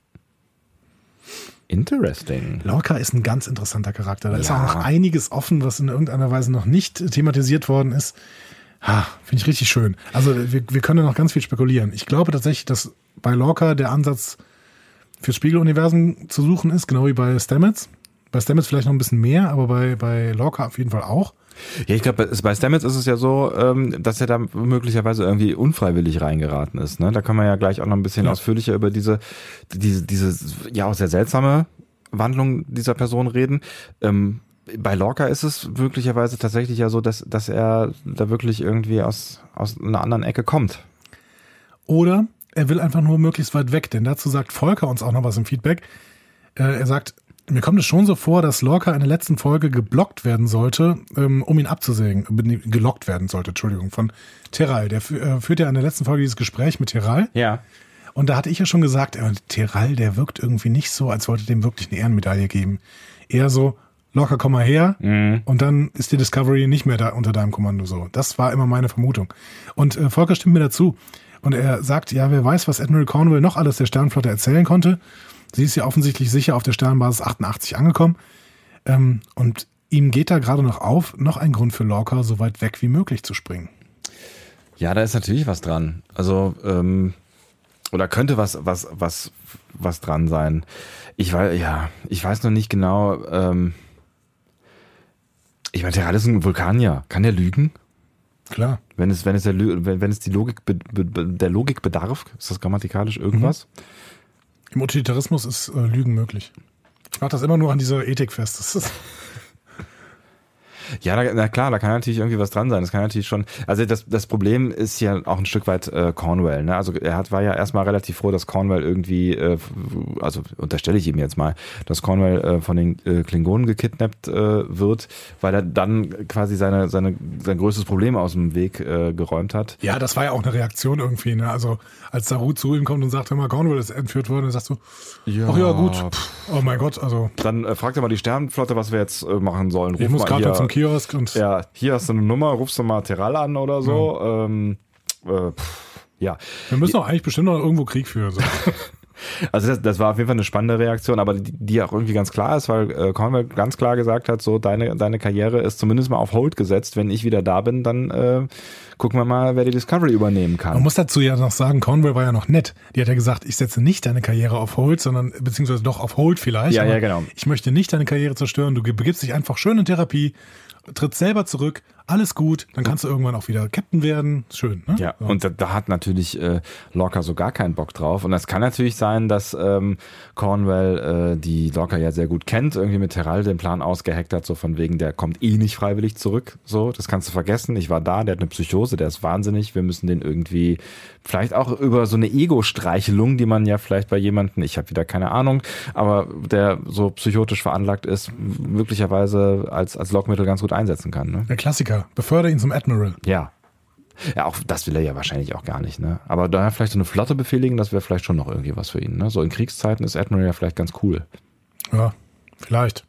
Interesting. Lorca ist ein ganz interessanter Charakter. Da ist auch noch einiges offen, was in irgendeiner Weise noch nicht thematisiert worden ist. Finde ich richtig schön. Also wir können da noch ganz viel spekulieren. Ich glaube tatsächlich, dass bei Lorca der Ansatz fürs Spiegeluniversum zu suchen ist, genau wie bei Stamets. Bei Stamets vielleicht noch ein bisschen mehr, aber bei Lorca auf jeden Fall auch. Ja, ich glaube, bei Stamets ist es ja so, dass er da möglicherweise irgendwie unfreiwillig reingeraten ist. Ne? Da kann man ja gleich auch noch ein bisschen ausführlicher über diese ja auch sehr seltsame Wandlung dieser Person reden. Bei Lorca ist es möglicherweise tatsächlich ja so, dass er da wirklich irgendwie aus einer anderen Ecke kommt. Oder er will einfach nur möglichst weit weg, denn dazu sagt Volker uns auch noch was im Feedback. Er sagt, mir kommt es schon so vor, dass Lorca in der letzten Folge geblockt werden sollte, um ihn abzusägen. Gelockt werden sollte, Entschuldigung, von Teral. Der führt ja in der letzten Folge dieses Gespräch mit Teral. Ja. Und da hatte ich ja schon gesagt, Teral, der wirkt irgendwie nicht so, als wollte dem wirklich eine Ehrenmedaille geben. Eher so, Lorca, komm mal her, und dann ist die Discovery nicht mehr da unter deinem Kommando so. Das war immer meine Vermutung. Und Volker stimmt mir dazu. Und er sagt, ja, wer weiß, was Admiral Cornwell noch alles der Sternenflotte erzählen konnte. Sie ist ja offensichtlich sicher auf der Sternbasis 88 angekommen. Und ihm geht da gerade noch auf, noch ein Grund für Lorca, so weit weg wie möglich zu springen. Ja, da ist natürlich was dran. Also, oder könnte was dran sein. Ich weiß noch nicht genau. Ich meine, Teral ist ein Vulkanier. Kann der lügen? Klar. Wenn es die Logik der Logik bedarf, ist das grammatikalisch irgendwas? Im Utilitarismus ist Lügen möglich. Ich mache das immer nur an dieser Ethik fest. Das ist Ja, na klar, da kann natürlich irgendwie was dran sein. Das kann natürlich schon. Also das Problem ist ja auch ein Stück weit Cornwell. Ne? Also war ja erstmal relativ froh, dass Cornwell irgendwie, also unterstelle ich ihm jetzt mal, dass Cornwell von den Klingonen gekidnappt wird, weil er dann quasi sein größtes Problem aus dem Weg geräumt hat. Ja, das war ja auch eine Reaktion irgendwie. Ne? Also als Saru zu ihm kommt und sagt, hör mal, Cornwell ist entführt worden, dann sagst du, ja, ach ja, gut. Oh mein Gott, also. Dann fragt er mal die Sternenflotte, was wir jetzt machen sollen. Ich muss gerade zum Kiosk und. Ja, hier hast du eine Nummer, rufst du mal Teral an oder so. Ja. Wir müssen auch eigentlich bestimmt noch irgendwo Krieg führen. So. Also das war auf jeden Fall eine spannende Reaktion, aber die auch irgendwie ganz klar ist, weil Cornwell ganz klar gesagt hat, so deine Karriere ist zumindest mal auf Hold gesetzt. Wenn ich wieder da bin, dann gucken wir mal, wer die Discovery übernehmen kann. Man muss dazu ja noch sagen, Cornwell war ja noch nett. Die hat ja gesagt, ich setze nicht deine Karriere auf Hold, sondern beziehungsweise doch auf Hold vielleicht. Ja, genau. Ich möchte nicht deine Karriere zerstören. Du begibst dich einfach schön in Therapie, trittst selber zurück, alles gut, dann kannst du irgendwann auch wieder Captain werden. Schön, ne? Ja, so. Und da hat natürlich Lorca so gar keinen Bock drauf. Und das kann natürlich sein, dass Cornwell die Lorca ja sehr gut kennt, irgendwie mit Teral den Plan ausgeheckt hat, so von wegen, der kommt eh nicht freiwillig zurück. So, das kannst du vergessen. Ich war da, der hat eine Psychose, der ist wahnsinnig. Wir müssen den irgendwie vielleicht auch über so eine Ego-Streichelung, die man ja vielleicht bei jemandem, ich habe wieder keine Ahnung, aber der so psychotisch veranlagt ist, möglicherweise als Lockmittel ganz gut einsetzen kann. Ne? Der Klassiker. Befördere ihn zum Admiral. Ja. Ja, auch das will er ja wahrscheinlich auch gar nicht, ne? Aber da vielleicht so eine Flotte befehligen, das wäre vielleicht schon noch irgendwie was für ihn, ne? So in Kriegszeiten ist Admiral ja vielleicht ganz cool. Ja, vielleicht.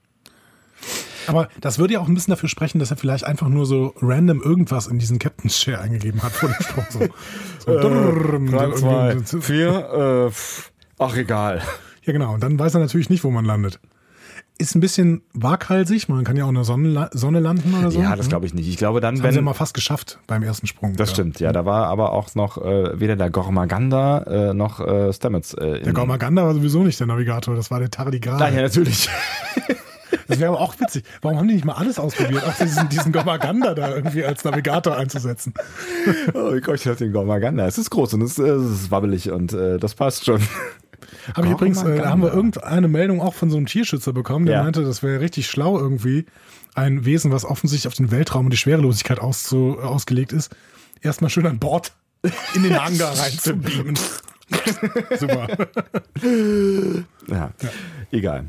Aber das würde ja auch ein bisschen dafür sprechen, dass er vielleicht einfach nur so random irgendwas in diesen Captain's Chair eingegeben hat vor dem Sprung. So 3, 2, 4, ach egal. Ja genau, und dann weiß er natürlich nicht, wo man landet. Ist ein bisschen waghalsig, man kann ja auch in der Sonne landen oder so. Ja, das glaube ich nicht. Ich glaube dann, das haben sie ja mal fast geschafft beim ersten Sprung. Das stimmt, ja. Da war aber auch noch weder der Gormaganda noch Stamets. Der Gormaganda war sowieso nicht der Navigator, das war der Tardigrade. Nein, ja, natürlich. Das wäre aber auch witzig. Warum haben die nicht mal alles ausprobiert, auch diesen Gormaganda da irgendwie als Navigator einzusetzen? Oh Gott, ich hab den Gormaganda. Es ist groß und es ist wabbelig und das passt schon. Habe ich übrigens, da haben wir irgendeine Meldung auch von so einem Tierschützer bekommen, der meinte, das wäre richtig schlau irgendwie, ein Wesen, was offensichtlich auf den Weltraum und die Schwerelosigkeit ausgelegt ist, erstmal schön an Bord in den Hangar reinzubeamen. Super. Ja, egal.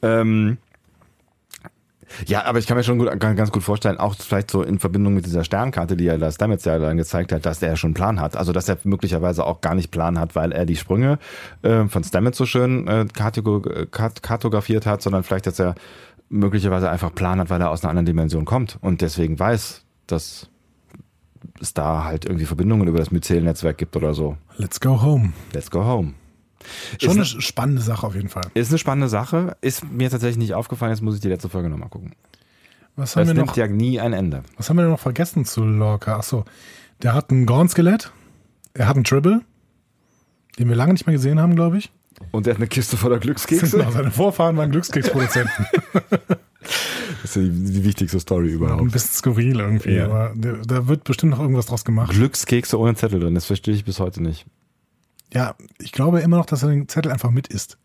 Ja, aber ich kann mir schon ganz gut vorstellen, auch vielleicht so in Verbindung mit dieser Sternkarte, die er das Stamets ja dann gezeigt hat, dass er schon einen Plan hat. Also, dass er möglicherweise auch gar nicht Plan hat, weil er die Sprünge von Stamets so schön kartografiert hat, sondern vielleicht, dass er möglicherweise einfach Plan hat, weil er aus einer anderen Dimension kommt und deswegen weiß, dass es da halt irgendwie Verbindungen über das Myzel-Netzwerk gibt oder so. Let's go home. Let's go home. Schon eine spannende Sache auf jeden Fall. Ist eine spannende Sache. Ist mir tatsächlich nicht aufgefallen, jetzt muss ich die letzte Folge nochmal gucken. Was haben das wir nimmt noch? ja nie ein Ende. Was haben wir denn noch vergessen zu Lorca? Achso, der hat ein Gorn-Skelett, er hat einen Tribble, den wir lange nicht mehr gesehen haben, glaube ich. Und er hat eine Kiste voller Glückskekse. Genau, seine Vorfahren waren Glückskeksproduzenten. Das ist ja die wichtigste Story überhaupt. Ein bisschen skurril irgendwie, Ja. aber da wird bestimmt noch irgendwas draus gemacht. Glückskekse ohne Zettel drin, das verstehe ich bis heute nicht. Ja, ich glaube immer noch, dass er den Zettel einfach mit isst.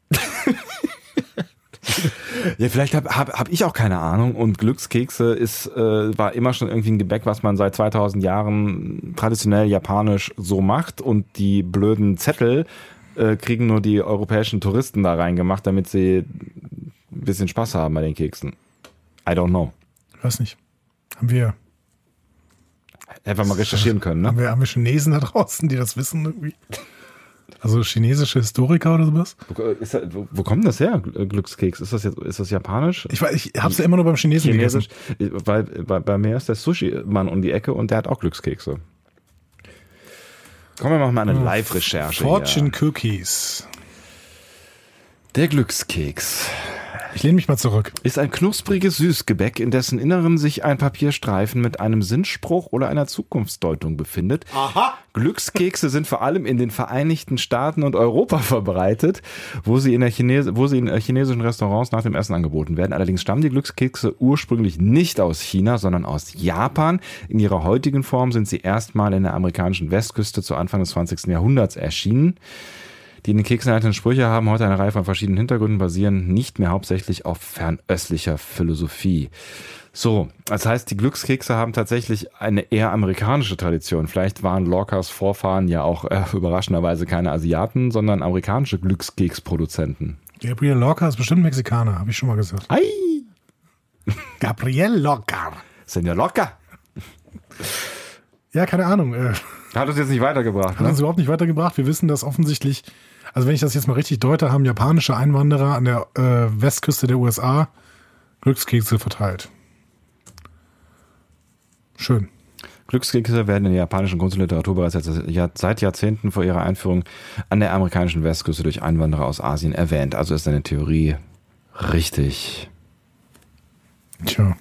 Ja, vielleicht hab ich auch keine Ahnung und Glückskekse war immer schon irgendwie ein Gebäck, was man seit 2000 Jahren traditionell japanisch so macht und die blöden Zettel kriegen nur die europäischen Touristen da reingemacht, damit sie ein bisschen Spaß haben bei den Keksen. I don't know. Ich weiß nicht. Haben wir Einfach mal recherchieren können, ne? haben wir Chinesen da draußen, die das wissen irgendwie? Also chinesische Historiker oder sowas? Wo kommt das her, Glückskeks? Ist das japanisch? Ich hab's ja immer nur beim Chinesen Chinesisch? gegessen. Weil bei mir ist der Sushi-Mann um die Ecke und der hat auch Glückskekse. Komm, wir machen mal eine Live-Recherche. Fortune Cookies. Der Glückskeks Ich lehne mich mal zurück. ist ein knuspriges Süßgebäck, in dessen Inneren sich ein Papierstreifen mit einem Sinnspruch oder einer Zukunftsdeutung befindet. Aha. Glückskekse sind vor allem in den Vereinigten Staaten und Europa verbreitet, wo sie in chinesischen Restaurants nach dem Essen angeboten werden. Allerdings stammen die Glückskekse ursprünglich nicht aus China, sondern aus Japan. In ihrer heutigen Form sind sie erstmal in der amerikanischen Westküste zu Anfang des 20. Jahrhunderts erschienen. Die in den Keksen enthaltenen Sprüche haben heute eine Reihe von verschiedenen Hintergründen, basieren nicht mehr hauptsächlich auf fernöstlicher Philosophie. So, das heißt, die Glückskekse haben tatsächlich eine eher amerikanische Tradition. Vielleicht waren Lorcas Vorfahren ja auch überraschenderweise keine Asiaten, sondern amerikanische Glückskeksproduzenten. Gabriel Lorca ist bestimmt Mexikaner, habe ich schon mal gesagt. Ei! Gabriel Lorca. Senor Lorca! Ja, keine Ahnung. Hat uns jetzt nicht weitergebracht, Hat uns überhaupt nicht weitergebracht. Wir wissen, dass offensichtlich, also wenn ich das jetzt mal richtig deute, haben japanische Einwanderer an der Westküste der USA Glückskekse verteilt. Schön. Glückskekse werden in der japanischen Kunst und Literatur bereits seit Jahrzehnten vor ihrer Einführung an der amerikanischen Westküste durch Einwanderer aus Asien erwähnt. Also ist deine Theorie richtig. Tja.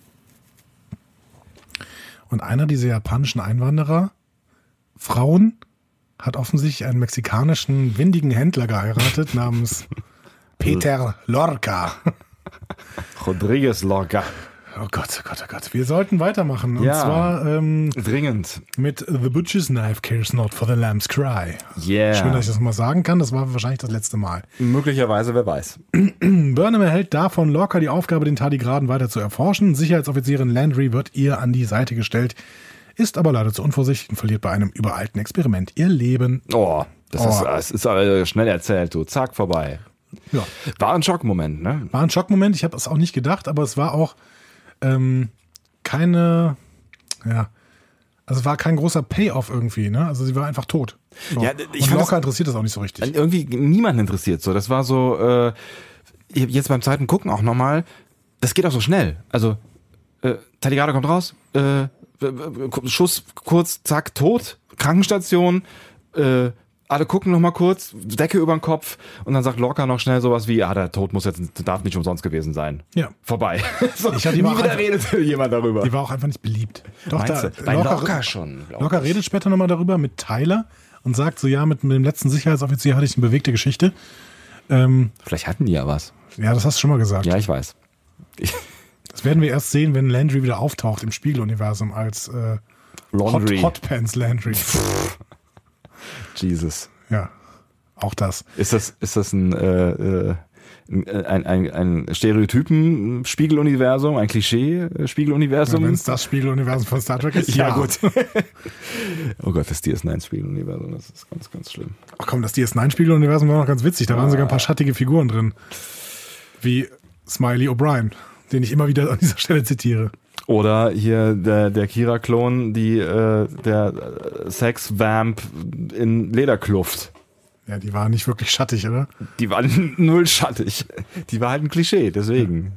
Und einer dieser japanischen Einwanderer, Frauen, hat offensichtlich einen mexikanischen windigen Händler geheiratet namens Peter Lorca. Rodriguez Lorca. Oh Gott, oh Gott, oh Gott. Wir sollten weitermachen. Und Ja, zwar dringend. mit The Butcher's Knife cares not for the lamb's cry. Yeah. Schön, dass ich das mal sagen kann. Das war wahrscheinlich das letzte Mal. Möglicherweise, wer weiß. Burnham erhält davon Lorca die Aufgabe, den Tardigraden weiter zu erforschen. Sicherheitsoffizierin Landry wird ihr an die Seite gestellt, ist aber leider zu unvorsichtig und verliert bei einem übereilten Experiment ihr Leben. Oh, das ist aber schnell erzählt, du. Zack, vorbei. Ja. War ein Schockmoment, ne? War ein Schockmoment. Ich habe es auch nicht gedacht, aber es war auch keine, ja, also es war kein großer Payoff irgendwie, ne? Also sie war einfach tot. So. Ja, ich und fand Lorca interessiert das auch nicht so richtig. Irgendwie niemanden interessiert so. Das war so, jetzt beim zweiten Gucken auch nochmal, das geht auch so schnell. Also, Tardigrade kommt raus, Schuss kurz, zack, tot, Krankenstation, alle gucken nochmal kurz, Decke über den Kopf und dann sagt Lorca noch schnell sowas wie, der Tod darf nicht umsonst gewesen sein. Ja. Vorbei. So, Ich hatte nie die wieder redet jemand darüber. Die war auch einfach nicht beliebt. Doch, Meinst du? Bei Lorca schon. Lorca redet später nochmal darüber mit Tyler und sagt so, ja, mit dem letzten Sicherheitsoffizier hatte ich eine bewegte Geschichte. Vielleicht hatten die ja was. Ja, das hast du schon mal gesagt. Ja, ich weiß. Das werden wir erst sehen, wenn Landry wieder auftaucht im Spiegeluniversum als Laundry. Hot Pants Landry. Jesus. Ja, auch das. Ist das ein Stereotypen-Spiegeluniversum, ein Klischee-Spiegeluniversum? Wenn es das Spiegeluniversum von Star Trek ist, ja, gut. Oh Gott, das DS9-Spiegeluniversum, das ist ganz, ganz schlimm. Ach komm, das DS9-Spiegeluniversum war noch ganz witzig. Da waren sogar ein paar schattige Figuren drin. Wie Smiley O'Brien, den ich immer wieder an dieser Stelle zitiere. Oder hier der Kira-Klon, der Sex-Vamp in Lederkluft. Ja, die war nicht wirklich schattig, oder? Die war null schattig. Die war halt ein Klischee, deswegen.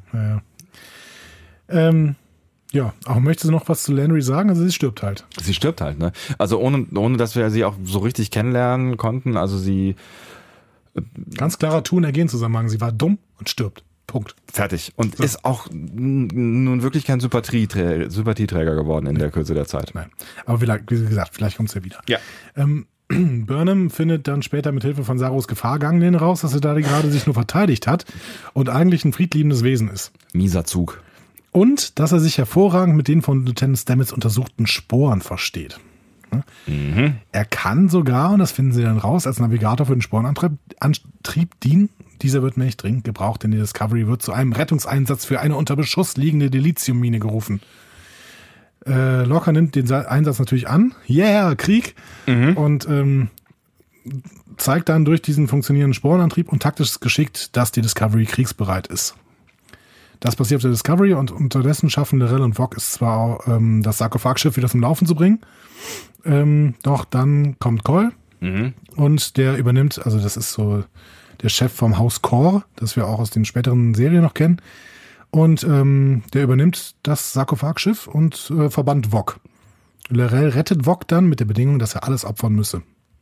Ja, aber möchtest du noch was zu Landry sagen? Also sie stirbt halt. Sie stirbt halt, ne? Also ohne dass wir sie auch so richtig kennenlernen konnten. Also sie... Ganz klarer Tun-Ergehen-Zusammenhang. Sie war dumm und stirbt. Punkt. Fertig. Und ist auch nun wirklich kein Sympathieträger geworden in der Kürze der Zeit. Nein. Aber wie gesagt, vielleicht kommt es ja wieder. Ja. Burnham findet dann später mit Hilfe von Saros Gefahrgang raus, dass er da gerade sich nur verteidigt hat und eigentlich ein friedliebendes Wesen ist. Mieser Zug. Und dass er sich hervorragend mit den von Lieutenant Stamets untersuchten Sporen versteht. Mhm. Er kann sogar, und das finden sie dann raus, als Navigator für den Sporenantrieb dienen. Dieser wird nämlich dringend gebraucht, denn die Discovery wird zu einem Rettungseinsatz für eine unter Beschuss liegende Dilithiummine gerufen. Lorca nimmt den Einsatz natürlich an. Yeah, Krieg. Mhm. Und zeigt dann durch diesen funktionierenden Sporenantrieb und taktisches Geschick, dass die Discovery kriegsbereit ist. Das passiert auf der Discovery und unterdessen schaffen L'Rell und Voq es zwar auch, das Sarkophagschiff wieder zum Laufen zu bringen, doch dann kommt Kol und der übernimmt, also das ist so der Chef vom Haus Kor, das wir auch aus den späteren Serien noch kennen, und der übernimmt das Sarkophagschiff und verbannt Voq. L'Rell rettet Voq dann mit der Bedingung, dass er alles opfern müsse.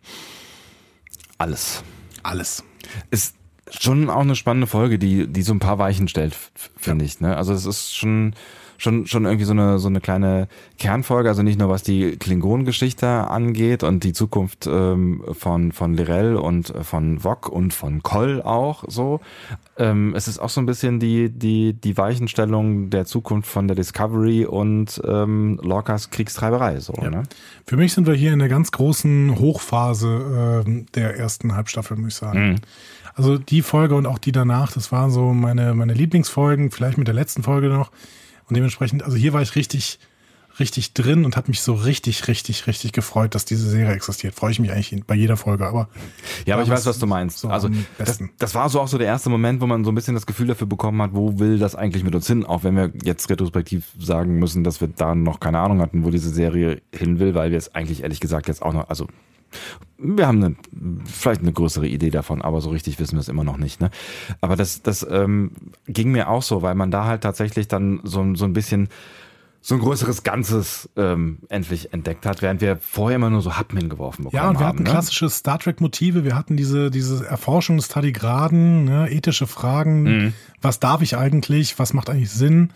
Alles. Ist schon auch eine spannende Folge, die so ein paar Weichen stellt, finde ich. Ne? Also es ist schon irgendwie so eine kleine Kernfolge, also nicht nur was die Klingonen-Geschichte angeht und die Zukunft von L'Rell und von Voq und von Kol auch so. Es ist auch so ein bisschen die Weichenstellung der Zukunft von der Discovery und Lorcas Kriegstreiberei. So, ja. Ne? Für mich sind wir hier in der ganz großen Hochphase der ersten Halbstaffel, muss ich sagen. Mhm. Also die Folge und auch die danach, das waren so meine Lieblingsfolgen, vielleicht mit der letzten Folge noch. Und dementsprechend, also hier war ich richtig drin und habe mich so richtig gefreut, dass diese Serie existiert. Freue ich mich eigentlich bei jeder Folge, aber... Ja, aber ich weiß, was du meinst. So also das war so auch so der erste Moment, wo man so ein bisschen das Gefühl dafür bekommen hat, wo will das eigentlich mit uns hin? Auch wenn wir jetzt retrospektiv sagen müssen, dass wir da noch keine Ahnung hatten, wo diese Serie hin will, weil wir es eigentlich ehrlich gesagt jetzt auch noch... Also wir haben vielleicht eine größere Idee davon, aber so richtig wissen wir es immer noch nicht. Ne? Aber das ging mir auch so, weil man da halt tatsächlich dann so ein bisschen so ein größeres Ganzes endlich entdeckt hat, während wir vorher immer nur so Happen hingeworfen bekommen haben. Ja, und wir hatten klassische Star Trek-Motive, wir hatten diese Erforschung des Tardigraden, ne, ethische Fragen, was darf ich eigentlich, was macht eigentlich Sinn,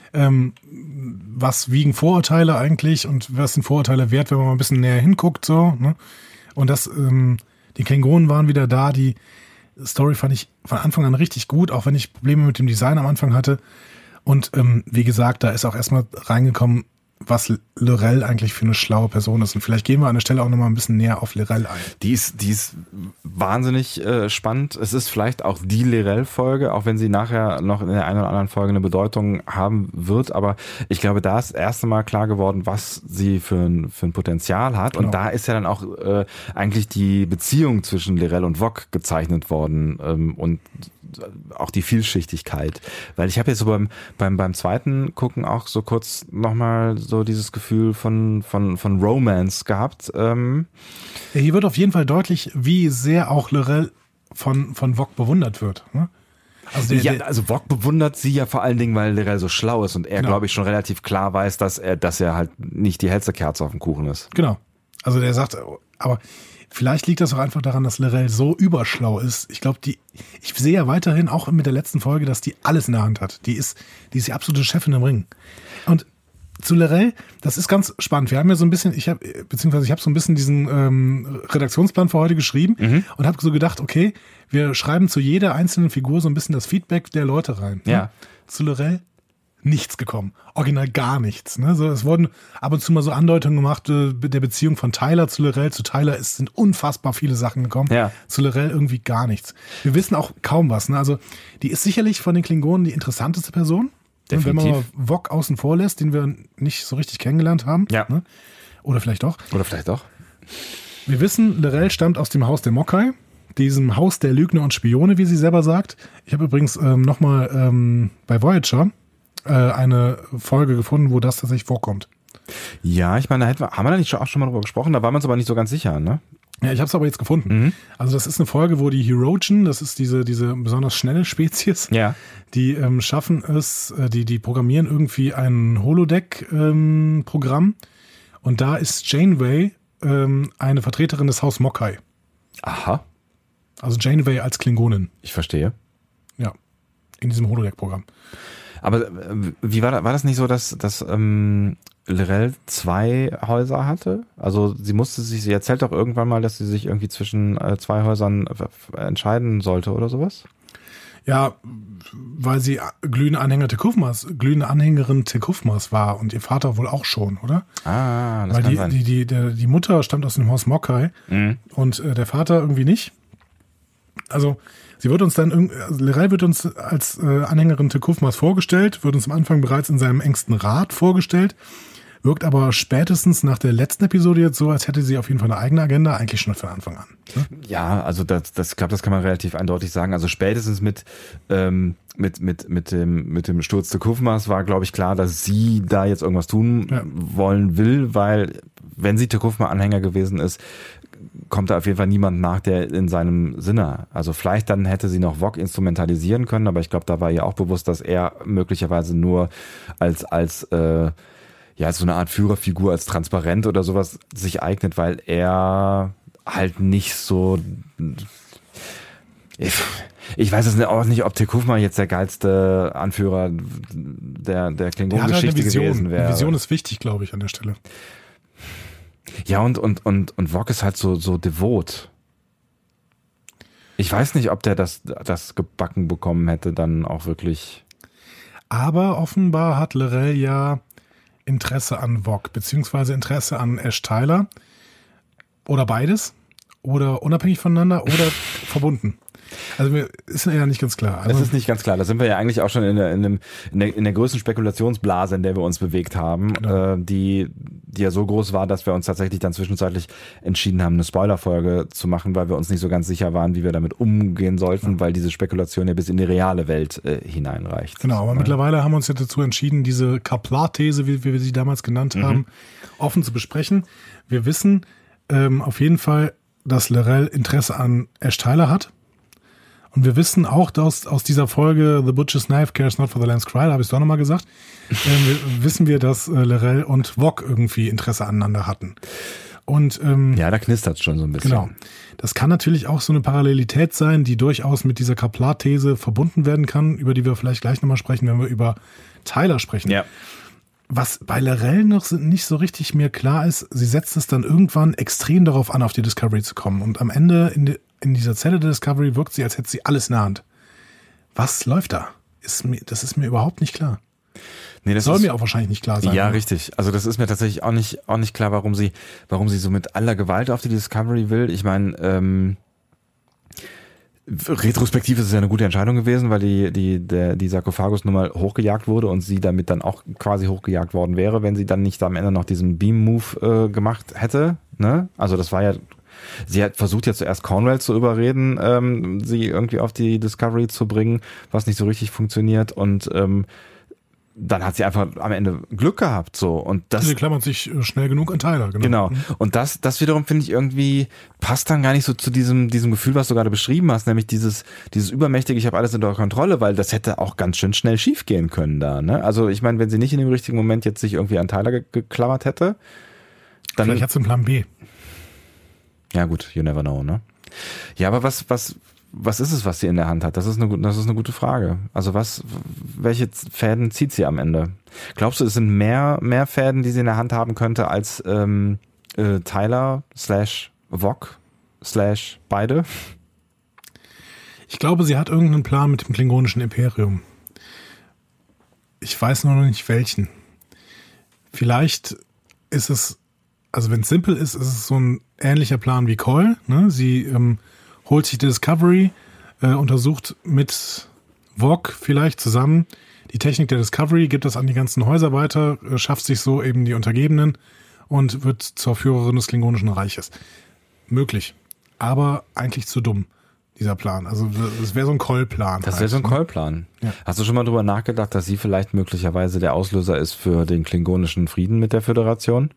was wiegen Vorurteile eigentlich und was sind Vorurteile wert, wenn man mal ein bisschen näher hinguckt, so, ne? Und die Klingonen waren wieder da, die Story fand ich von Anfang an richtig gut, auch wenn ich Probleme mit dem Design am Anfang hatte. Und wie gesagt, da ist auch erstmal reingekommen, was L'Rell eigentlich für eine schlaue Person ist. Und vielleicht gehen wir an der Stelle auch nochmal ein bisschen näher auf L'Rell ein. Die ist wahnsinnig spannend. Es ist vielleicht auch die L'Rell-Folge, auch wenn sie nachher noch in der einen oder anderen Folge eine Bedeutung haben wird. Aber ich glaube, da ist das erste Mal klar geworden, was sie für ein Potenzial hat. Genau. Und da ist ja dann auch eigentlich die Beziehung zwischen L'Rell und Voq gezeichnet worden und auch die Vielschichtigkeit. Weil ich habe jetzt so beim zweiten Gucken auch so kurz nochmal so dieses Gefühl von Romance gehabt. Hier wird auf jeden Fall deutlich, wie sehr auch L'Rell von Voq bewundert wird. Ne? Also Voq bewundert sie ja vor allen Dingen, weil L'Rell so schlau ist und er, glaube ich, schon relativ klar weiß, dass er halt nicht die hellste Kerze auf dem Kuchen ist. Genau. Also der sagt, aber vielleicht liegt das auch einfach daran, dass L'Rell so überschlau ist. Ich glaube, ich sehe ja weiterhin auch mit der letzten Folge, dass die alles in der Hand hat. Die ist die absolute Chefin im Ring. Und zu L'Rell, das ist ganz spannend. Wir haben ja so ein bisschen, ich habe so ein bisschen diesen Redaktionsplan für heute geschrieben und habe so gedacht, okay, wir schreiben zu jeder einzelnen Figur so ein bisschen das Feedback der Leute rein. Ja. Zu L'Rell nichts gekommen. Original gar nichts. Ne? So, es wurden ab und zu mal so Andeutungen gemacht, der Beziehung von Tyler zu L'Rell. Zu Tyler sind unfassbar viele Sachen gekommen. Ja. Zu L'Rell irgendwie gar nichts. Wir wissen auch kaum was. Ne? Also die ist sicherlich von den Klingonen die interessanteste Person. Definitiv. Wenn man mal Voq außen vor lässt, den wir nicht so richtig kennengelernt haben. Ja. Ne? Oder vielleicht doch. Wir wissen, L'Rell stammt aus dem Haus der Mokai, diesem Haus der Lügner und Spione, wie sie selber sagt. Ich habe übrigens nochmal bei Voyager eine Folge gefunden, wo das tatsächlich vorkommt. Ja, ich meine, haben wir da nicht auch schon mal drüber gesprochen? Da waren wir uns aber nicht so ganz sicher, ne? Ja, ich habe es aber jetzt gefunden. Also das ist eine Folge, wo die Hirogen, das ist diese besonders schnelle Spezies, ja, die schaffen es, die programmieren irgendwie ein Holodeck-Programm und da ist Janeway eine Vertreterin des Haus Mokai. Aha. Also Janeway als Klingonin. Ich verstehe. Ja. in diesem Holodeck-Programm. Aber wie war das nicht so, dass L'Rell 2 Häuser hatte? Also sie erzählt doch irgendwann mal, dass sie sich irgendwie zwischen 2 Häusern entscheiden sollte oder sowas? Ja, weil sie glühende Anhängerin Tekufmas war und ihr Vater wohl auch schon, oder? Ah, das weil kann sein. Die Mutter stammt aus dem Haus Mokai und der Vater irgendwie nicht. Also L'Rell wird uns als Anhängerin Tekufmas vorgestellt, wird uns am Anfang bereits in seinem engsten Rat vorgestellt, wirkt aber spätestens nach der letzten Episode jetzt so, als hätte sie auf jeden Fall eine eigene Agenda, eigentlich schon von Anfang an. Ne? Ja, also ich glaube, das kann man relativ eindeutig sagen. Also spätestens mit dem Sturz Tekufmas war, glaube ich, klar, dass sie da jetzt irgendwas tun wollen will, weil wenn sie Tekufma-Anhänger gewesen ist, kommt da auf jeden Fall niemand nach, der in seinem Sinne. Also vielleicht dann hätte sie noch Vogue instrumentalisieren können, aber ich glaube, da war ihr auch bewusst, dass er möglicherweise nur als so eine Art Führerfigur, als transparent oder sowas sich eignet, weil er halt nicht so... Ich weiß es auch nicht, ob Tekufma jetzt der geilste Anführer der Klingon-Geschichte gewesen wäre. Die Vision ist wichtig, glaube ich, an der Stelle. Ja, und Vogue ist halt so devot. Ich weiß nicht, ob der das gebacken bekommen hätte, dann auch wirklich. Aber offenbar hat L'Rell ja Interesse an Vogue, beziehungsweise Interesse an Ash Tyler. Oder beides. Oder unabhängig voneinander oder verbunden. Also ist ja nicht ganz klar. Das ist nicht ganz klar. Da sind wir ja eigentlich auch schon in der größten Spekulationsblase, in der wir uns bewegt haben, genau. Die ja so groß war, dass wir uns tatsächlich dann zwischenzeitlich entschieden haben, eine Spoilerfolge zu machen, weil wir uns nicht so ganz sicher waren, wie wir damit umgehen sollten, weil diese Spekulation ja bis in die reale Welt hineinreicht. Genau, aber mittlerweile haben wir uns ja dazu entschieden, diese Kaplar-These, wie wir sie damals genannt haben, offen zu besprechen. Wir wissen auf jeden Fall, dass L'Rell Interesse an Ash Tyler hat. Und wir wissen auch, dass aus dieser Folge The Butcher's Knife Cares Not for the Lamb's Cry, da habe ich es doch nochmal gesagt, wissen wir, dass L'Rell und Vogue irgendwie Interesse aneinander hatten. Und ja, da knistert es schon so ein bisschen. Genau. Das kann natürlich auch so eine Parallelität sein, die durchaus mit dieser Kaplar-These verbunden werden kann, über die wir vielleicht gleich nochmal sprechen, wenn wir über Tyler sprechen. Ja. Was bei L'Rell noch nicht so richtig mir klar ist, sie setzt es dann irgendwann extrem darauf an, auf die Discovery zu kommen. Und am Ende in dieser Zelle der Discovery wirkt sie, als hätte sie alles in der Hand. Was läuft da? Das ist mir überhaupt nicht klar. Nee, das soll mir auch wahrscheinlich nicht klar sein. Ja, oder? Richtig. Also das ist mir tatsächlich auch nicht klar, warum sie so mit aller Gewalt auf die Discovery will. Ich meine, retrospektiv ist es ja eine gute Entscheidung gewesen, weil die Sarkophagus nun mal hochgejagt wurde und sie damit dann auch quasi hochgejagt worden wäre, wenn sie dann nicht am Ende noch diesen Beam-Move gemacht hätte. Ne? Also das war ja, sie hat versucht ja zuerst Cornwell zu überreden, sie irgendwie auf die Discovery zu bringen, was nicht so richtig funktioniert und dann hat sie einfach am Ende Glück gehabt, so. Und das. Sie klammert sich schnell genug an Tyler, genau. Und das wiederum finde ich irgendwie passt dann gar nicht so zu diesem Gefühl, was du gerade beschrieben hast, nämlich dieses übermächtige, ich habe alles unter Kontrolle, weil das hätte auch ganz schön schnell schief gehen können da, ne? Also ich meine, wenn sie nicht in dem richtigen Moment jetzt sich irgendwie an Tyler geklammert hätte, dann. Vielleicht hat sie einen Plan B. Ja gut, you never know, ne? Ja, aber was ist es, was sie in der Hand hat? Das ist eine gute Frage. Also welche Fäden zieht sie am Ende? Glaubst du, es sind mehr Fäden, die sie in der Hand haben könnte als Tyler / Vogue / beide? Ich glaube, sie hat irgendeinen Plan mit dem klingonischen Imperium. Ich weiß noch nicht welchen. Vielleicht ist es, also wenn es simpel ist es so ein ähnlicher Plan wie Cole. Ne? Sie holt sich die Discovery, untersucht mit Vogue vielleicht zusammen die Technik der Discovery, gibt das an die ganzen Häuser weiter, schafft sich so eben die Untergebenen und wird zur Führerin des Klingonischen Reiches. Möglich, aber eigentlich zu dumm, dieser Plan. Also das wäre so ein Cole-Plan. Das wäre so ein Cole-Plan. Ja. Hast du schon mal drüber nachgedacht, dass sie vielleicht möglicherweise der Auslöser ist für den klingonischen Frieden mit der Föderation?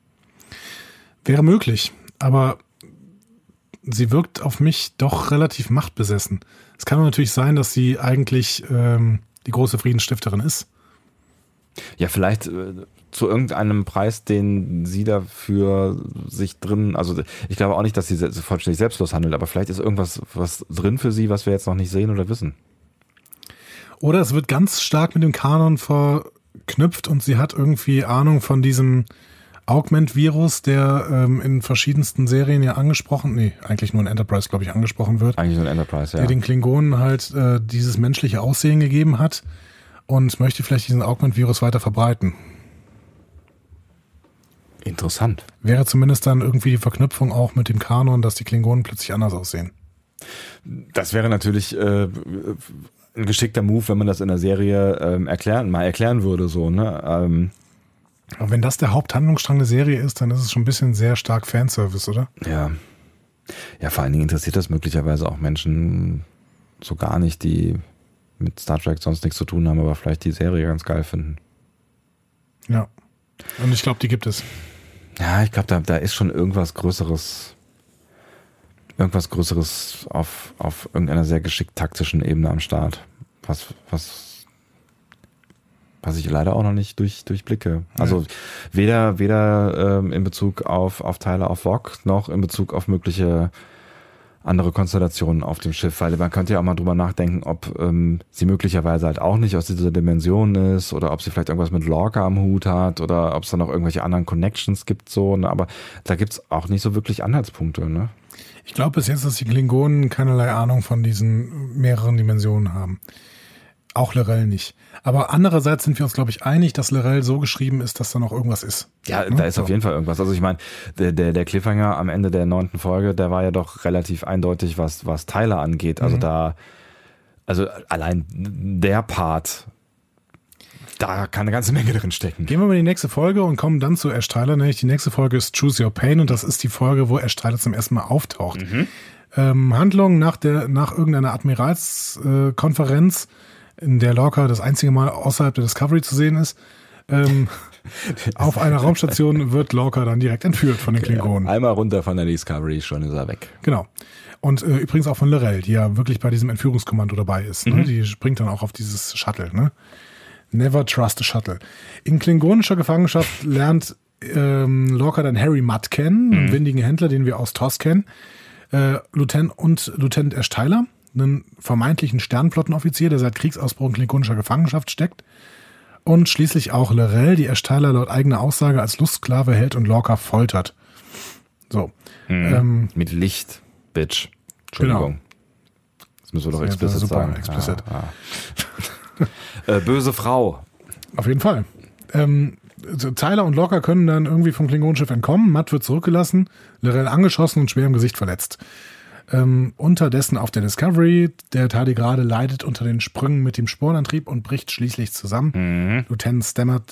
Wäre möglich, aber sie wirkt auf mich doch relativ machtbesessen. Es kann natürlich sein, dass sie eigentlich die große Friedensstifterin ist. Ja, vielleicht zu irgendeinem Preis, den sie dafür sich drin, also ich glaube auch nicht, dass sie vollständig selbstlos handelt, aber vielleicht ist irgendwas was drin für sie, was wir jetzt noch nicht sehen oder wissen. Oder es wird ganz stark mit dem Kanon verknüpft und sie hat irgendwie Ahnung von diesem Augment-Virus, der in verschiedensten Serien ja eigentlich nur in Enterprise, glaube ich, angesprochen wird. Eigentlich nur in Enterprise, ja. Der den Klingonen halt dieses menschliche Aussehen gegeben hat und möchte vielleicht diesen Augment-Virus weiter verbreiten. Interessant. Wäre zumindest dann irgendwie die Verknüpfung auch mit dem Kanon, dass die Klingonen plötzlich anders aussehen. Das wäre natürlich ein geschickter Move, wenn man das in der Serie erklären würde, so, ne? Aber wenn das der Haupthandlungsstrang der Serie ist, dann ist es schon ein bisschen sehr stark Fanservice, oder? Ja. Ja, vor allen Dingen interessiert das möglicherweise auch Menschen so gar nicht, die mit Star Trek sonst nichts zu tun haben, aber vielleicht die Serie ganz geil finden. Ja. Und ich glaube, die gibt es. Ja, ich glaube, da ist schon irgendwas Größeres auf irgendeiner sehr geschickt taktischen Ebene am Start. Was ich leider auch noch nicht durchblicke. Also weder in Bezug auf Teile auf Vogue noch in Bezug auf mögliche andere Konstellationen auf dem Schiff, weil man könnte ja auch mal drüber nachdenken, ob sie möglicherweise halt auch nicht aus dieser Dimension ist oder ob sie vielleicht irgendwas mit Lorca am Hut hat oder ob es da noch irgendwelche anderen Connections gibt, so, ne? Aber da gibt's auch nicht so wirklich Anhaltspunkte, ne? Ich glaube bis jetzt, dass die Klingonen keinerlei Ahnung von diesen mehreren Dimensionen haben. Auch L'Rell nicht. Aber andererseits sind wir uns, glaube ich, einig, dass L'Rell so geschrieben ist, dass da noch irgendwas ist. Ja, da ist auf jeden Fall irgendwas. Also ich meine, der Cliffhanger am Ende der 9. Folge, der war ja doch relativ eindeutig, was Tyler angeht. Also also allein der Part, da kann eine ganze Menge drin stecken. Gehen wir mal in die nächste Folge und kommen dann zu Ash Tyler. Nämlich die nächste Folge ist Choose Your Pain und das ist die Folge, wo Ash Tyler zum ersten Mal auftaucht. Handlung nach irgendeiner Admiralskonferenz, in der Lorca das einzige Mal außerhalb der Discovery zu sehen ist. Auf einer Raumstation wird Lorca dann direkt entführt von den Klingonen. Einmal runter von der Discovery, schon ist er weg. Genau. Und übrigens auch von L'Rell, die ja wirklich bei diesem Entführungskommando dabei ist. Ne? Die springt dann auch auf dieses Shuttle. Ne? Never trust a Shuttle. In klingonischer Gefangenschaft lernt Lorca dann Harry Mudd kennen, einen windigen Händler, den wir aus TOS kennen. Lieutenant Ash Tyler, einen vermeintlichen Sternflottenoffizier, der seit Kriegsausbruch in klingonischer Gefangenschaft steckt. Und schließlich auch L'Rell, die Ash Tyler laut eigener Aussage als Lustsklave hält und Lorca foltert. So. Mit Licht, Bitch. Entschuldigung. Genau. Das müssen wir doch explicit sagen. Explicit. Böse Frau. Auf jeden Fall. Tyler und Lorca können dann irgendwie vom Klingonenschiff entkommen. Mudd wird zurückgelassen, L'Rell angeschossen und schwer im Gesicht verletzt. Unterdessen auf der Discovery, der Tardigrade leidet unter den Sprüngen mit dem Sporenantrieb und bricht schließlich zusammen. Lieutenant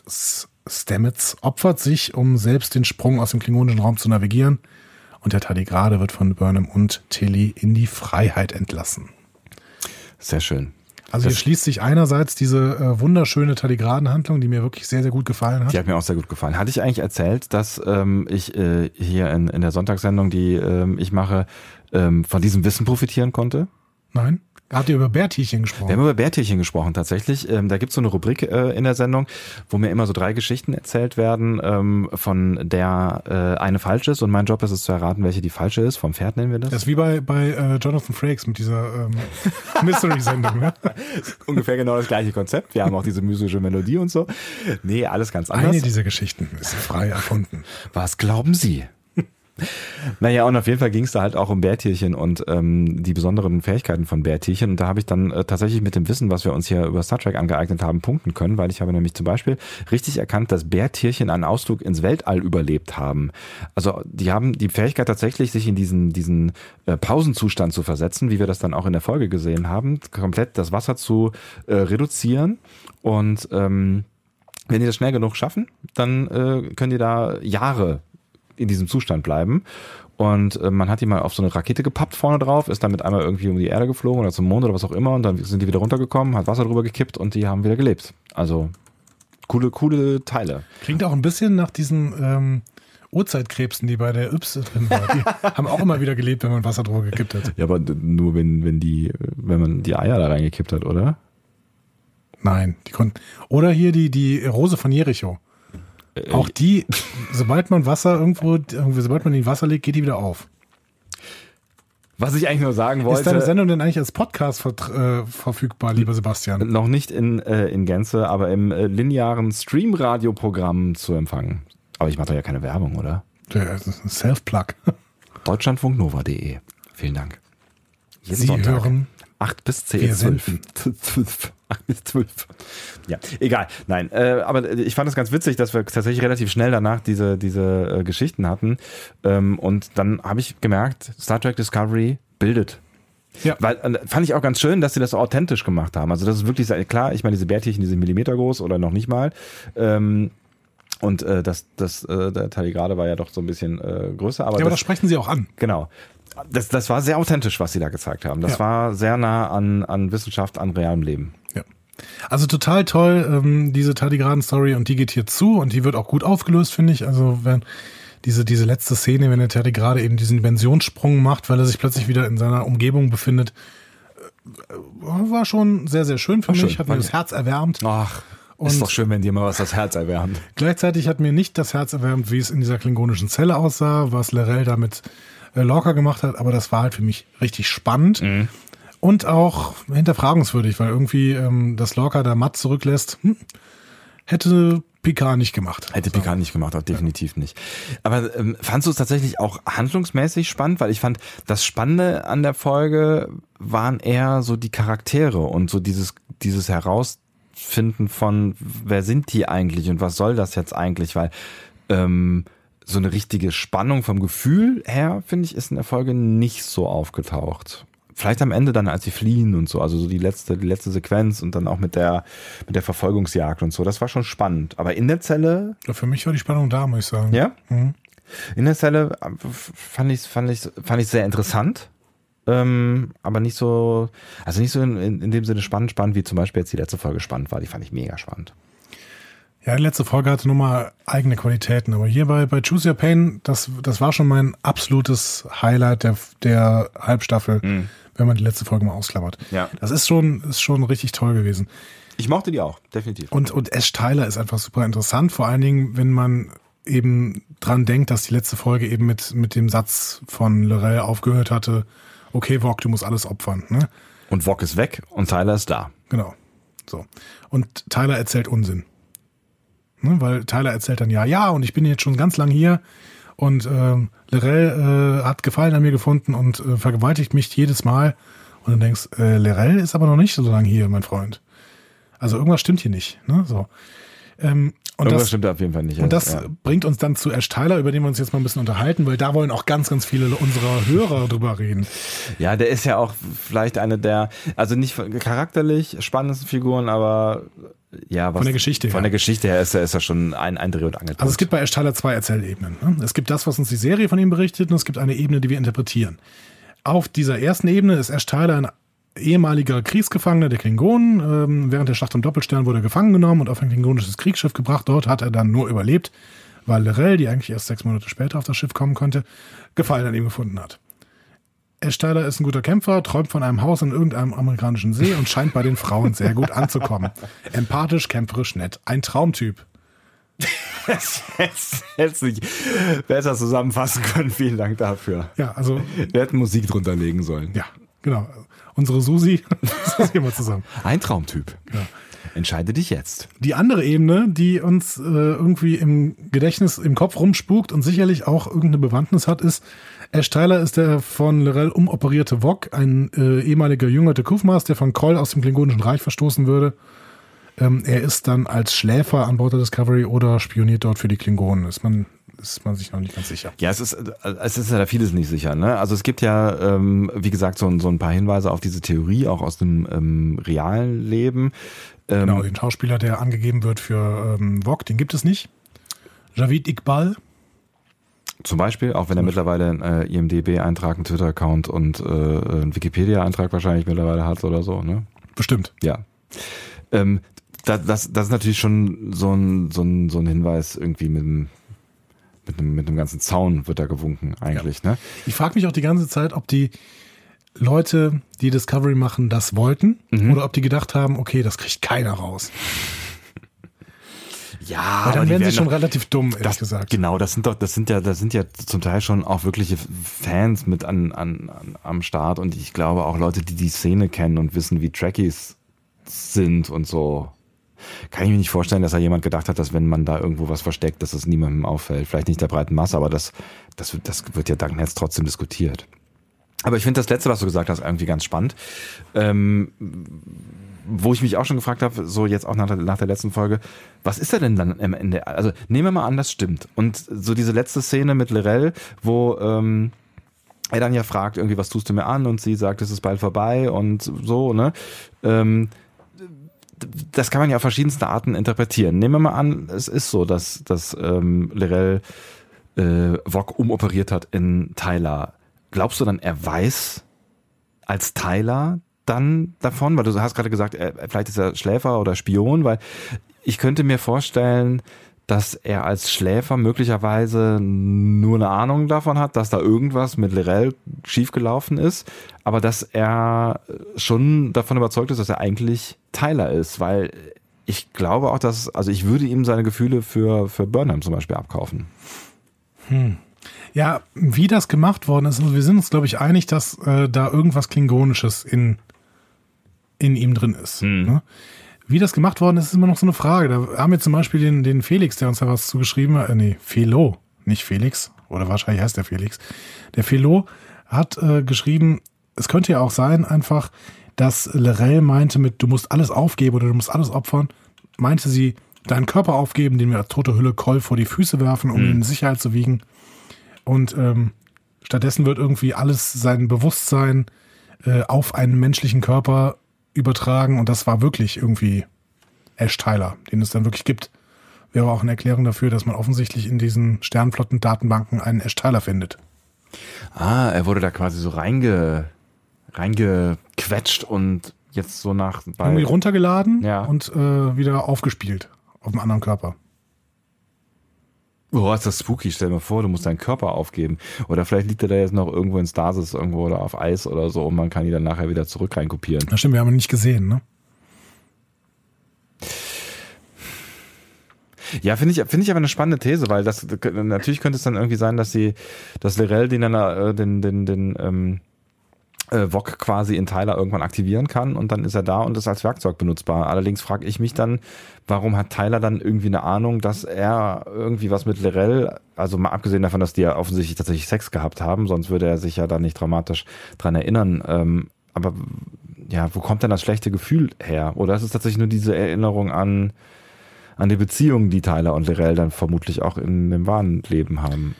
Stamets opfert sich, um selbst den Sprung aus dem klingonischen Raum zu navigieren. Und der Tardigrade wird von Burnham und Tilly in die Freiheit entlassen. Sehr schön. Also hier schließt sich einerseits diese wunderschöne Tardigraden-Handlung, die mir wirklich sehr, sehr gut gefallen hat. Die hat mir auch sehr gut gefallen. Hatte ich eigentlich erzählt, dass ich hier in der Sonntagssendung, die ich mache, von diesem Wissen profitieren konnte? Nein. Habt ihr über Bärtierchen gesprochen? Wir haben über Bärtierchen gesprochen, tatsächlich. Da gibt's so eine Rubrik in der Sendung, wo mir immer so 3 Geschichten erzählt werden, von der eine falsch ist. Und mein Job ist es zu erraten, welche die falsche ist. Vom Pferd nennen wir das. Das ist wie bei Jonathan Frakes mit dieser Mystery-Sendung. Ne? Ungefähr genau das gleiche Konzept. Wir haben auch diese mystische Melodie und so. Nee, alles ganz anders. Eine dieser Geschichten ist frei erfunden. Was glauben Sie? Naja, und auf jeden Fall ging es da halt auch um Bärtierchen und die besonderen Fähigkeiten von Bärtierchen. Und da habe ich dann tatsächlich mit dem Wissen, was wir uns hier über Star Trek angeeignet haben, punkten können, weil ich habe nämlich zum Beispiel richtig erkannt, dass Bärtierchen einen Ausflug ins Weltall überlebt haben. Also die haben die Fähigkeit tatsächlich, sich in diesen Pausenzustand zu versetzen, wie wir das dann auch in der Folge gesehen haben, komplett das Wasser zu reduzieren. Und wenn die das schnell genug schaffen, dann können die da Jahre in diesem Zustand bleiben. Und man hat die mal auf so eine Rakete gepappt vorne drauf, ist damit einmal irgendwie um die Erde geflogen oder zum Mond oder was auch immer und dann sind die wieder runtergekommen, hat Wasser drüber gekippt und die haben wieder gelebt. Also coole Teile. Klingt auch ein bisschen nach diesen Urzeitkrebsen, die bei der Yps drin waren. Die haben auch immer wieder gelebt, wenn man Wasser drüber gekippt hat. Ja, aber nur wenn man die Eier da reingekippt hat, oder? Nein, die konnten. Oder hier die Rose von Jericho. Auch die, sobald man Wasser sobald man in Wasser legt, geht die wieder auf. Was ich eigentlich nur sagen wollte. Ist deine Sendung denn eigentlich als Podcast verfügbar, lieber Sebastian? Noch nicht in Gänze, aber im linearen Stream-Radio-Programm zu empfangen. Aber ich mache da ja keine Werbung, oder? Ja, Self-Plug. Deutschlandfunknova.de. Vielen Dank. Jeden Sie Sonntag. Hören 8 bis 10, 12. 8 bis 12. Ja, egal. Nein, aber ich fand es ganz witzig, dass wir tatsächlich relativ schnell danach diese Geschichten hatten. Und dann habe ich gemerkt, Star Trek Discovery bildet. Ja. Weil fand ich auch ganz schön, dass sie das so authentisch gemacht haben. Also das ist wirklich klar, ich meine, diese Bärtierchen, die sind Millimeter groß oder noch nicht mal. Und der Tardigrade war ja doch so ein bisschen größer. Aber das sprechen sie auch an. Genau. Das war sehr authentisch, was sie da gezeigt haben. Das war sehr nah an Wissenschaft, an realem Leben. Ja. Also total toll, diese Tardigraden-Story, und die geht hier zu und die wird auch gut aufgelöst, finde ich. Also wenn diese letzte Szene, wenn der Tardigrade eben diesen Dimensionssprung macht, weil er sich plötzlich wieder in seiner Umgebung befindet, war schon sehr, sehr schön für mich. Hat mir das Herz erwärmt. Ach, ist doch schön, wenn dir mal was das Herz erwärmt. Gleichzeitig hat mir nicht das Herz erwärmt, wie es in dieser klingonischen Zelle aussah, was L'Rell damit Lorca gemacht hat, aber das war halt für mich richtig spannend und auch hinterfragenswürdig, weil irgendwie das Lorca da matt zurücklässt, hätte Picard nicht gemacht. Hätte Picard nicht gemacht, auch definitiv nicht. Aber fandst du es tatsächlich auch handlungsmäßig spannend? Weil ich fand, das Spannende an der Folge waren eher so die Charaktere und so dieses Herausfinden von, wer sind die eigentlich und was soll das jetzt eigentlich, weil so eine richtige Spannung vom Gefühl her, finde ich, ist in der Folge nicht so aufgetaucht. Vielleicht am Ende dann, als sie fliehen und so, also so die letzte Sequenz und dann auch mit der Verfolgungsjagd und so, das war schon spannend. Aber in der Zelle... Ja, für mich war die Spannung da, muss ich sagen. Ja? Mhm. In der Zelle fand ich sehr interessant, aber nicht so in dem Sinne spannend, wie zum Beispiel jetzt die letzte Folge spannend war. Die fand ich mega spannend. Ja, die letzte Folge hatte nochmal eigene Qualitäten, aber hier bei Choose Your Pain, das war schon mein absolutes Highlight der Halbstaffel, wenn man die letzte Folge mal ausklammert. Ja. Das ist schon richtig toll gewesen. Ich mochte die auch, definitiv. Und Ash Tyler ist einfach super interessant, vor allen Dingen, wenn man eben dran denkt, dass die letzte Folge eben mit dem Satz von L'Rell aufgehört hatte, okay, Voq, du musst alles opfern. Ne? Und Voq ist weg und Tyler ist da. Genau. So. Und Tyler erzählt Unsinn. Ne, weil Tyler erzählt dann ja, und ich bin jetzt schon ganz lang hier und L'Rell hat Gefallen an mir gefunden und vergewaltigt mich jedes Mal. Und dann denkst, L'Rell ist aber noch nicht so lange hier, mein Freund. Also irgendwas stimmt hier nicht. Ne? So. Irgendwas stimmt auf jeden Fall nicht. Und das bringt uns dann zu Ash Tyler, über den wir uns jetzt mal ein bisschen unterhalten, weil da wollen auch ganz, ganz viele unserer Hörer drüber reden. Ja, der ist ja auch vielleicht eine der, also nicht charakterlich spannendsten Figuren, aber ja, von der Geschichte her. Von der Geschichte her ist er schon ein Dreh- und Angelpunkt. Also es gibt bei Ash Tyler 2 Erzählebenen. Ne? Es gibt das, was uns die Serie von ihm berichtet, und es gibt eine Ebene, die wir interpretieren. Auf dieser ersten Ebene ist Ash Tyler ein ehemaliger Kriegsgefangener der Klingonen. Während der Schlacht am Doppelstern wurde er gefangen genommen und auf ein klingonisches Kriegsschiff gebracht. Dort hat er dann nur überlebt, weil L'Rell, die eigentlich erst 6 Monate später auf das Schiff kommen konnte, Gefallen an ihm gefunden hat. Ash Tyler ist ein guter Kämpfer, träumt von einem Haus in irgendeinem amerikanischen See und scheint bei den Frauen sehr gut anzukommen. Empathisch, kämpferisch, nett. Ein Traumtyp. Das hätte nicht besser zusammenfassen können. Vielen Dank dafür. Ja, also. Wir hätten Musik drunter legen sollen. Ja, genau. Unsere Susi, das gehen wir zusammen. Ein Traumtyp. Ja. Entscheide dich jetzt. Die andere Ebene, die uns irgendwie im Gedächtnis, im Kopf rumspukt und sicherlich auch irgendeine Bewandtnis hat, ist, Ash Tyler ist der von L'Rell umoperierte Voq, ein ehemaliger Jünger der Kufmas, der von Kroll aus dem Klingonischen Reich verstoßen würde. Er ist dann als Schläfer an Bord der Discovery oder spioniert dort für die Klingonen. Ist man sich noch nicht ganz sicher. Ja, es ist ja da vieles nicht sicher. Ne? Also es gibt ja, wie gesagt, so ein paar Hinweise auf diese Theorie, auch aus dem realen Leben. Genau, den Schauspieler, der angegeben wird für Voq, den gibt es nicht. Javid Iqbal. Zum Beispiel, auch wenn er mittlerweile einen IMDb-Eintrag, einen Twitter-Account und einen Wikipedia-Eintrag wahrscheinlich mittlerweile hat oder so. Ne? Bestimmt. Ja. Das ist natürlich schon so ein Hinweis irgendwie mit einem ganzen Zaun wird da gewunken eigentlich. Ja. Ne? Ich frage mich auch die ganze Zeit, ob die Leute, die Discovery machen, das wollten oder ob die gedacht haben, okay, das kriegt keiner raus. Ja, aber dann wären sie schon relativ dumm, ehrlich gesagt. Genau, das sind ja zum Teil schon auch wirkliche Fans mit am Start und ich glaube auch Leute, die Szene kennen und wissen, wie Trekkies sind und so. Kann ich mir nicht vorstellen, dass da jemand gedacht hat, dass wenn man da irgendwo was versteckt, dass es niemandem auffällt. Vielleicht nicht der breiten Masse, aber das wird ja dank Netz trotzdem diskutiert. Aber ich finde das Letzte, was du gesagt hast, irgendwie ganz spannend. Wo ich mich auch schon gefragt habe, so jetzt auch nach der letzten Folge, was ist er denn dann am Ende? Also nehmen wir mal an, das stimmt. Und so diese letzte Szene mit Lirel, wo er dann ja fragt, irgendwie, was tust du mir an? Und sie sagt, es ist bald vorbei und so, ne? Das kann man ja auf verschiedenste Arten interpretieren. Nehmen wir mal an, es ist so, dass Lirel Vok umoperiert hat in Tyler. Glaubst du dann, er weiß als Tyler dann davon? Weil du hast gerade gesagt, vielleicht ist er Schläfer oder Spion, weil ich könnte mir vorstellen, dass er als Schläfer möglicherweise nur eine Ahnung davon hat, dass da irgendwas mit Lirel schiefgelaufen ist, aber dass er schon davon überzeugt ist, dass er eigentlich Tyler ist, weil ich glaube auch, also ich würde ihm seine Gefühle für Burnham zum Beispiel abkaufen. Ja, wie das gemacht worden ist, also wir sind uns, glaube ich, einig, dass da irgendwas Klingonisches in ihm drin ist. Ne? Wie das gemacht worden ist, ist immer noch so eine Frage. Da haben wir zum Beispiel den Felix, der uns da was zugeschrieben hat. Felo, nicht Felix. Oder wahrscheinlich heißt der Felix. Der Felo hat geschrieben, es könnte ja auch sein, einfach, dass Lirel meinte mit, du musst alles aufgeben oder du musst alles opfern, meinte sie, deinen Körper aufgeben, den wir als tote Hülle Kol vor die Füße werfen, um ihn in Sicherheit zu wiegen. Und stattdessen wird irgendwie alles sein Bewusstsein auf einen menschlichen Körper übertragen und das war wirklich irgendwie Ash Tyler, den es dann wirklich gibt. Wäre auch eine Erklärung dafür, dass man offensichtlich in diesen Sternflotten-Datenbanken einen Ash Tyler findet. Er wurde da quasi so reingequetscht und jetzt so irgendwie runtergeladen ja. Und wieder aufgespielt auf einem anderen Körper. Oh, ist das spooky. Stell dir mal vor, du musst deinen Körper aufgeben. Oder vielleicht liegt er da jetzt noch irgendwo in Stasis irgendwo oder auf Eis oder so und man kann ihn dann nachher wieder zurück reinkopieren. Das stimmt, wir haben ihn nicht gesehen, ne? Ja, finde ich aber eine spannende These, weil das natürlich könnte es dann irgendwie sein, dass Lirel den Vok quasi in Tyler irgendwann aktivieren kann und dann ist er da und ist als Werkzeug benutzbar. Allerdings frage ich mich dann, warum hat Tyler dann irgendwie eine Ahnung, dass er irgendwie was mit Lirel, also mal abgesehen davon, dass die ja offensichtlich tatsächlich Sex gehabt haben, sonst würde er sich ja da nicht dramatisch dran erinnern. Aber ja, wo kommt denn das schlechte Gefühl her? Oder ist es tatsächlich nur diese Erinnerung an die Beziehungen, die Tyler und Lirel dann vermutlich auch in dem wahren Leben haben?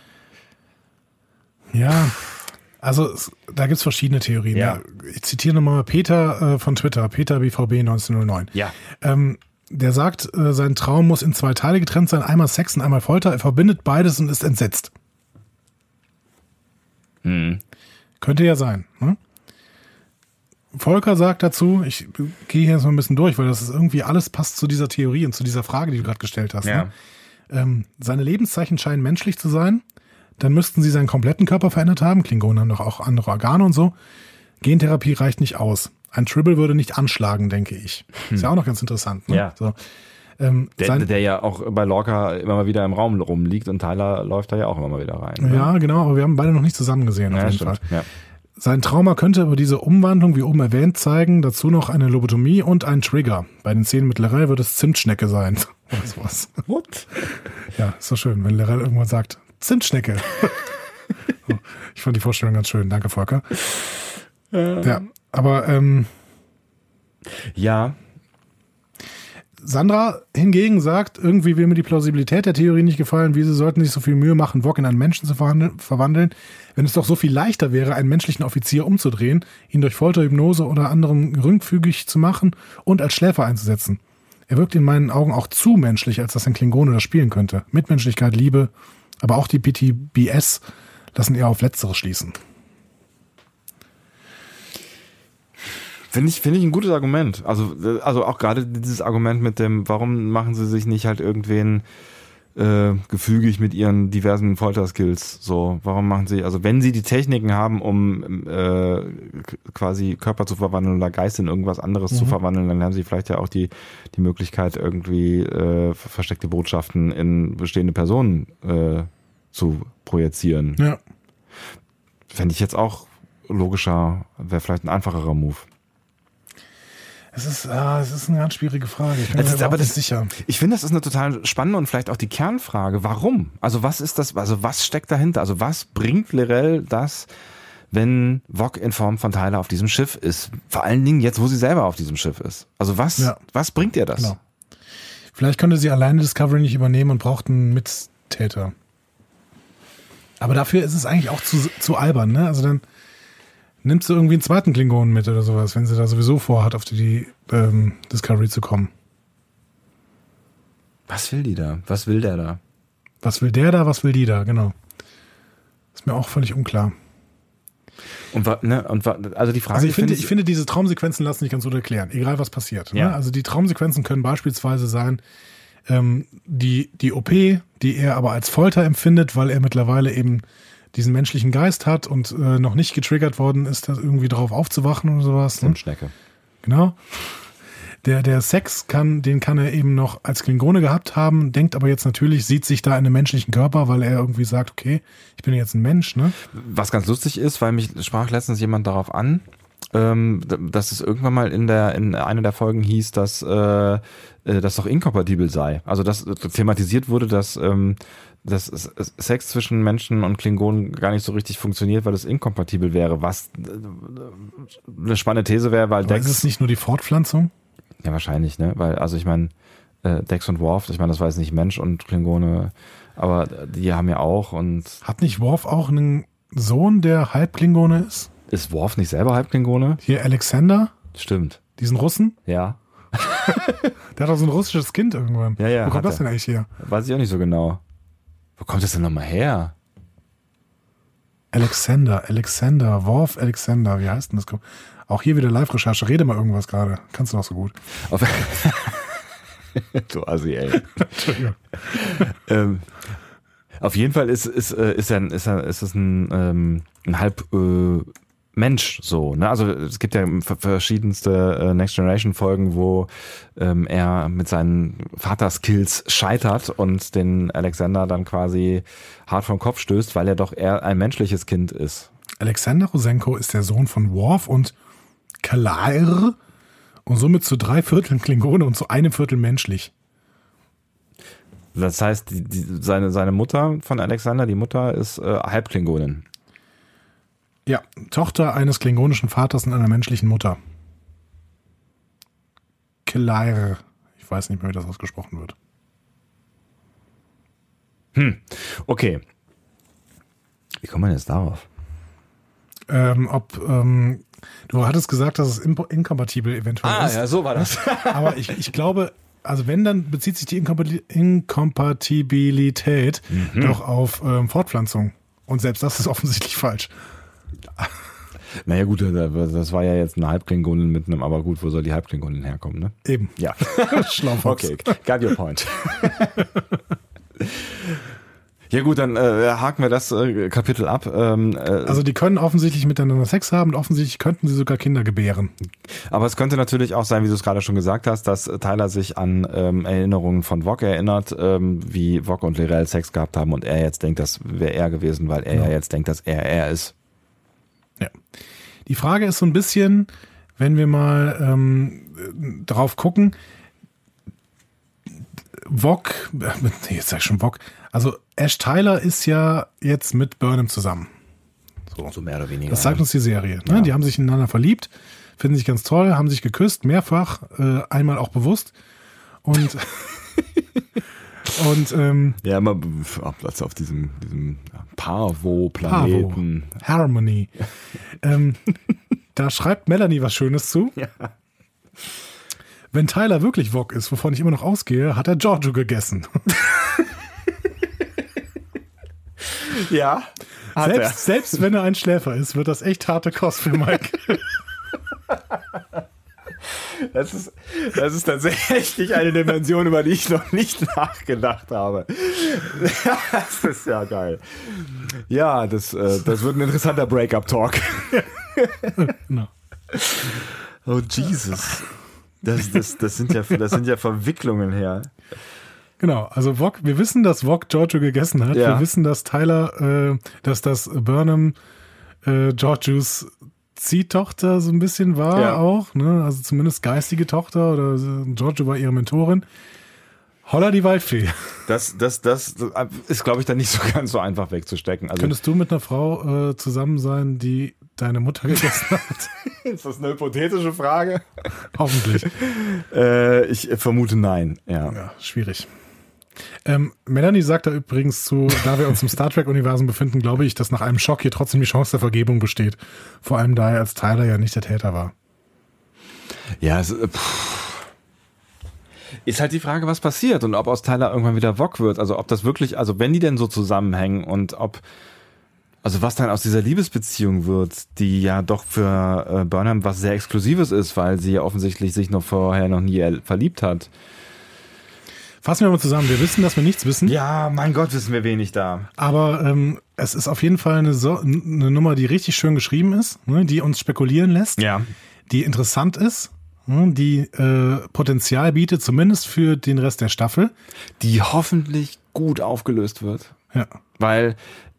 Ja, also da gibt's verschiedene Theorien. Ja. Ich zitiere nochmal Peter von Twitter, Peter BVB 1909. Ja. Der sagt, sein Traum muss in 2 Teile getrennt sein, einmal Sex und einmal Folter. Er verbindet beides und ist entsetzt. Könnte ja sein. Ne? Volker sagt dazu, ich gehe hier jetzt mal ein bisschen durch, weil das ist irgendwie alles passt zu dieser Theorie und zu dieser Frage, die du gerade gestellt hast. Ja. Ne? Seine Lebenszeichen scheinen menschlich zu sein. Dann müssten sie seinen kompletten Körper verändert haben. Klingonen haben doch auch andere Organe und so. Gentherapie reicht nicht aus. Ein Tribble würde nicht anschlagen, denke ich. Ist ja auch noch ganz interessant. Ne? Ja. So. Der ja auch bei Lorca immer mal wieder im Raum rumliegt und Tyler läuft da ja auch immer mal wieder rein. Ja, genau, aber wir haben beide noch nicht zusammen gesehen. Auf jeden Fall. Ja. Sein Trauma könnte aber diese Umwandlung, wie oben erwähnt, zeigen. Dazu noch eine Lobotomie und ein Trigger. Bei den Szenen mit Lirel wird es Zimtschnecke sein. Oder sowas. What? Ja, ist so schön, wenn Lirel irgendwann sagt, Zimtschnecke. Ich fand die Vorstellung ganz schön. Danke, Volker. Ja, aber ja. Sandra hingegen sagt, irgendwie will mir die Plausibilität der Theorie nicht gefallen, wie sie sollten sich so viel Mühe machen, Vok in einen Menschen zu verwandeln, wenn es doch so viel leichter wäre, einen menschlichen Offizier umzudrehen, ihn durch Folter, Hypnose oder anderem geringfügig zu machen und als Schläfer einzusetzen. Er wirkt in meinen Augen auch zu menschlich, als dass ein Klingone das spielen könnte. Mitmenschlichkeit, Liebe, aber auch die PTBS lassen eher auf Letzteres schließen. Finde ich ein gutes Argument. Also auch gerade dieses Argument mit dem, warum machen sie sich nicht halt irgendwen gefügig mit ihren diversen Folterskills. So, warum machen sie, also wenn sie die Techniken haben, um quasi Körper zu verwandeln oder Geist in irgendwas anderes zu verwandeln, dann haben sie vielleicht ja auch die Möglichkeit, irgendwie versteckte Botschaften in bestehende Personen zu projizieren. Ja. Fände ich jetzt auch logischer, wäre vielleicht ein einfacherer Move. Es ist eine ganz schwierige Frage. Ich bin mir aber nicht sicher. Ich finde, das ist eine total spannende und vielleicht auch die Kernfrage. Warum? Also was ist das, also was steckt dahinter? Also was bringt L'Rell das, wenn Voq in Form von Tyler auf diesem Schiff ist? Vor allen Dingen jetzt, wo sie selber auf diesem Schiff ist. Also was bringt ihr das? Genau. Vielleicht könnte sie alleine Discovery nicht übernehmen und braucht einen Mittäter. Aber dafür ist es eigentlich auch zu albern, ne? Also dann nimmst du irgendwie einen zweiten Klingonen mit oder sowas, wenn sie da sowieso vorhat, auf die Discovery zu kommen. Was will die da? Was will der da? Was will der da? Was will die da? Genau. Ist mir auch völlig unklar. Also die Frage. Also ich finde, diese Traumsequenzen lassen sich ganz gut erklären, egal was passiert. Ja. Ne? Also die Traumsequenzen können beispielsweise sein, die OP, die er aber als Folter empfindet, weil er mittlerweile eben diesen menschlichen Geist hat und noch nicht getriggert worden ist, da irgendwie drauf aufzuwachen oder sowas. Ne? Schnecke. Genau. Der Sex den kann er eben noch als Klingone gehabt haben, denkt aber jetzt natürlich, sieht sich da in einem menschlichen Körper, weil er irgendwie sagt, okay, ich bin jetzt ein Mensch, ne? Was ganz lustig ist, weil mich sprach letztens jemand darauf an, dass es irgendwann mal in einer der Folgen hieß, dass das doch inkompatibel sei. Also dass thematisiert wurde, dass Sex zwischen Menschen und Klingonen gar nicht so richtig funktioniert, weil es inkompatibel wäre, was eine spannende These wäre, weil Dex... Ist es nicht nur die Fortpflanzung? Ja, wahrscheinlich, ne? Weil, also ich meine, Dex und Worf, ich meine, das war jetzt nicht Mensch und Klingone, aber die haben ja auch und... Hat nicht Worf auch einen Sohn, der Halbklingone ist? Ist Worf nicht selber Halbklingone? Hier Alexander? Stimmt. Diesen Russen? Ja. Der hat doch so ein russisches Kind irgendwann. Ja, wo kommt das denn eigentlich her? Weiß ich auch nicht so genau. Wo kommt das denn nochmal her? Alexander, Worf Alexander, wie heißt denn das? Auch hier wieder Live-Recherche, rede mal irgendwas gerade. Kannst du doch so gut. Du Assi, ey. Entschuldigung. Auf jeden Fall ist es ein halb Mensch so, ne? Also es gibt ja verschiedenste Next Generation Folgen, wo er mit seinen Vaterskills scheitert und den Alexander dann quasi hart vom Kopf stößt, weil er doch eher ein menschliches Kind ist. Alexander Rosenko ist der Sohn von Worf und Kalair und somit zu 3/4 Klingone und zu 1/4 menschlich. Das heißt, seine Mutter von Alexander, die Mutter ist Halbklingonin. Ja, Tochter eines klingonischen Vaters und einer menschlichen Mutter. Kalair. Ich weiß nicht mehr, wie das ausgesprochen wird. Okay. Wie kommt man jetzt darauf? Du hattest gesagt, dass es inkompatibel eventuell ist. Ja, so war das. Aber ich glaube, also wenn, dann bezieht sich die Inkompatibilität doch auf Fortpflanzung. Und selbst das ist offensichtlich falsch. Naja gut, das war ja jetzt eine Halbklingonin mit einem, aber gut, wo soll die Halbklingonin herkommen, ne? Eben. Ja. Schlaufox. Okay, got your point. Ja gut, dann haken wir das Kapitel ab. Also die können offensichtlich miteinander Sex haben und offensichtlich könnten sie sogar Kinder gebären. Aber es könnte natürlich auch sein, wie du es gerade schon gesagt hast, dass Tyler sich an Erinnerungen von Voq erinnert, wie Voq und L'Rell Sex gehabt haben und er jetzt denkt, das wäre er gewesen, weil er ja jetzt denkt, dass er ist. Ja. Die Frage ist so ein bisschen, wenn wir mal drauf gucken, Voq, jetzt sag ich schon Voq, also Ash Tyler ist ja jetzt mit Burnham zusammen. So mehr oder weniger. Das sagt uns die Serie. Ne? Ja. Die haben sich ineinander verliebt, finden sich ganz toll, haben sich geküsst, mehrfach, einmal auch bewusst. Und ja, immer auf diesem Pavo-Planeten. Harmony. Da schreibt Melanie was Schönes zu. Ja. Wenn Tyler wirklich Voq ist, wovon ich immer noch ausgehe, hat er Giorgio gegessen. Ja. Selbst wenn er ein Schläfer ist, wird das echt harte Kost für Mike. Das ist tatsächlich eine Dimension, über die ich noch nicht nachgedacht habe. Das ist ja geil. Ja, das wird ein interessanter Break-up-Talk. No. Oh, Jesus. Das sind ja Verwicklungen her. Genau, also wir wissen, dass Voq Giorgio gegessen hat. Ja. Wir wissen, dass Tyler, dass das Burnham Giorgios Ziehtochter so ein bisschen war auch, ne? Also zumindest geistige Tochter oder Giorgio war ihre Mentorin. Holla die Waldfee. Das ist, glaube ich, dann nicht so ganz so einfach wegzustecken. Also, könntest du mit einer Frau zusammen sein, die deine Mutter gegessen hat? Ist das eine hypothetische Frage? Hoffentlich. Ich vermute nein, ja. Schwierig. Melanie sagt da übrigens zu, da wir uns im Star Trek-Universum befinden, glaube ich, dass nach einem Schock hier trotzdem die Chance der Vergebung besteht. Vor allem, da er als Tyler ja nicht der Täter war. Ja, ist halt die Frage, was passiert und ob aus Tyler irgendwann wieder Voq wird. Also ob das wirklich, also wenn die denn so zusammenhängen und also was dann aus dieser Liebesbeziehung wird, die ja doch für Burnham was sehr Exklusives ist, weil sie ja offensichtlich sich vorher noch nie verliebt hat. Fassen wir mal zusammen. Wir wissen, dass wir nichts wissen. Ja, mein Gott, wissen wir wenig da. Aber es ist auf jeden Fall eine Nummer, die richtig schön geschrieben ist, ne, die uns spekulieren lässt, die interessant ist, ne, die Potenzial bietet, zumindest für den Rest der Staffel. Die hoffentlich gut aufgelöst wird. Ja. Weil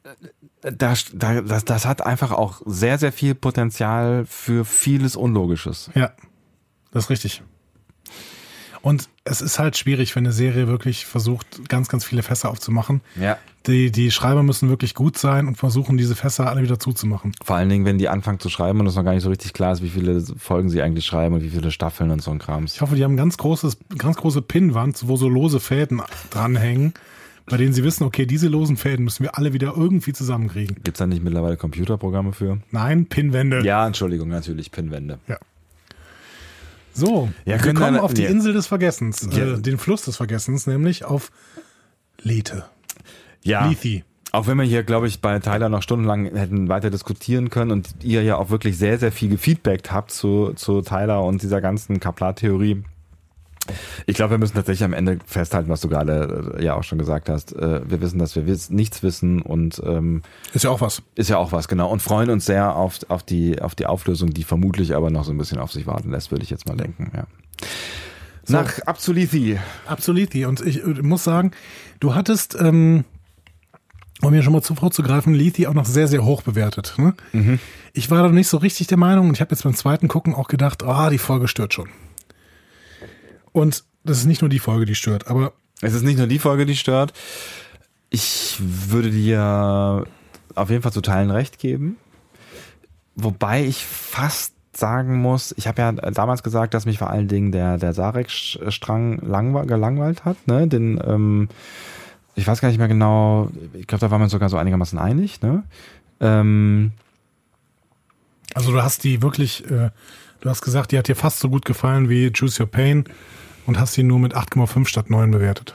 das hat einfach auch sehr, sehr viel Potenzial für vieles Unlogisches. Ja, das ist richtig. Und es ist halt schwierig, wenn eine Serie wirklich versucht, ganz, ganz viele Fässer aufzumachen. Ja. Die Schreiber müssen wirklich gut sein und versuchen, diese Fässer alle wieder zuzumachen. Vor allen Dingen, wenn die anfangen zu schreiben und es noch gar nicht so richtig klar ist, wie viele Folgen sie eigentlich schreiben und wie viele Staffeln und so ein Krams. Ich hoffe, die haben ganz große Pinnwand, wo so lose Fäden dranhängen, bei denen sie wissen, okay, diese losen Fäden müssen wir alle wieder irgendwie zusammenkriegen. Gibt's da nicht mittlerweile Computerprogramme für? Nein, Pinnwände. Ja, Entschuldigung, natürlich, Pinnwände. Ja. So, wir kommen auf die Insel des Vergessens, den Fluss des Vergessens, nämlich auf Lethe. Ja. Lethe. Auch wenn wir hier, glaube ich, bei Tyler noch stundenlang hätten weiter diskutieren können und ihr ja auch wirklich sehr, sehr viel gefeedbackt habt zu Tyler und dieser ganzen Kaplar-Theorie. Ich glaube, wir müssen tatsächlich am Ende festhalten, was du gerade ja auch schon gesagt hast. Wir wissen, dass wir nichts wissen und ist ja auch was. Ist ja auch was, genau. Und freuen uns sehr auf die Auflösung, die vermutlich aber noch so ein bisschen auf sich warten lässt, würde ich jetzt mal denken. Ja. So. Ab zu Lethe. Ab zu Lethe. Und ich muss sagen, du hattest, um mir schon mal vorzugreifen, Lethe auch noch sehr, sehr hoch bewertet. Ne? Mhm. Ich war da nicht so richtig der Meinung und ich habe jetzt beim zweiten Gucken auch gedacht, die Folge stört schon. Und das ist nicht nur die Folge, die stört, aber... Es ist nicht nur die Folge, die stört. Ich würde dir auf jeden Fall zu Teilen recht geben. Wobei ich fast sagen muss, ich habe ja damals gesagt, dass mich vor allen Dingen der Sarek-Strang gelangweilt hat. Ne? Ich weiß gar nicht mehr genau, ich glaube, da waren wir uns sogar so einigermaßen einig. Ne? Also du hast die wirklich... Du hast gesagt, die hat dir fast so gut gefallen wie Choose Your Pain und hast sie nur mit 8,5 statt 9 bewertet.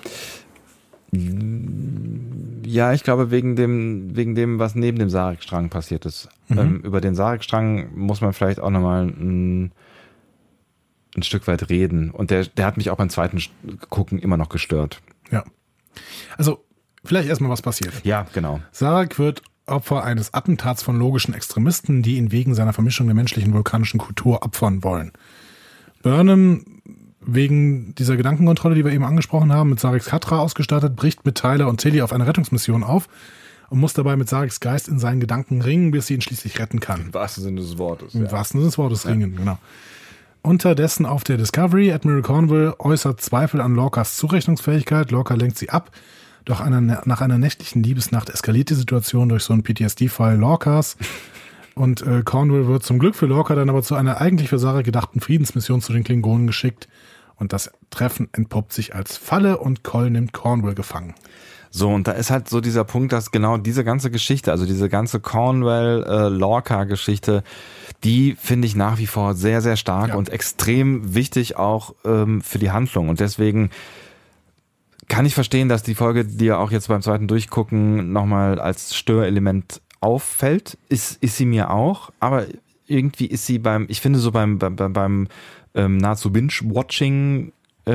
Ja, ich glaube wegen dem, was neben dem Sarek-Strang passiert ist. Mhm. Über den Sarek-Strang muss man vielleicht auch nochmal ein Stück weit reden. Und der hat mich auch beim zweiten Gucken immer noch gestört. Ja. Also, vielleicht erstmal, was passiert. Ja, genau. Sarek wird Opfer eines Attentats von logischen Extremisten, die ihn wegen seiner Vermischung der menschlichen vulkanischen Kultur opfern wollen. Burnham, wegen dieser Gedankenkontrolle, die wir eben angesprochen haben, mit Sareks Katra ausgestattet, bricht mit Tyler und Tilly auf eine Rettungsmission auf und muss dabei mit Sareks Geist in seinen Gedanken ringen, bis sie ihn schließlich retten kann. Im wahrsten Sinne des Wortes. Im wahrsten Sinne des Wortes ringen, genau. Unterdessen auf der Discovery, Admiral Cornwall äußert Zweifel an Lorcas Zurechnungsfähigkeit. Lorca lenkt sie ab. Doch nach einer nächtlichen Liebesnacht eskaliert die Situation durch so einen PTSD-Fall Lorcas. Und Cornwall wird zum Glück für Lorca dann aber zu einer eigentlich für Sarek gedachten Friedensmission zu den Klingonen geschickt. Und das Treffen entpuppt sich als Falle und Col nimmt Cornwall gefangen. So, und da ist halt so dieser Punkt, dass genau diese ganze Geschichte, also diese ganze Cornwall-Lorca-Geschichte, die finde ich nach wie vor sehr, sehr stark und extrem wichtig auch für die Handlung. Und deswegen kann ich verstehen, dass die Folge, die ja auch jetzt beim zweiten Durchgucken nochmal als Störelement auffällt. Ist sie mir auch, aber irgendwie ist sie ich finde so beim nahezu Binge-Watching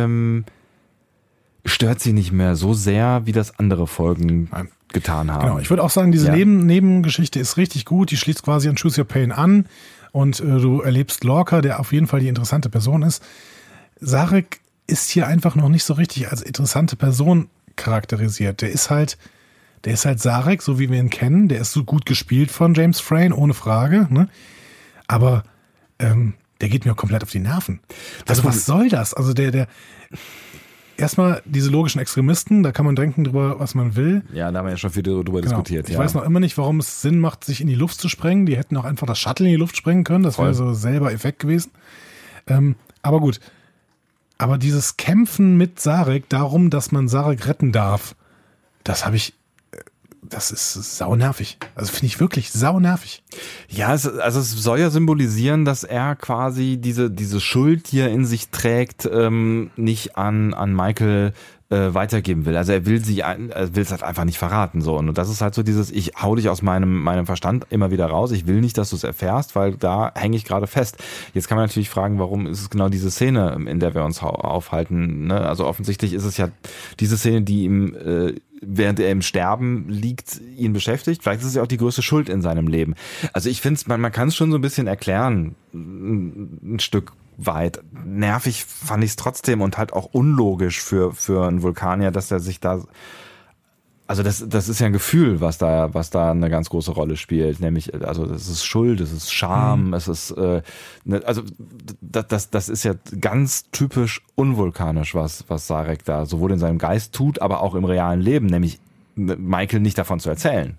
stört sie nicht mehr so sehr, wie das andere Folgen getan haben. Genau, ich würde auch sagen, diese Nebengeschichte ist richtig gut, die schließt quasi an Choose Your Pain an und du erlebst Lorca, der auf jeden Fall die interessante Person ist. Sarek ist hier einfach noch nicht so richtig als interessante Person charakterisiert. Der ist halt Sarek, so wie wir ihn kennen. Der ist so gut gespielt von James Frain, ohne Frage. Ne? Aber der geht mir auch komplett auf die Nerven. Also was soll das? Also der erstmal diese logischen Extremisten, da kann man denken drüber, was man will. Ja, da haben wir ja schon viel drüber diskutiert. Ich weiß noch immer nicht, warum es Sinn macht, sich in die Luft zu sprengen. Die hätten auch einfach das Shuttle in die Luft sprengen können. Das wäre so selber Effekt gewesen. Aber gut. Aber dieses Kämpfen mit Sarek darum, dass man Sarek retten darf, das ist saunervig. Also finde ich wirklich saunervig. Ja, es soll ja symbolisisen, dass er quasi diese Schuld, die er in sich trägt, nicht an Michael weitergeben will. Also er will es halt einfach nicht verraten. So. Und das ist halt so ich hau dich aus meinem Verstand immer wieder raus. Ich will nicht, dass du es erfährst, weil da hänge ich gerade fest. Jetzt kann man natürlich fragen, warum ist es genau diese Szene, in der wir uns aufhalten. Ne? Also offensichtlich ist es ja diese Szene, die ihm während er im Sterben liegt, ihn beschäftigt. Vielleicht ist es ja auch die größte Schuld in seinem Leben. Also ich finde, man kann es schon so ein bisschen erklären, ein Stück weit. Nervig fand ich es trotzdem und halt auch unlogisch für einen Vulkanier, dass er sich da, also das ist ja ein Gefühl, was da eine ganz große Rolle spielt, nämlich, also es ist Schuld, es ist Scham, es ist, also das ist ja ganz typisch unvulkanisch, was Sarek da sowohl in seinem Geist tut, aber auch im realen Leben, nämlich Michael nicht davon zu erzählen.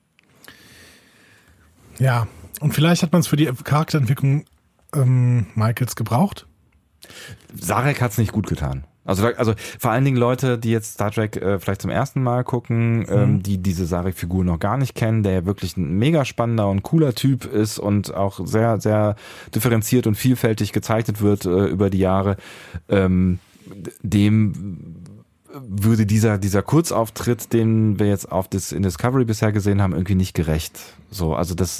Ja, und vielleicht hat man es für die Charakterentwicklung Michaels gebraucht. Sarek hat es nicht gut getan. Also vor allen Dingen Leute, die jetzt Star Trek vielleicht zum ersten Mal gucken, die diese Sarek-Figur noch gar nicht kennen, der ja wirklich ein mega spannender und cooler Typ ist und auch sehr, sehr differenziert und vielfältig gezeichnet wird über die Jahre, dem würde dieser Kurzauftritt, den wir jetzt in Discovery bisher gesehen haben, irgendwie nicht gerecht. So,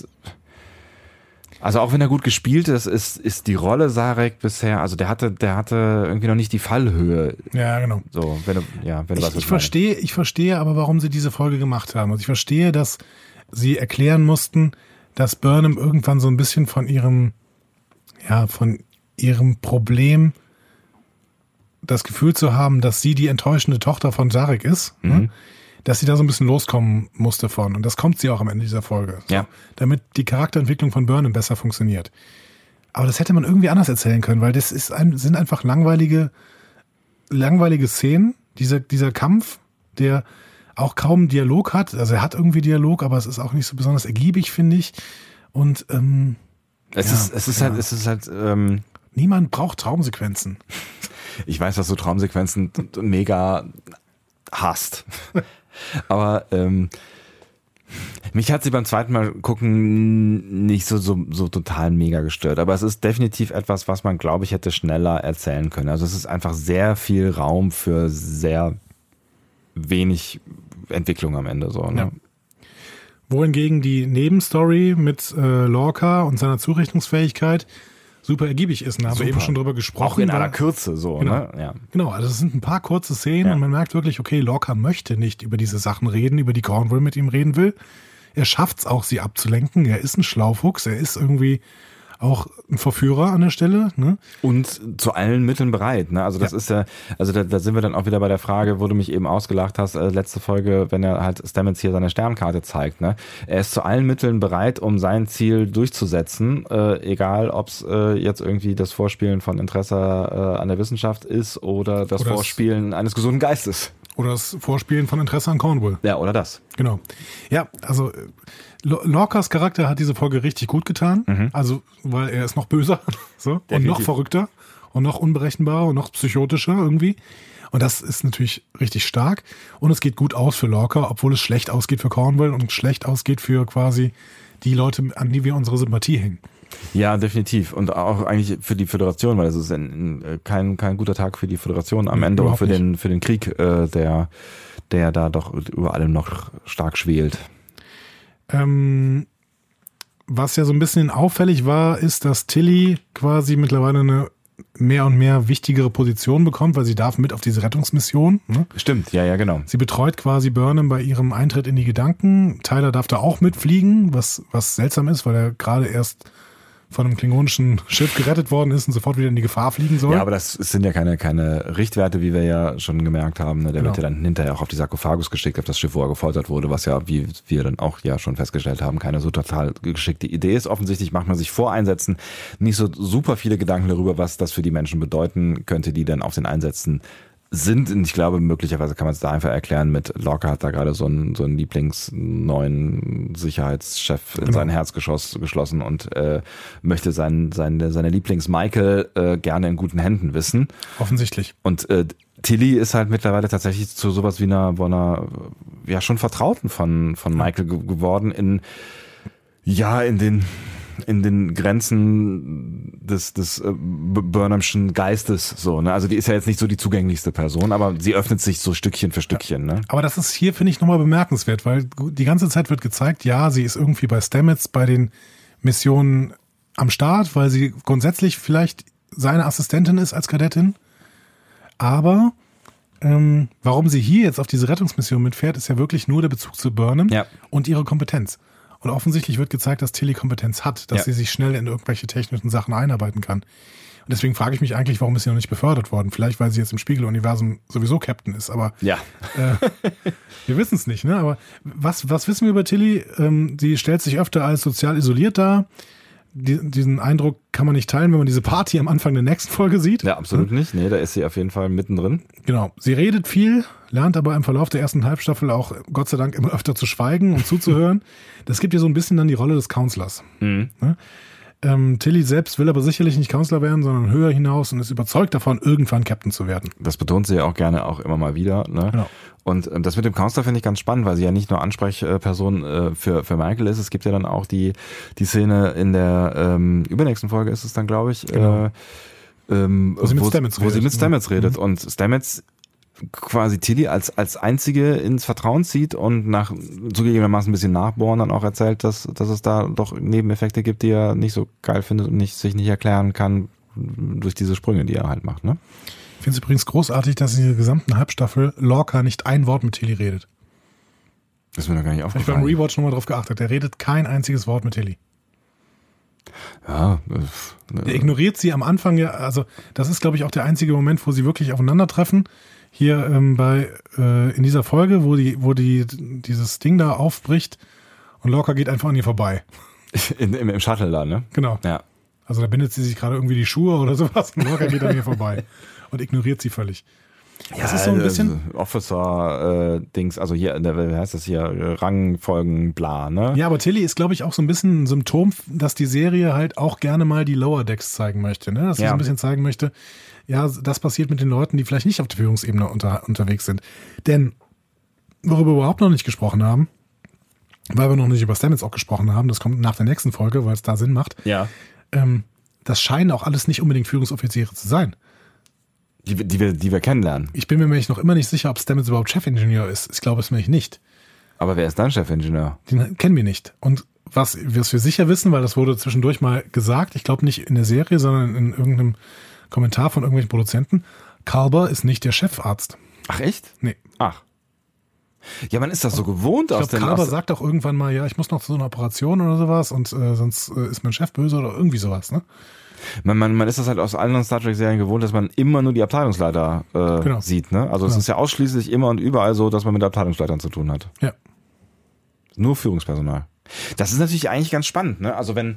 also auch wenn er gut gespielt ist die Rolle Sarek bisher, also der hatte irgendwie noch nicht die Fallhöhe. Ja, genau. So, wenn du was ich verstehe aber, warum sie diese Folge gemacht haben. Also ich verstehe, dass sie erklären mussten, dass Burnham irgendwann so ein bisschen von ihrem Problem, das Gefühl zu haben, dass sie die enttäuschende Tochter von Sarek ist, ne? Dass sie da so ein bisschen loskommen musste von. Und das kommt sie auch am Ende dieser Folge. So, ja. Damit die Charakterentwicklung von Burnham besser funktioniert. Aber das hätte man irgendwie anders erzählen können, weil das sind einfach langweilige Szenen. Dieser Kampf, der auch kaum Dialog hat. Also er hat irgendwie Dialog, aber es ist auch nicht so besonders ergiebig, finde ich. Und es ist halt niemand braucht Traumsequenzen. Ich weiß, dass du Traumsequenzen mega hasst. Aber mich hat sie beim zweiten Mal gucken nicht so total mega gestört. Aber es ist definitiv etwas, was man, glaube ich, hätte schneller erzählen können. Also es ist einfach sehr viel Raum für sehr wenig Entwicklung am Ende. So, ne? Ja. Wohingegen die Nebenstory mit Lorca und seiner Zurechnungsfähigkeit super ergiebig ist. Da haben wir eben schon drüber gesprochen. Auch in aller Kürze so. Genau. Ne? Ja. Genau, also es sind ein paar kurze Szenen und man merkt wirklich, okay, Lorca möchte nicht über diese Sachen reden, über die Cornwall mit ihm reden will. Er schafft es auch, sie abzulenken. Er ist ein Schlaufuchs, er ist irgendwie auch ein Verführer an der Stelle. Ne? Und zu allen Mitteln bereit. Ne? Also das ist ja, also da sind wir dann auch wieder bei der Frage, wo du mich eben ausgelacht hast, letzte Folge, wenn er halt Stamets hier seine Sternkarte zeigt. Ne? Er ist zu allen Mitteln bereit, um sein Ziel durchzusetzen, egal ob es jetzt irgendwie das Vorspielen von Interesse an der Wissenschaft ist oder das Vorspielen eines gesunden Geistes. Oder das Vorspielen von Interesse an Cornwall. Ja, oder das. Genau. Ja, also Lorcas Charakter hat diese Folge richtig gut getan. Also, weil er ist noch böser so, und noch verrückter und noch unberechenbarer und noch psychotischer irgendwie. Und das ist natürlich richtig stark. Und es geht gut aus für Lorca, obwohl es schlecht ausgeht für Cornwall und schlecht ausgeht für quasi die Leute, an die wir unsere Sympathie hängen. Ja, definitiv. Und auch eigentlich für die Föderation, weil es ist kein guter Tag für die Föderation am Ende und für den Krieg, der da doch über allem noch stark schwelt. was ja so ein bisschen auffällig war, ist, dass Tilly quasi mittlerweile eine mehr und mehr wichtigere Position bekommt, weil sie darf mit auf diese Rettungsmission. Ne? Stimmt, ja, genau. Sie betreut quasi Burnham bei ihrem Eintritt in die Gedanken. Tyler darf da auch mitfliegen, was seltsam ist, weil er gerade erst von einem klingonischen Schiff gerettet worden ist und sofort wieder in die Gefahr fliegen soll. Ja, aber das sind ja keine Richtwerte, wie wir ja schon gemerkt haben. Ne? Der wird ja dann hinterher auch auf die Sarkophagus geschickt, auf das Schiff, wo er gefoltert wurde, was ja, wie wir dann auch ja schon festgestellt haben, keine so total geschickte Idee ist. Offensichtlich macht man sich vor Einsätzen nicht so super viele Gedanken darüber, was das für die Menschen bedeuten könnte, die dann auf den Einsätzen sind. Und ich glaube, möglicherweise kann man es da einfach erklären mit Lorca hat da gerade so einen Lieblingsneuen Sicherheitschef in sein Herz geschlossen und möchte seine Lieblings-Michael gerne in guten Händen wissen. Offensichtlich. Und Tilly ist halt mittlerweile tatsächlich zu sowas wie einer ja schon Vertrauten von Michael geworden in den Grenzen des Burnhamschen Geistes, so, ne? Also die ist ja jetzt nicht so die zugänglichste Person, aber sie öffnet sich so Stückchen für Stückchen, ne? Aber das ist hier, finde ich, nochmal bemerkenswert, weil die ganze Zeit wird gezeigt, ja, sie ist irgendwie bei Stamets bei den Missionen am Start, weil sie grundsätzlich vielleicht seine Assistentin ist als Kadettin. Aber warum sie hier jetzt auf diese Rettungsmission mitfährt, ist ja wirklich nur der Bezug zu Burnham und ihre Kompetenz. Und offensichtlich wird gezeigt, dass Tilly Kompetenz hat, dass sie sich schnell in irgendwelche technischen Sachen einarbeiten kann. Und deswegen frage ich mich eigentlich, warum ist sie noch nicht befördert worden? Vielleicht, weil sie jetzt im Spiegeluniversum sowieso Captain ist, aber wir wissen es nicht. Ne? Aber was wissen wir über Tilly? Sie stellt sich öfter als sozial isoliert dar. Diesen Eindruck kann man nicht teilen, wenn man diese Party am Anfang der nächsten Folge sieht. Ja, absolut nicht. Nee, da ist sie auf jeden Fall mittendrin. Genau. Sie redet viel, lernt aber im Verlauf der ersten Halbstaffel auch Gott sei Dank immer öfter zu schweigen und zuzuhören. Das gibt ihr so ein bisschen dann die Rolle des Counselors. Mhm. Tilly selbst will aber sicherlich nicht Counselor werden, sondern höher hinaus und ist überzeugt davon, irgendwann Captain zu werden. Das betont sie ja auch gerne auch immer mal wieder. Ne? Genau. Und das mit dem Counselor finde ich ganz spannend, weil sie ja nicht nur Ansprechperson für Michael ist. Es gibt ja dann auch die Szene in der übernächsten Folge ist es dann, glaube ich, genau. Wo sie mit Stamets redet. Und Stamets quasi Tilly als einzige ins Vertrauen zieht und nach zugegebenermaßen ein bisschen nachbohren dann auch erzählt, dass es da doch Nebeneffekte gibt, die er nicht so geil findet und sich nicht erklären kann durch diese Sprünge, die er halt macht. Ne? Ich finde es übrigens großartig, dass in der gesamten Halbstaffel Lorca nicht ein Wort mit Tilly redet. Das ist mir doch gar nicht aufgefallen. Ich habe beim Rewatch nochmal drauf geachtet. Er redet kein einziges Wort mit Tilly. Ja. Er ignoriert sie am Anfang ja, also das ist, glaube ich, auch der einzige Moment, wo sie wirklich aufeinandertreffen. Hier in dieser Folge, wo dieses Ding da aufbricht und Lorca geht einfach an ihr vorbei. Im Shuttle da, ne? Genau. Ja. Also da bindet sie sich gerade irgendwie die Schuhe oder sowas und Lorca geht an ihr vorbei und ignoriert sie völlig. Das ist so ein bisschen Officer-Dings, also hier, wie heißt das hier, Rangfolgen, bla, ne? Ja, aber Tilly ist, glaube ich, auch so ein bisschen ein Symptom, dass die Serie halt auch gerne mal die Lower Decks zeigen möchte, ne? Dass sie so ein bisschen zeigen möchte, ja, das passiert mit den Leuten, die vielleicht nicht auf der Führungsebene unterwegs sind. Denn, worüber wir überhaupt noch nicht gesprochen haben, weil wir noch nicht über Stamets auch gesprochen haben, das kommt nach der nächsten Folge, weil es da Sinn macht. Ja. Das scheinen auch alles nicht unbedingt Führungsoffiziere zu sein. Die wir kennenlernen. Ich bin mir nämlich noch immer nicht sicher, ob Stamets überhaupt Chefingenieur ist. Ich glaube es nämlich nicht. Aber wer ist dann Chefingenieur? Den kennen wir nicht. Und was wir sicher wissen, weil das wurde zwischendurch mal gesagt, ich glaube nicht in der Serie, sondern in irgendeinem Kommentar von irgendwelchen Produzenten, Culber ist nicht der Chefarzt. Ach echt? Nee. Ach. Ja, man ist das so gewohnt aus dem... Culber sagt auch irgendwann mal, ja, ich muss noch zu so einer Operation oder sowas und sonst ist mein Chef böse oder irgendwie sowas, ne? Man ist das halt aus anderen Star Trek-Serien gewohnt, dass man immer nur die Abteilungsleiter sieht, ne? Also es ist ja ausschließlich immer und überall so, dass man mit Abteilungsleitern zu tun hat. Ja. Nur Führungspersonal. Das ist natürlich eigentlich ganz spannend, ne? Also wenn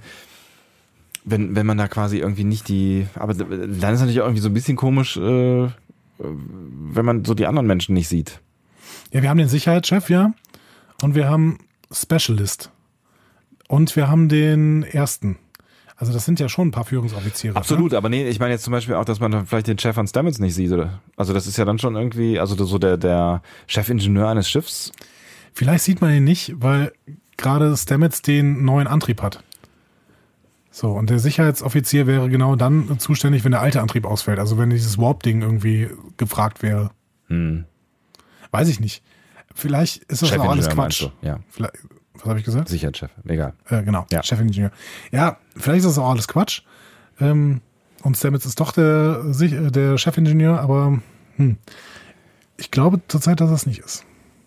man da quasi irgendwie nicht aber dann ist natürlich auch irgendwie so ein bisschen komisch, wenn man so die anderen Menschen nicht sieht. Ja, wir haben den Sicherheitschef, ja, und wir haben Specialist und wir haben den Ersten. Also das sind ja schon ein paar Führungsoffiziere. Absolut, ne? Aber nee, ich meine jetzt zum Beispiel auch, dass man dann vielleicht den Chef von Stamets nicht sieht, oder? Also das ist ja dann schon irgendwie, also so der Chefingenieur eines Schiffs. Vielleicht sieht man ihn nicht, weil gerade Stamets den neuen Antrieb hat. So, und der Sicherheitsoffizier wäre genau dann zuständig, wenn der alte Antrieb ausfällt. Also wenn dieses Warp-Ding irgendwie gefragt wäre. Weiß ich nicht. Vielleicht ist das auch alles Quatsch. Ja. Was habe ich gesagt? Sicherheitschef, egal. Genau, ja. Chefingenieur. Ja, vielleicht ist das auch alles Quatsch. Und Stamets ist doch der Chefingenieur, aber ich glaube zurzeit, dass das nicht ist.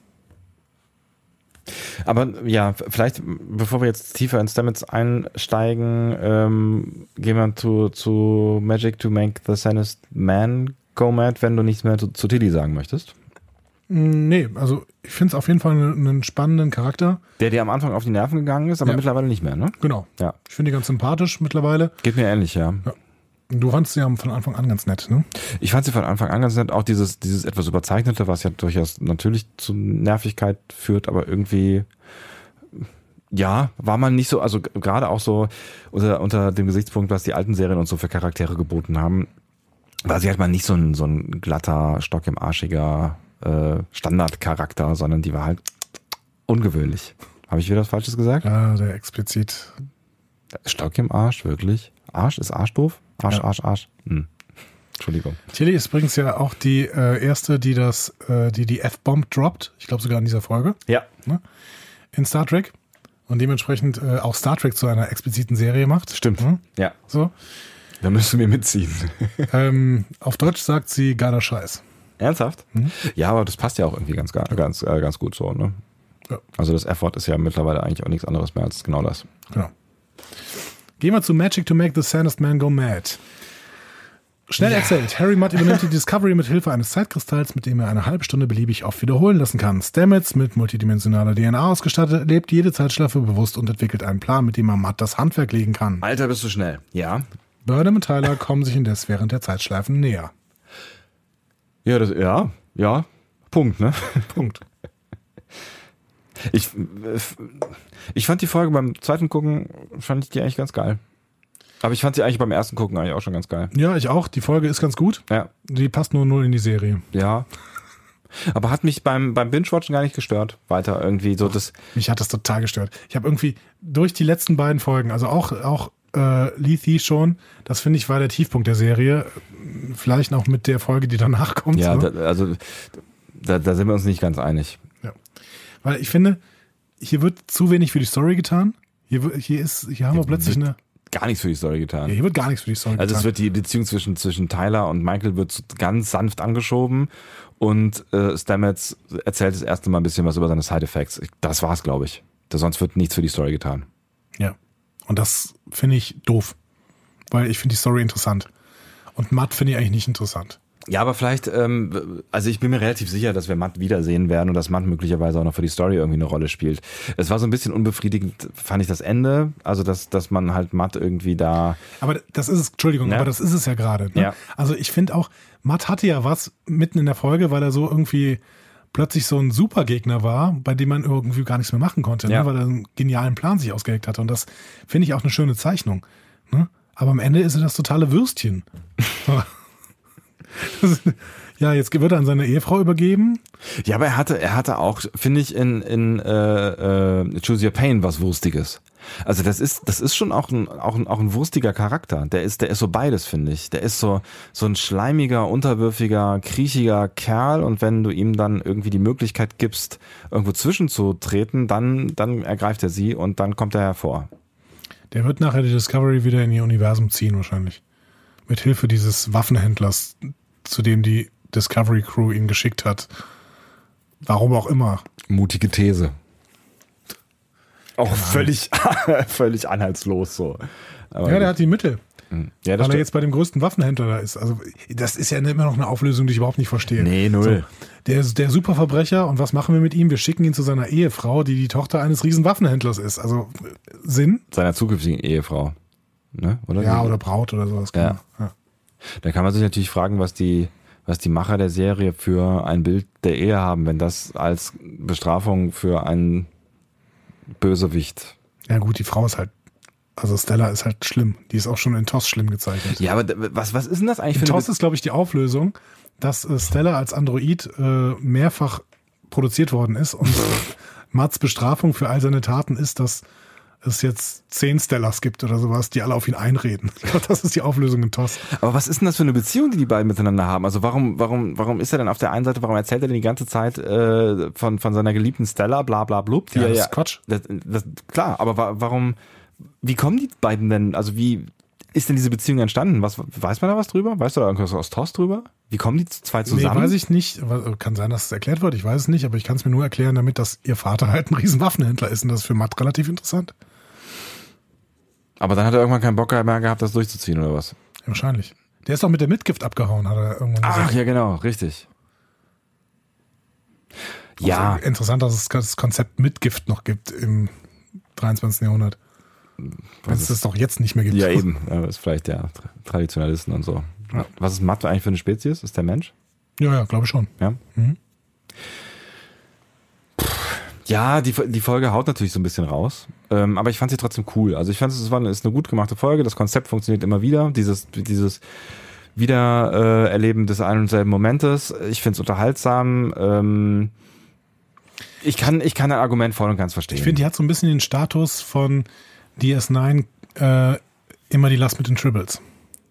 Aber ja, vielleicht, bevor wir jetzt tiefer in Stamets einsteigen, gehen wir zu Magic to Make the Sanest Man Go Mad, wenn du nichts mehr zu Tilly sagen möchtest. Nee, also ich finde es auf jeden Fall einen spannenden Charakter. Der dir am Anfang auf die Nerven gegangen ist, aber mittlerweile nicht mehr, ne? Genau. Ja. Ich finde die ganz sympathisch mittlerweile. Geht mir ähnlich, ja. Du fandst sie ja von Anfang an ganz nett, ne? Ich fand sie von Anfang an ganz nett. Auch dieses etwas Überzeichnete, was ja durchaus natürlich zu Nervigkeit führt, aber irgendwie, ja, war man nicht so, also gerade auch so unter dem Gesichtspunkt, was die alten Serien uns so für Charaktere geboten haben, war sie halt mal nicht so ein glatter, Stock im Arschiger Standardcharakter, sondern die war halt ungewöhnlich. Habe ich wieder was Falsches gesagt? Ja, der explizit. Stock im Arsch, wirklich? Arsch? Ist Arsch doof? Arsch. Entschuldigung. Tilly ist übrigens ja auch die erste, die die F-Bomb droppt. Ich glaube sogar in dieser Folge. Ja. Ne? In Star Trek. Und dementsprechend auch Star Trek zu einer expliziten Serie macht. Stimmt. Ja. So. Da müssen wir mitziehen. Auf Deutsch sagt sie geiler Scheiß. Ernsthaft? Mhm. Ja, aber das passt ja auch irgendwie ganz gut so, ne? Ja. Also das F-Wort ist ja mittlerweile eigentlich auch nichts anderes mehr als genau das. Genau. Gehen wir zu Magic to Make the Sanest Man Go Mad. Schnell erzählt, Harry Mudd übernimmt die Discovery mit Hilfe eines Zeitkristalls, mit dem er eine halbe Stunde beliebig oft wiederholen lassen kann. Stamets, mit multidimensionaler DNA ausgestattet, lebt jede Zeitschleife bewusst und entwickelt einen Plan, mit dem er Mudd das Handwerk legen kann. Alter, bist du schnell. Ja. Burnham und Tyler kommen sich indes während der Zeitschleifen näher. Ja, Punkt, ne? Punkt. Ich fand die Folge beim zweiten Gucken, fand ich die eigentlich ganz geil. Aber ich fand sie eigentlich beim ersten Gucken eigentlich auch schon ganz geil. Ja, ich auch. Die Folge ist ganz gut. Ja. Die passt nur null in die Serie. Ja. Aber hat mich beim Binge-Watchen gar nicht gestört. Weiter irgendwie so das. Mich hat das total gestört. Ich habe irgendwie durch die letzten beiden Folgen, also auch Lethe schon, das finde ich war der Tiefpunkt der Serie. Vielleicht noch mit der Folge, die danach kommt. Ja, so. Da sind wir uns nicht ganz einig. Ja. Weil ich finde, hier wird zu wenig für die Story getan. Hier haben wir plötzlich gar nichts für die Story getan. Ja, hier wird gar nichts für die Story getan. Also es wird die Beziehung zwischen Tyler und Michael wird ganz sanft angeschoben und Stamets erzählt das erste Mal ein bisschen was über seine Side-Effects. Das war's, glaube ich. Sonst wird nichts für die Story getan. Ja. Und das finde ich doof. Weil ich finde die Story interessant. Und Mudd finde ich eigentlich nicht interessant. Ja, aber vielleicht, also ich bin mir relativ sicher, dass wir Mudd wiedersehen werden und dass Mudd möglicherweise auch noch für die Story irgendwie eine Rolle spielt. Es war so ein bisschen unbefriedigend, fand ich das Ende, also dass man halt Mudd irgendwie da... Aber das ist es, Entschuldigung, aber das ist es ja gerade. Ne? Ja. Also ich finde auch, Mudd hatte ja was mitten in der Folge, weil er so irgendwie plötzlich so ein Supergegner war, bei dem man irgendwie gar nichts mehr machen konnte, ne? Weil er einen genialen Plan sich ausgeheckt hatte. Und das finde ich auch eine schöne Zeichnung. Ne? Aber am Ende ist er das totale Würstchen. Ja, jetzt wird er an seine Ehefrau übergeben. Ja, aber er hatte auch, finde ich, in Choose Your Pain was Wurstiges. Also das ist schon auch ein wurstiger Charakter. Der ist so beides, finde ich. Der ist so ein schleimiger, unterwürfiger, kriechiger Kerl und wenn du ihm dann irgendwie die Möglichkeit gibst, irgendwo zwischenzutreten, dann ergreift er sie und dann kommt er hervor. Der wird nachher die Discovery wieder in ihr Universum ziehen wahrscheinlich. Mit Hilfe dieses Waffenhändlers, zu dem die Discovery Crew ihn geschickt hat. Warum auch immer. Mutige These. Auch völlig anhaltslos so. Aber ja, der hat die Mittel. Ja, weil er jetzt bei dem größten Waffenhändler da ist. Also das ist ja immer noch eine Auflösung, die ich überhaupt nicht verstehe. Nee, null. So, der Superverbrecher und was machen wir mit ihm? Wir schicken ihn zu seiner Ehefrau, die Tochter eines riesen Waffenhändlers ist. Also Sinn? Seiner zukünftigen Ehefrau. Ne? Oder? Ja, oder Braut oder sowas. Ja. Da kann man sich natürlich fragen, was die Macher der Serie für ein Bild der Ehe haben, wenn das als Bestrafung für einen Bösewicht. Ja gut, die Frau ist halt, also Stella ist halt schlimm. Die ist auch schon in TOS schlimm gezeichnet. Ja, aber was ist denn das eigentlich für eine... In TOS ist, glaube ich, die Auflösung, dass Stella als Android mehrfach produziert worden ist und Mudds Bestrafung für all seine Taten ist, dass es jetzt 10 Stellars gibt oder sowas, die alle auf ihn einreden. Ich glaube, das ist die Auflösung in TOS. Aber was ist denn das für eine Beziehung, die die beiden miteinander haben? Also warum ist er denn auf der einen Seite, warum erzählt er denn die ganze Zeit von seiner geliebten Stella, bla bla blub? Ja, das ist Quatsch. Klar, aber warum, wie kommen die beiden denn, also wie ist denn diese Beziehung entstanden? Weiß man da was drüber? Weißt du da irgendwas aus TOS drüber? Wie kommen die zwei zusammen? Nee, weiß ich nicht. Kann sein, dass es erklärt wird. Ich weiß es nicht, aber ich kann es mir nur erklären, damit, dass ihr Vater halt ein riesen Waffenhändler ist und das ist für Matt relativ interessant. Aber dann hat er irgendwann keinen Bock mehr gehabt, das durchzuziehen, oder was? Ja, wahrscheinlich. Der ist doch mit der Mitgift abgehauen, hat er irgendwann gesagt. Ach, ja genau, richtig. Ja. Also interessant, dass es das Konzept Mitgift noch gibt im 23. Jahrhundert. Wenn es das doch jetzt nicht mehr gibt. Ja, eben. Das ist vielleicht der Traditionalisten und so. Ja. Was ist Matt eigentlich für eine Spezies? Ist der Mensch? Ja, glaube ich schon. Ja. Mhm. Ja, die Folge haut natürlich so ein bisschen raus. Aber ich fand sie trotzdem cool. Also ich fand es ist eine gut gemachte Folge. Das Konzept funktioniert immer wieder. Dieses Wiedererleben des einen und selben Momentes. Ich finde es unterhaltsam. Ich kann ein Argument voll und ganz verstehen. Ich finde, die hat so ein bisschen den Status von DS9 immer die Last mit den Tribbles.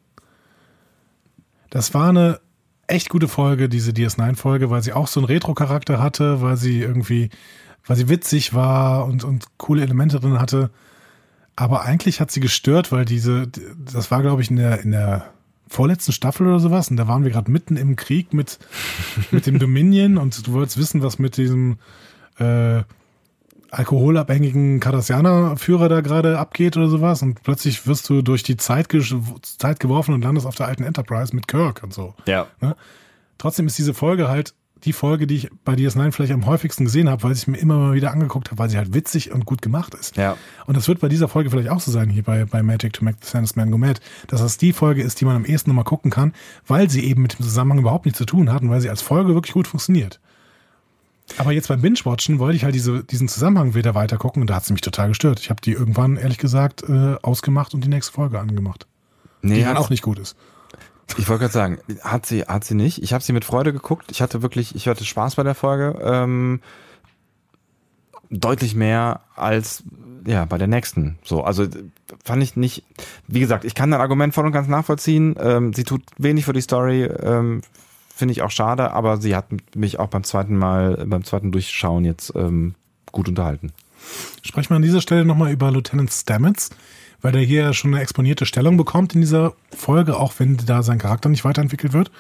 Das war eine echt gute Folge, diese DS9-Folge, weil sie auch so einen Retro-Charakter hatte, weil sie witzig war und coole Elemente drin hatte. Aber eigentlich hat sie gestört, weil das war, glaube ich, in der vorletzten Staffel oder sowas, und da waren wir gerade mitten im Krieg mit dem Dominion und du wolltest wissen, was mit diesem alkoholabhängigen Cardassianer-Führer da gerade abgeht oder sowas, und plötzlich wirst du durch die Zeit geworfen und landest auf der alten Enterprise mit Kirk und so. Ja. Ne? Trotzdem ist diese Folge halt die Folge, die ich bei DS9 vielleicht am häufigsten gesehen habe, weil ich mir immer mal wieder angeguckt habe, weil sie halt witzig und gut gemacht ist. Ja. Und das wird bei dieser Folge vielleicht auch so sein, hier bei Magic to Make the Sandest Man Go Mad, dass das die Folge ist, die man am ehesten nochmal gucken kann, weil sie eben mit dem Zusammenhang überhaupt nichts zu tun hat und weil sie als Folge wirklich gut funktioniert. Aber jetzt beim Binge-Watchen wollte ich halt diesen Zusammenhang wieder weiter gucken und da hat es mich total gestört. Ich habe die irgendwann, ehrlich gesagt, ausgemacht und die nächste Folge angemacht. Nee, die dann auch nicht gut ist. Ich wollte gerade sagen, hat sie nicht. Ich habe sie mit Freude geguckt. Ich hatte Spaß bei der Folge. Deutlich mehr als bei der nächsten. So, also fand ich nicht. Wie gesagt, ich kann dein Argument voll und ganz nachvollziehen. Sie tut wenig für die Story. Finde ich auch schade, aber sie hat mich auch beim zweiten Durchschauen jetzt gut unterhalten. Sprechen wir an dieser Stelle nochmal über Lieutenant Stamets, weil der hier schon eine exponierte Stellung bekommt in dieser Folge, auch wenn da sein Charakter nicht weiterentwickelt wird.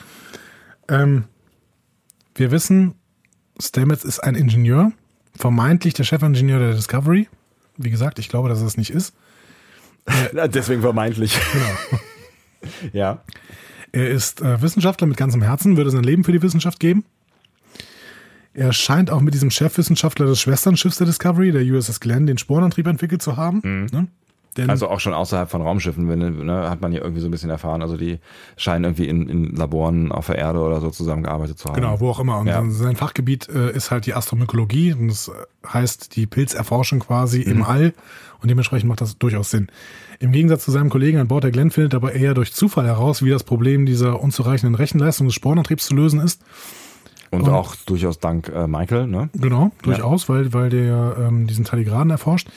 Wir wissen, Stamets ist ein Ingenieur, vermeintlich der Chefingenieur der Discovery. Wie gesagt, ich glaube, dass er es nicht ist. Deswegen vermeintlich. Genau. Ja. Er ist Wissenschaftler mit ganzem Herzen, würde sein Leben für die Wissenschaft geben. Er scheint auch mit diesem Chefwissenschaftler des Schwesternschiffs der Discovery, der USS Glenn, den Sporenantrieb entwickelt zu haben. Mhm. Ne? Also auch schon außerhalb von Raumschiffen, hat man hier irgendwie so ein bisschen erfahren. Also die scheinen irgendwie in Laboren auf der Erde oder so zusammengearbeitet zu haben. Genau, wo auch immer. Und sein Fachgebiet ist halt die Astromykologie. Und das heißt die Pilzerforschung quasi im All. Und dementsprechend macht das durchaus Sinn. Im Gegensatz zu seinem Kollegen an Bord, der Glenn, findet aber eher durch Zufall heraus, wie das Problem dieser unzureichenden Rechenleistung des Sporenantriebs zu lösen ist. Und auch durchaus dank Michael, ne? Genau, durchaus, weil der diesen Tardigraden erforscht.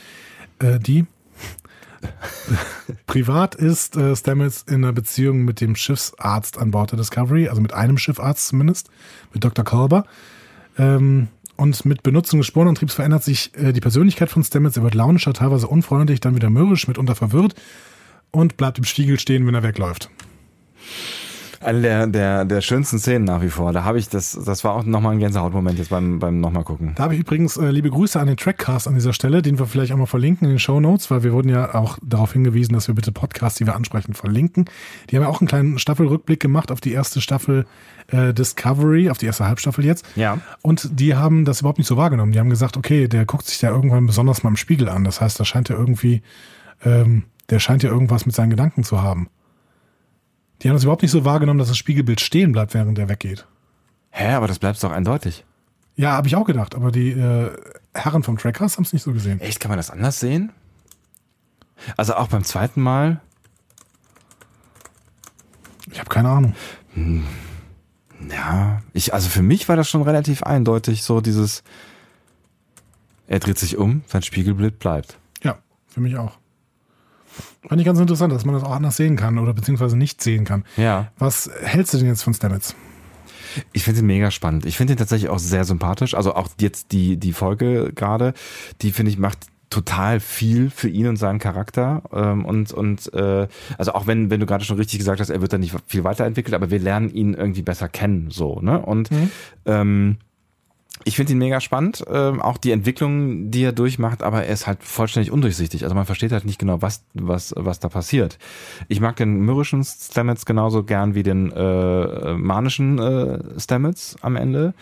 Privat ist Stamets in einer Beziehung mit dem Schiffsarzt an Bord der Discovery, also mit einem Schiffarzt zumindest, mit Dr. Culber. Und mit Benutzung des Sporenantriebs verändert sich die Persönlichkeit von Stamets. Er wird launischer, teilweise unfreundlich, dann wieder mürrisch, mitunter verwirrt und bleibt im Spiegel stehen, wenn er wegläuft. Eine der schönsten Szenen nach wie vor. Da habe ich das war auch nochmal ein Gänsehautmoment jetzt beim nochmal gucken. Da habe ich übrigens liebe Grüße an den Trackcast an dieser Stelle, den wir vielleicht auch mal verlinken in den Shownotes, weil wir wurden ja auch darauf hingewiesen, dass wir bitte Podcasts, die wir ansprechen, verlinken. Die haben ja auch einen kleinen Staffelrückblick gemacht auf die erste Staffel Discovery, auf die erste Halbstaffel jetzt. Ja. Und die haben das überhaupt nicht so wahrgenommen. Die haben gesagt, okay, der guckt sich ja irgendwann besonders mal im Spiegel an. Das heißt, da scheint er irgendwie, der scheint ja irgendwas mit seinen Gedanken zu haben. Die haben das überhaupt nicht so wahrgenommen, dass das Spiegelbild stehen bleibt, während er weggeht. Hä, aber das bleibt doch eindeutig. Ja, habe ich auch gedacht, aber die Herren vom Trackcast haben es nicht so gesehen. Echt, kann man das anders sehen? Also auch beim zweiten Mal? Ich habe keine Ahnung. Ja, also für mich war das schon relativ eindeutig, so dieses, er dreht sich um, sein Spiegelbild bleibt. Ja. für mich auch. Fand ich ganz interessant, dass man das auch anders sehen kann oder beziehungsweise nicht sehen kann. Ja. Was hältst du denn jetzt von Stamets? Ich finde ihn mega spannend. Ich finde ihn tatsächlich auch sehr sympathisch. Also auch jetzt die Folge gerade, die finde ich macht total viel für ihn und seinen Charakter. Also auch wenn du gerade schon richtig gesagt hast, er wird da nicht viel weiterentwickelt, aber wir lernen ihn irgendwie besser kennen, so, ne? Und ich finde ihn mega spannend, auch die Entwicklung, die er durchmacht, aber er ist halt vollständig undurchsichtig. Also man versteht halt nicht genau, was da passiert. Ich mag den myrrischen Stamets genauso gern wie den manischen Stamets am Ende.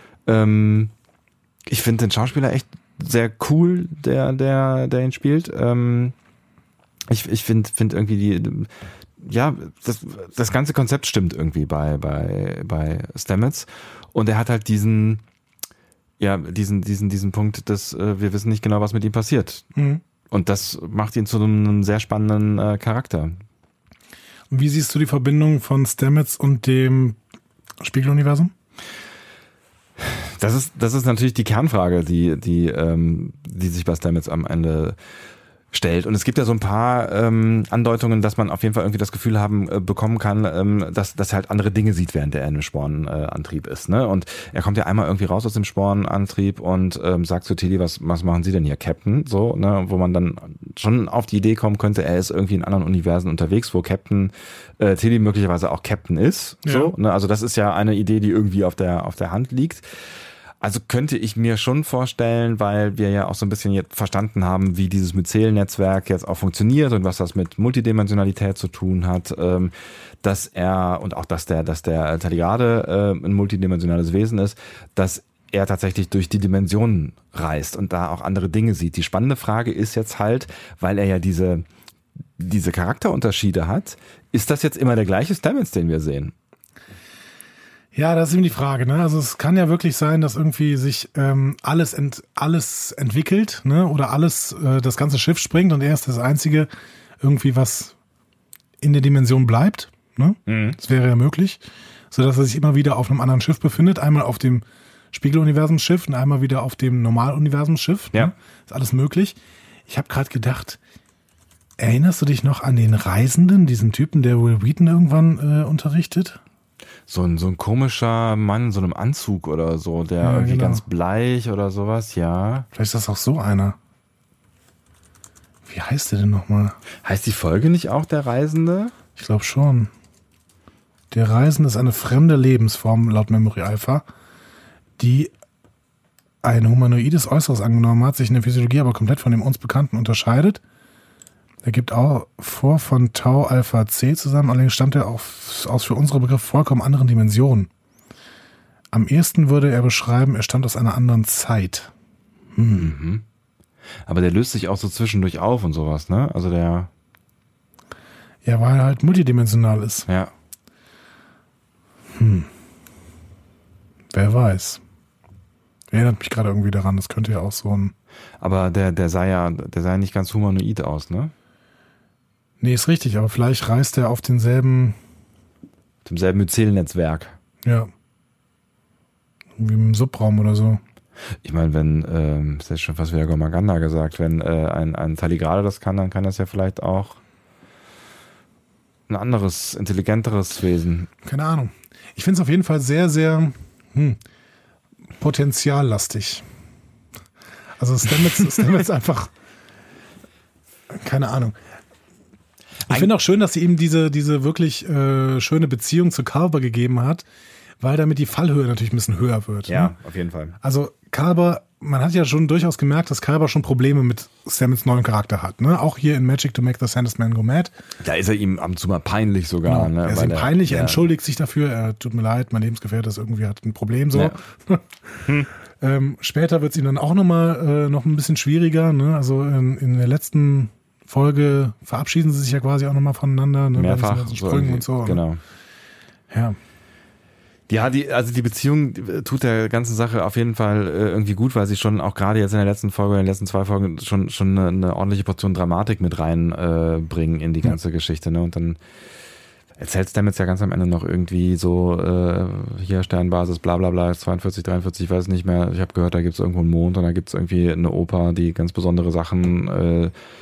Ich finde den Schauspieler echt sehr cool, der ihn spielt. Ich finde irgendwie das ganze Konzept stimmt irgendwie bei Stamets. Und er hat halt diesen Punkt, dass wir wissen nicht genau, was mit ihm passiert. Mhm. Und das macht ihn zu einem sehr spannenden Charakter. Und wie siehst du die Verbindung von Stamets und dem Spiegeluniversum? Das ist natürlich die Kernfrage, die sich bei Stamets am Ende stellt. Und es gibt ja so ein paar Andeutungen, dass man auf jeden Fall irgendwie das Gefühl bekommen kann, dass er halt andere Dinge sieht, während er in einem Spornantrieb ist. Ne? Und er kommt ja einmal irgendwie raus aus dem Spornantrieb und sagt zu Tilly, was machen Sie denn hier, Captain? So, ne? Wo man dann schon auf die Idee kommen könnte, er ist irgendwie in anderen Universen unterwegs, wo Captain Tilly möglicherweise auch Captain ist. Ja. So, ne? Also das ist ja eine Idee, die irgendwie auf der Hand liegt. Also könnte ich mir schon vorstellen, weil wir ja auch so ein bisschen jetzt verstanden haben, wie dieses Myzel-Netzwerk jetzt auch funktioniert und was das mit Multidimensionalität zu tun hat, dass der Talligade ein multidimensionales Wesen ist, dass er tatsächlich durch die Dimensionen reist und da auch andere Dinge sieht. Die spannende Frage ist jetzt halt, weil er ja diese Charakterunterschiede hat, ist das jetzt immer der gleiche Stamets, den wir sehen? Ja, das ist eben die Frage, ne? Also es kann ja wirklich sein, dass irgendwie sich alles entwickelt, ne? Oder das ganze Schiff springt und er ist das Einzige irgendwie, was in der Dimension bleibt, ne? Mhm. Das wäre ja möglich, sodass er sich immer wieder auf einem anderen Schiff befindet, einmal auf dem Spiegeluniversumsschiff und einmal wieder auf dem Normaluniversumsschiff. Ja. Ne? Ist alles möglich. Ich habe gerade gedacht, erinnerst du dich noch an den Reisenden, diesen Typen, der Will Wheaton irgendwann unterrichtet? So ein komischer Mann in so einem Anzug oder so, der irgendwie ganz bleich oder sowas, ja. Vielleicht ist das auch so einer. Wie heißt der denn nochmal? Heißt die Folge nicht auch der Reisende? Ich glaube schon. Der Reisende ist eine fremde Lebensform, laut Memory Alpha, die ein humanoides Äußeres angenommen hat, sich in der Physiologie aber komplett von dem uns Bekannten unterscheidet. Er gibt auch vor von Tau Alpha C zusammen, allerdings stammt er aus für unsere Begriffe vollkommen anderen Dimensionen. Am ehesten würde er beschreiben, er stammt aus einer anderen Zeit. Mhm. Aber der löst sich auch so zwischendurch auf und sowas, ne? Also der... Ja, weil er halt multidimensional ist. Ja. Wer weiß. Erinnert mich gerade irgendwie daran, das könnte ja auch so ein... Aber der sah ja nicht ganz humanoid aus, ne? Nee, ist richtig, aber vielleicht reist er auf demselben Myzel-Netzwerk. Ja. Wie im Subraum oder so. Ich meine, ist jetzt schon fast wieder Gormaganda gesagt, wenn ein Talligade das kann, dann kann das ja vielleicht auch ein anderes, intelligenteres Wesen. Keine Ahnung. Ich finde es auf jeden Fall sehr, sehr potenziallastig. Also Stamets einfach, keine Ahnung. Ich finde auch schön, dass sie ihm diese wirklich schöne Beziehung zu Culber gegeben hat, weil damit die Fallhöhe natürlich ein bisschen höher wird. Ja, ne? Auf jeden Fall. Also Culber, man hat ja schon durchaus gemerkt, dass Culber schon Probleme mit Stamets neuen Charakter hat. Ne? Auch hier in Magic to Make the Sandest Man Go Mad. Da ist er ihm ab und zu mal peinlich sogar. Genau. Ne? Er ist ihm peinlich, er entschuldigt sich dafür, er tut mir leid, mein Lebensgefährte ist irgendwie hat ein Problem so. Ja. Später wird es ihm dann auch noch ein bisschen schwieriger. Ne? Also in der letzten Folge verabschieden sie sich ja quasi auch nochmal voneinander. Ne? Mehrfach. Bei diesen Sprüngen und so. Genau. Ja. Ja, die Beziehung tut der ganzen Sache auf jeden Fall irgendwie gut, weil sie schon auch gerade jetzt in der letzten Folge, in den letzten 2 Folgen schon eine ordentliche Portion Dramatik mit reinbringen in die ganze Geschichte. Ne? Und dann erzählt Stamets ja ganz am Ende noch irgendwie so, hier Sternbasis, bla bla bla, 42, 43, ich weiß nicht mehr. Ich habe gehört, da gibt es irgendwo einen Mond und da gibt es irgendwie eine Oper, die ganz besondere Sachen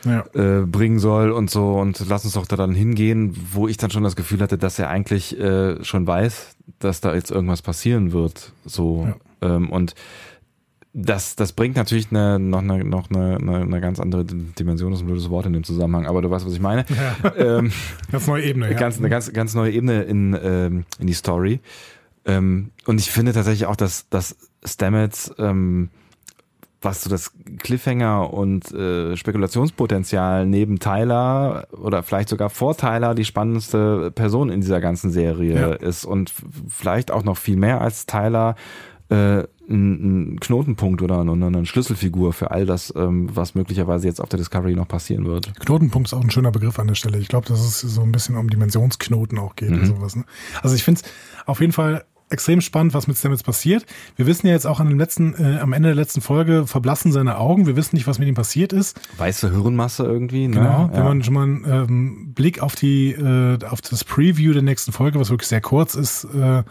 bringen soll und so und lass uns doch da dann hingehen, wo ich dann schon das Gefühl hatte, dass er eigentlich schon weiß, dass da jetzt irgendwas passieren wird. So und das bringt natürlich noch eine ganz andere Dimension, das ist ein blödes Wort in dem Zusammenhang, aber du weißt, was ich meine. Ja. Ganz neue Ebene. Eine ganz neue Ebene in die Story. Und ich finde tatsächlich auch, dass Stamets, was so das Cliffhanger und Spekulationspotenzial neben Tyler oder vielleicht sogar vor Tyler die spannendste Person in dieser ganzen Serie ist und vielleicht auch noch viel mehr als Tyler ein Knotenpunkt oder eine Schlüsselfigur für all das, was möglicherweise jetzt auf der Discovery noch passieren wird. Knotenpunkt ist auch ein schöner Begriff an der Stelle. Ich glaube, dass es so ein bisschen um Dimensionsknoten auch geht und sowas. Ne? Also ich finde es auf jeden Fall extrem spannend, was mit Stamets passiert. Wir wissen ja jetzt auch am Ende der letzten Folge verblassen seine Augen. Wir wissen nicht, was mit ihm passiert ist. Weiße Hirnmasse irgendwie. Ne? Genau. Wenn man schon mal einen Blick auf das Preview der nächsten Folge, was wirklich sehr kurz ist,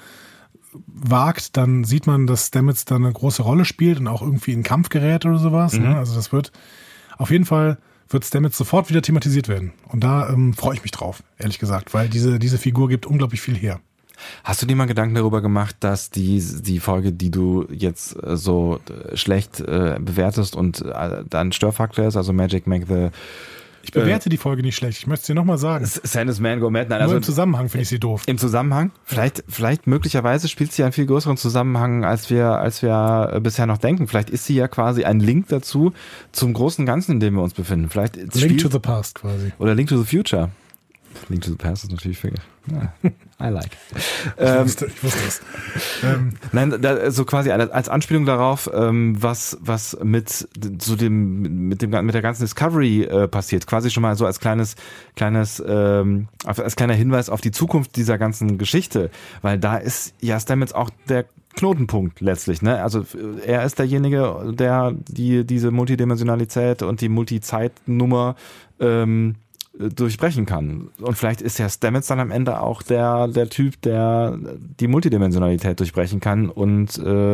wagt, dann sieht man, dass Stamets da eine große Rolle spielt und auch irgendwie in Kampf gerät oder sowas. Ne? Also das wird auf jeden Fall Stamets sofort wieder thematisiert werden. Und da freue ich mich drauf, ehrlich gesagt, weil diese Figur gibt unglaublich viel her. Hast du dir mal Gedanken darüber gemacht, dass die Folge, die du jetzt so schlecht bewertest und dann Störfaktor ist, also Magic Make the... Ich bewerte die Folge nicht schlecht, ich möchte es dir nochmal sagen. Sand is Man Go Mad. Nein, Nur also im Zusammenhang finde ich sie doof. Im Zusammenhang? Vielleicht möglicherweise spielt sie einen viel größeren Zusammenhang, als wir bisher noch denken. Vielleicht ist sie ja quasi ein Link dazu, zum großen Ganzen, in dem wir uns befinden. Vielleicht Link to the Past quasi. Oder Link to the Future. Link to the Past ist natürlich für... Ja, I like. Ich wusste es. Nein, so quasi als Anspielung darauf, was mit der ganzen Discovery passiert, quasi schon mal so als als kleiner Hinweis auf die Zukunft dieser ganzen Geschichte, weil da ist ja Stamets auch der Knotenpunkt letztlich, ne? Also er ist derjenige, der diese Multidimensionalität und die Multizeitnummer durchbrechen kann. Und vielleicht ist ja Stamets dann am Ende auch der Typ, der die Multidimensionalität durchbrechen kann und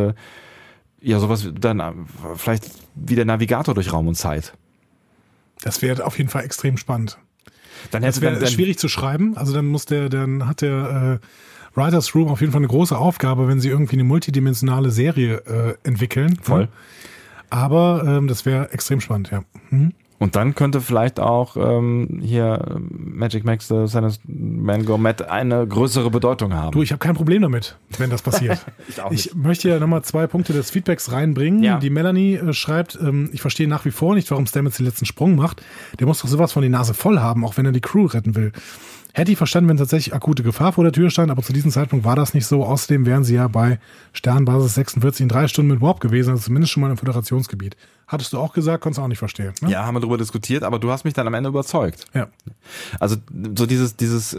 sowas dann vielleicht wie der Navigator durch Raum und Zeit. Das wäre auf jeden Fall extrem spannend. Das wäre schwierig zu schreiben. Also dann hat der Writers Room auf jeden Fall eine große Aufgabe, wenn sie irgendwie eine multidimensionale Serie entwickeln. Voll. Aber das wäre extrem spannend, ja. Und dann könnte vielleicht auch hier Magic Makes the Sand is Man Go Mad eine größere Bedeutung haben. Du, ich habe kein Problem damit, wenn das passiert. Ich möchte ja nochmal 2 Punkte des Feedbacks reinbringen. Ja. Die Melanie schreibt, ich verstehe nach wie vor nicht, warum Stamets den letzten Sprung macht. Der muss doch sowas von die Nase voll haben, auch wenn er die Crew retten will. Hätte ich verstanden, wenn tatsächlich akute Gefahr vor der Tür stand, aber zu diesem Zeitpunkt war das nicht so. Außerdem wären sie ja bei Sternbasis 46 in 3 Stunden mit Warp gewesen, also zumindest schon mal im Föderationsgebiet. Hattest du auch gesagt, konntest du auch nicht verstehen. Ne? Ja, haben wir darüber diskutiert, aber du hast mich dann am Ende überzeugt. Ja. Also so dieses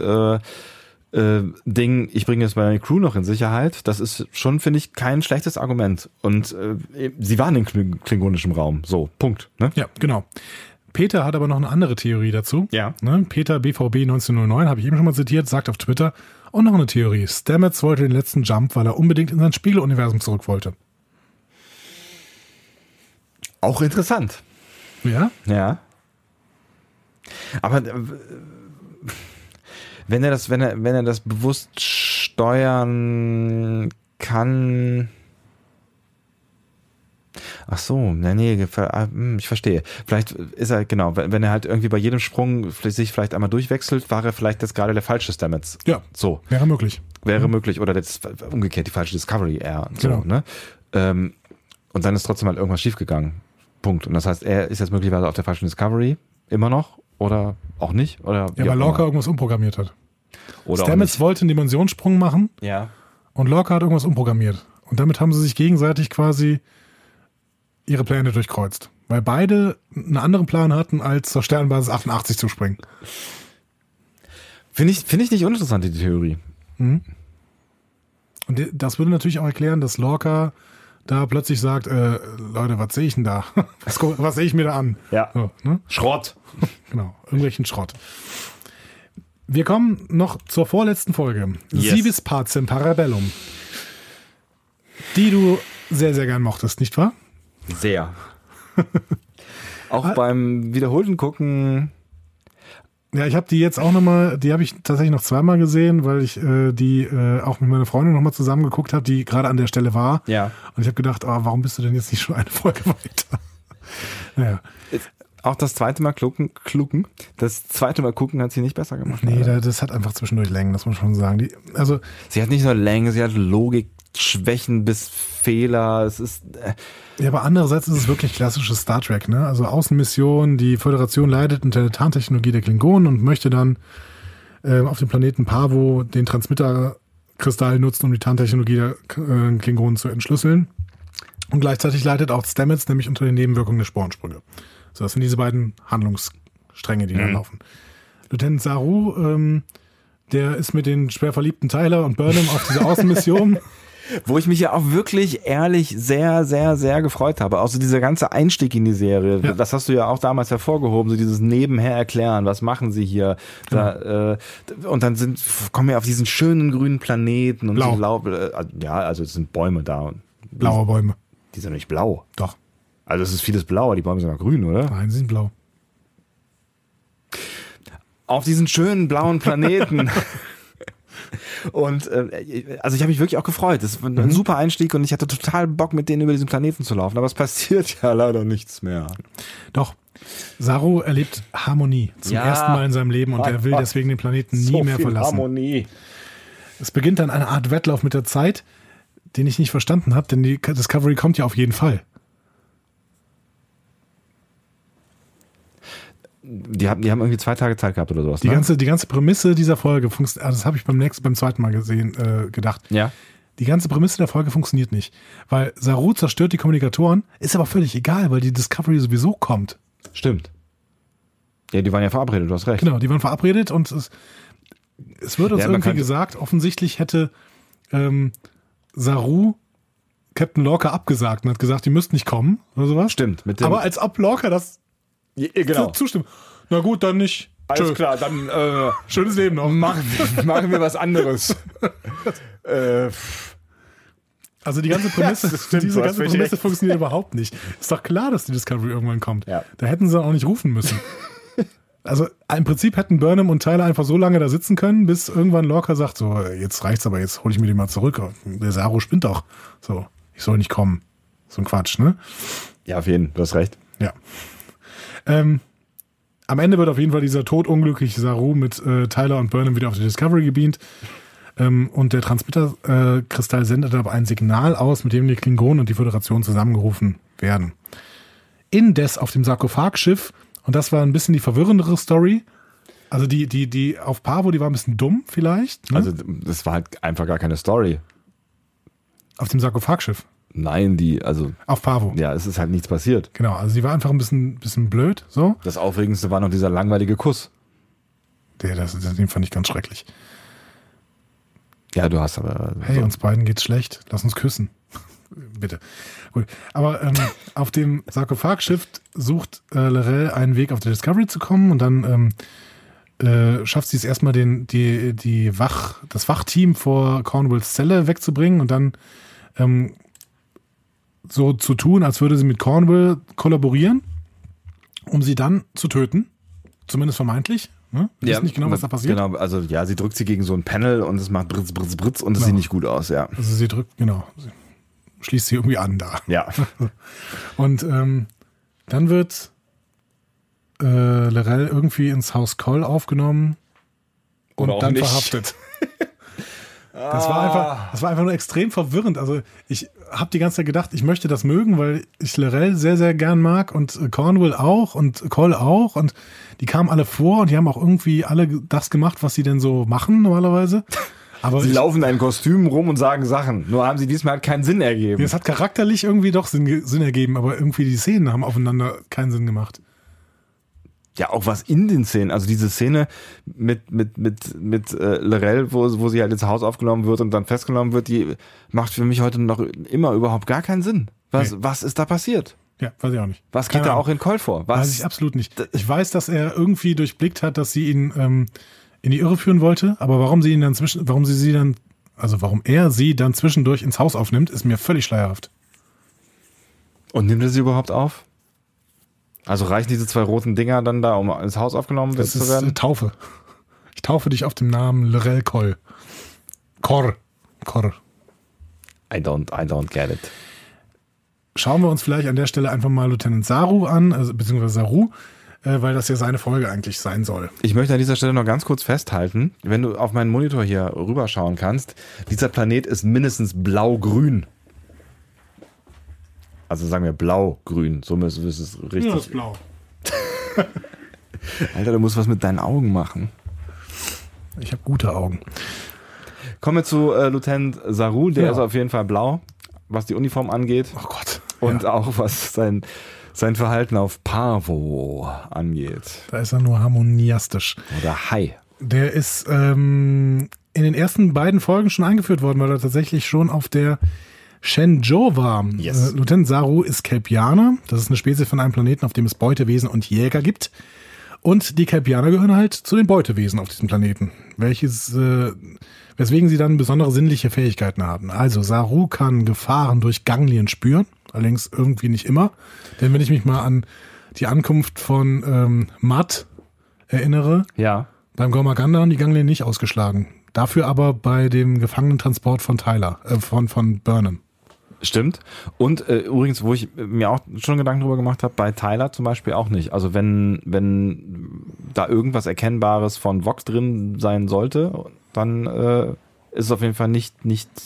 Ding, ich bringe jetzt meine Crew noch in Sicherheit, das ist schon, finde ich, kein schlechtes Argument. Und sie waren in klingonischem Raum. So, Punkt. Ne? Ja, genau. Peter hat aber noch eine andere Theorie dazu. Ja. Ne? Peter BVB 1909, habe ich eben schon mal zitiert, sagt auf Twitter, und noch eine Theorie. Stamets wollte den letzten Jump, weil er unbedingt in sein Spiegeluniversum zurück wollte. Auch interessant. Ja? Ja. Aber wenn er das bewusst steuern kann... Ach so, nee, ich verstehe. Vielleicht ist er, genau, wenn er halt irgendwie bei jedem Sprung sich vielleicht einmal durchwechselt, war er vielleicht jetzt gerade der falsche Stamets. Ja, so. Wäre möglich. Wäre möglich. Oder umgekehrt die falsche Discovery eher. So, genau. Ne? Und dann ist trotzdem halt irgendwas schiefgegangen. Punkt. Und das heißt, er ist jetzt möglicherweise auf der falschen Discovery immer noch oder auch nicht. Oder ja, weil Lorca irgendwas umprogrammiert hat. Oder Stamets wollte einen Dimensionssprung machen. Ja. Und Lorca hat irgendwas umprogrammiert. Und damit haben sie sich gegenseitig quasi ihre Pläne durchkreuzt. Weil beide einen anderen Plan hatten, als zur Sternbasis 88 zu springen. Finde ich nicht uninteressant, die Theorie. Mhm. Und das würde natürlich auch erklären, dass Lorca da plötzlich sagt, Leute, was sehe ich denn da? Was sehe ich mir da an? Ja. So, ne? Schrott. Genau, irgendwelchen Schrott. Wir kommen noch zur vorletzten Folge. Yes. Civis Pacem Parabellum. Die du sehr, sehr gern mochtest, nicht wahr? Sehr. auch beim wiederholten Gucken. Ja, ich habe die jetzt auch nochmal, die habe ich tatsächlich noch zweimal gesehen, weil ich die auch mit meiner Freundin nochmal zusammen geguckt habe, die gerade an der Stelle war. Ja. Und ich habe gedacht, warum bist du denn jetzt nicht schon eine Folge weiter? Naja. Auch das zweite Mal klucken. Das zweite Mal gucken hat sie nicht besser gemacht. Nee, das hat einfach zwischendurch Längen, das muss man schon sagen. Sie hat nicht nur Länge, sie hat Logik, Schwächen bis Fehler. Es ist. Ja, aber andererseits ist es wirklich klassisches Star Trek, ne? Also Außenmission, die Föderation leidet unter der Tarntechnologie der Klingonen und möchte dann auf dem Planeten Pavo den Transmitterkristall nutzen, um die Tarntechnologie der Klingonen zu entschlüsseln. Und gleichzeitig leidet auch Stamets nämlich unter den Nebenwirkungen der Sporensprünge. So, das sind diese beiden Handlungsstränge, die da laufen. Lieutenant Saru, der ist mit den schwer verliebten Tyler und Burnham auf dieser Außenmission. Wo ich mich ja auch wirklich ehrlich sehr, sehr, sehr gefreut habe. Auch so dieser ganze Einstieg in die Serie, das hast du ja auch damals hervorgehoben, so dieses nebenher erklären, was machen sie hier. Da, und dann kommen wir auf diesen schönen grünen Planeten und blau. Also es sind Bäume da. Blaue Bäume. Die sind nicht blau. Doch. Also es ist vieles blau, aber die Bäume sind auch grün, oder? Nein, sie sind blau. Auf diesen schönen blauen Planeten. Und also ich habe mich wirklich auch gefreut. Das war ein super Einstieg und ich hatte total Bock, mit denen über diesen Planeten zu laufen. Aber es passiert ja leider nichts mehr. Doch. Saru erlebt Harmonie zum ersten Mal in seinem Leben und er will deswegen den Planeten nie mehr verlassen. Harmonie. Es beginnt dann eine Art Wettlauf mit der Zeit, den ich nicht verstanden habe, denn die Discovery kommt ja auf jeden Fall. Die haben irgendwie 2 Tage Zeit gehabt oder sowas. Die ganze Prämisse dieser Folge funktioniert, das habe ich beim zweiten Mal gedacht. Ja. Die ganze Prämisse der Folge funktioniert nicht, weil Saru zerstört die Kommunikatoren, ist aber völlig egal, weil die Discovery sowieso kommt. Stimmt. Ja, die waren ja verabredet, du hast recht. Genau, die waren verabredet und es wird uns irgendwie gesagt, offensichtlich hätte Saru Captain Lorca abgesagt und hat gesagt, die müssten nicht kommen oder sowas. Stimmt. Aber als ob Lorca das genau. zustimmt. Na gut, dann nicht. Alles klar, dann schönes Leben noch. Machen wir was anderes. Also die ganze Prämisse, diese ganze Prämisse funktioniert überhaupt nicht. Ist doch klar, dass die Discovery irgendwann kommt. Ja. Da hätten sie auch nicht rufen müssen. Also im Prinzip hätten Burnham und Tyler einfach so lange da sitzen können, bis irgendwann Lorca sagt, so, jetzt reicht's aber, jetzt hole ich mir den mal zurück. Der Saru spinnt doch. So, ich soll nicht kommen. So ein Quatsch, ne? Ja, auf jeden Fall, du hast recht. Ja. Am Ende wird auf jeden Fall dieser todunglückliche Saru mit Tyler und Burnham wieder auf die Discovery gebeamt. Und der Transmitterkristall sendet aber ein Signal aus, mit dem die Klingonen und die Föderation zusammengerufen werden. Indes auf dem Sarkophagschiff, und das war ein bisschen die verwirrendere Story, also die auf Pavo, die war ein bisschen dumm vielleicht. Ne? Also das war halt einfach gar keine Story. Auf dem Sarkophagschiff? Nein, auf Pavo. Ja, es ist halt nichts passiert. Genau, also sie war einfach ein bisschen blöd, so. Das Aufregendste war noch dieser langweilige Kuss. Den fand ich ganz schrecklich. Ja, du hast aber... Hey, uns beiden geht's schlecht, lass uns küssen. Bitte. Gut. Aber auf dem Sarkophagschiff sucht L'Rell einen Weg, auf die Discovery zu kommen und dann schafft sie es erstmal, das Wachteam vor Cornwalls Zelle wegzubringen und dann so zu tun, als würde sie mit Cornwall kollaborieren, um sie dann zu töten. Zumindest vermeintlich. Ne? Wir wissen nicht genau, was da passiert. Genau, also ja, sie drückt sie gegen so ein Panel und es macht Britz, Britz, Britz und es sieht nicht gut aus, ja. Also sie drückt, genau. Sie schließt sie irgendwie an da. Ja. Und dann wird L'Rell irgendwie ins Haus Coll aufgenommen und dann verhaftet. Das war einfach nur extrem verwirrend. Also ich habe die ganze Zeit gedacht, ich möchte das mögen, weil ich L'Rell sehr, sehr gern mag und Cornwall auch und Coll auch und die kamen alle vor und die haben auch irgendwie alle das gemacht, was sie denn so machen normalerweise. Aber sie laufen in einem Kostüm rum und sagen Sachen. Nur haben sie diesmal halt keinen Sinn ergeben. Es hat charakterlich irgendwie doch Sinn ergeben, aber irgendwie die Szenen haben aufeinander keinen Sinn gemacht. Ja, auch was in den Szenen, also diese Szene mit L'Rell, wo sie halt ins Haus aufgenommen wird und dann festgenommen wird, die macht für mich heute noch immer überhaupt gar keinen Sinn. Was ist da passiert? Ja, weiß ich auch nicht. Was geht da auch in Coll vor? Weiß ich absolut nicht. Ich weiß, dass er irgendwie durchblickt hat, dass sie ihn in die Irre führen wollte, aber warum er sie dann zwischendurch ins Haus aufnimmt, ist mir völlig schleierhaft. Und nimmt er sie überhaupt auf? Also reichen diese 2 roten Dinger dann da, um ins Haus aufgenommen zu werden? Das ist Taufe. Ich taufe dich auf dem Namen Lorel Kor. I don't get it. Schauen wir uns vielleicht an der Stelle einfach mal Lieutenant Saru an, also beziehungsweise Saru, weil das ja seine Folge eigentlich sein soll. Ich möchte an dieser Stelle noch ganz kurz festhalten, wenn du auf meinen Monitor hier rüberschauen kannst, dieser Planet ist mindestens blau-grün. Also sagen wir blau-grün, so ist es richtig. Ja, das ist blau. Alter, du musst was mit deinen Augen machen. Ich habe gute Augen. Kommen wir zu Lieutenant Saru, der ist auf jeden Fall blau, was die Uniform angeht. Oh Gott. Und auch was sein Verhalten auf Pavo angeht. Da ist er nur harmoniastisch. Oder Hai. Der ist in den ersten beiden Folgen schon eingeführt worden, weil er tatsächlich schon auf der Shenzhou war. Yes. Lieutenant Saru ist Kelpianer. Das ist eine Spezies von einem Planeten, auf dem es Beutewesen und Jäger gibt. Und die Kelpianer gehören halt zu den Beutewesen auf diesem Planeten, weswegen sie dann besondere sinnliche Fähigkeiten haben. Also Saru kann Gefahren durch Ganglien spüren, allerdings irgendwie nicht immer. Denn wenn ich mich mal an die Ankunft von Matt erinnere, beim Gormaganda haben die Ganglien nicht ausgeschlagen. Dafür aber bei dem Gefangenentransport von Tyler, von Burnham. Stimmt. Und übrigens, wo ich mir auch schon Gedanken drüber gemacht habe, bei Tyler zum Beispiel auch nicht. Also wenn da irgendwas Erkennbares von Vox drin sein sollte, dann ist es auf jeden Fall nicht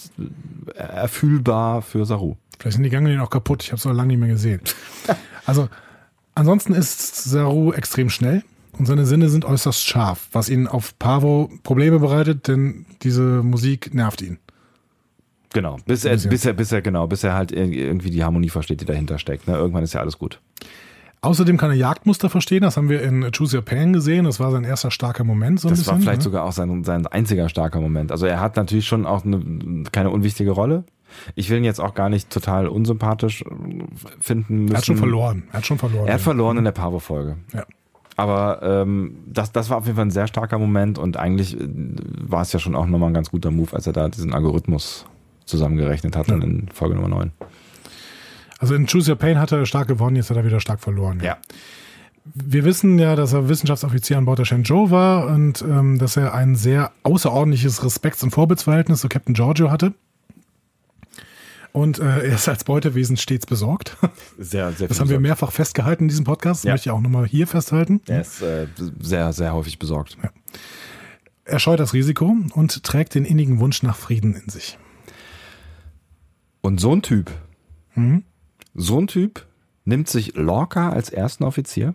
erfühlbar für Saru. Vielleicht sind die Ganglien auch kaputt. Ich habe es noch lange nicht mehr gesehen. Also ansonsten ist Saru extrem schnell und seine Sinne sind äußerst scharf, was ihn auf Pavo Probleme bereitet, denn diese Musik nervt ihn. Genau, bis er halt irgendwie die Harmonie versteht, die dahinter steckt. Ne? Irgendwann ist ja alles gut. Außerdem kann er Jagdmuster verstehen, das haben wir in Choose Your Pain gesehen, das war sein erster starker Moment. Das war vielleicht sogar auch sein einziger starker Moment. Also er hat natürlich schon auch keine unwichtige Rolle. Ich will ihn jetzt auch gar nicht total unsympathisch finden müssen. Er hat schon verloren. Er hat verloren in der Pavo-Folge. Ja. Aber das war auf jeden Fall ein sehr starker Moment und eigentlich war es ja schon auch nochmal ein ganz guter Move, als er da diesen Algorithmus zusammengerechnet hat in Folge Nummer 9. Also in Choose Your Pain hat er stark gewonnen, jetzt hat er wieder stark verloren. Ja. Wir wissen ja, dass er Wissenschaftsoffizier an Bord der Shenzhou war und dass er ein sehr außerordentliches Respekts- und Vorbildsverhältnis zu Captain Giorgio hatte. Und er ist als Beutewesen stets besorgt. Sehr, sehr Das haben wir mehrfach festgehalten in diesem Podcast. Das möchte ich auch nochmal hier festhalten. Er ist sehr, sehr häufig besorgt. Ja. Er scheut das Risiko und trägt den innigen Wunsch nach Frieden in sich. Und so ein Typ nimmt sich Lorca als ersten Offizier,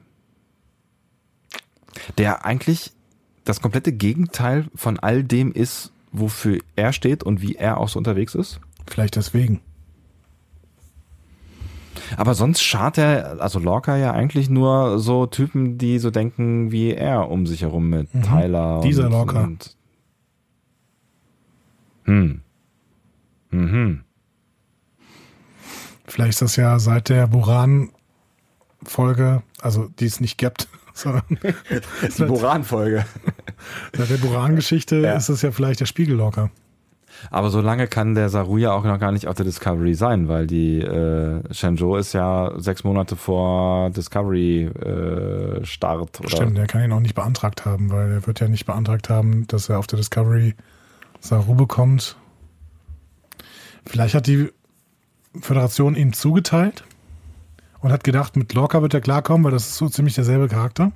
der eigentlich das komplette Gegenteil von all dem ist, wofür er steht und wie er auch so unterwegs ist. Vielleicht deswegen. Aber sonst schart also Lorca ja eigentlich nur so Typen, die so denken wie er um sich herum mit Tyler. Dieser Lorca. Vielleicht ist das ja seit der Buran-Folge, also die es nicht gibt, sondern die Buran-Folge. Seit der Buran-Geschichte ist es ja vielleicht der Spiegel-Lorca. Aber so lange kann der Saru ja auch noch gar nicht auf der Discovery sein, weil die Shenzhou ist ja 6 Monate vor Discovery-Start. Stimmt, der kann ihn auch nicht beantragt haben, weil er wird ja nicht beantragt haben, dass er auf der Discovery Saru bekommt. Vielleicht hat die Föderation ihm zugeteilt und hat gedacht, mit Lorca wird er klarkommen, weil das ist so ziemlich derselbe Charakter.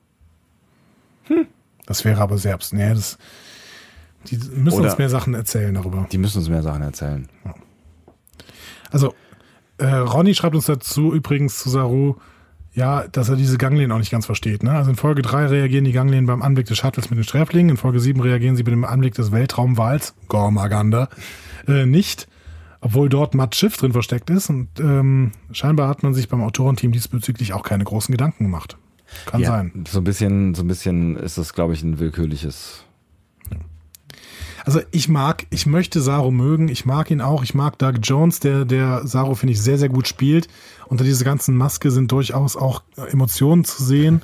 Das wäre aber selbst. Nee, die müssen uns mehr Sachen erzählen darüber. Die müssen uns mehr Sachen erzählen. Ja. Also, Ronny schreibt uns dazu übrigens zu Saru, ja, dass er diese Ganglien auch nicht ganz versteht. Ne? Also in Folge 3 reagieren die Ganglien beim Anblick des Shuttles mit den Sträflingen. In Folge 7 reagieren sie bei dem Anblick des Weltraumwals, Gormaganda, nicht. Obwohl dort Matts Schiff drin versteckt ist. Und scheinbar hat man sich beim Autorenteam diesbezüglich auch keine großen Gedanken gemacht. Kann sein. So ein bisschen ist das, glaube ich, ein willkürliches. Also ich möchte Saru mögen, ich mag ihn auch, ich mag Doug Jones, der Saru, finde ich, sehr, sehr gut spielt. Unter dieser ganzen Maske sind durchaus auch Emotionen zu sehen.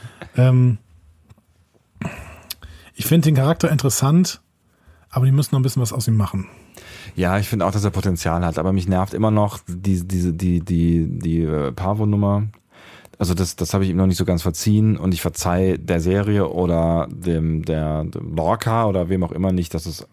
Ich finde den Charakter interessant, aber die müssen noch ein bisschen was aus ihm machen. Ja, ich finde auch, dass er Potenzial hat, aber mich nervt immer noch die Pavo-Nummer. Also das habe ich ihm noch nicht so ganz verziehen und ich verzeihe der Serie oder dem Lorca oder wem auch immer nicht, dass es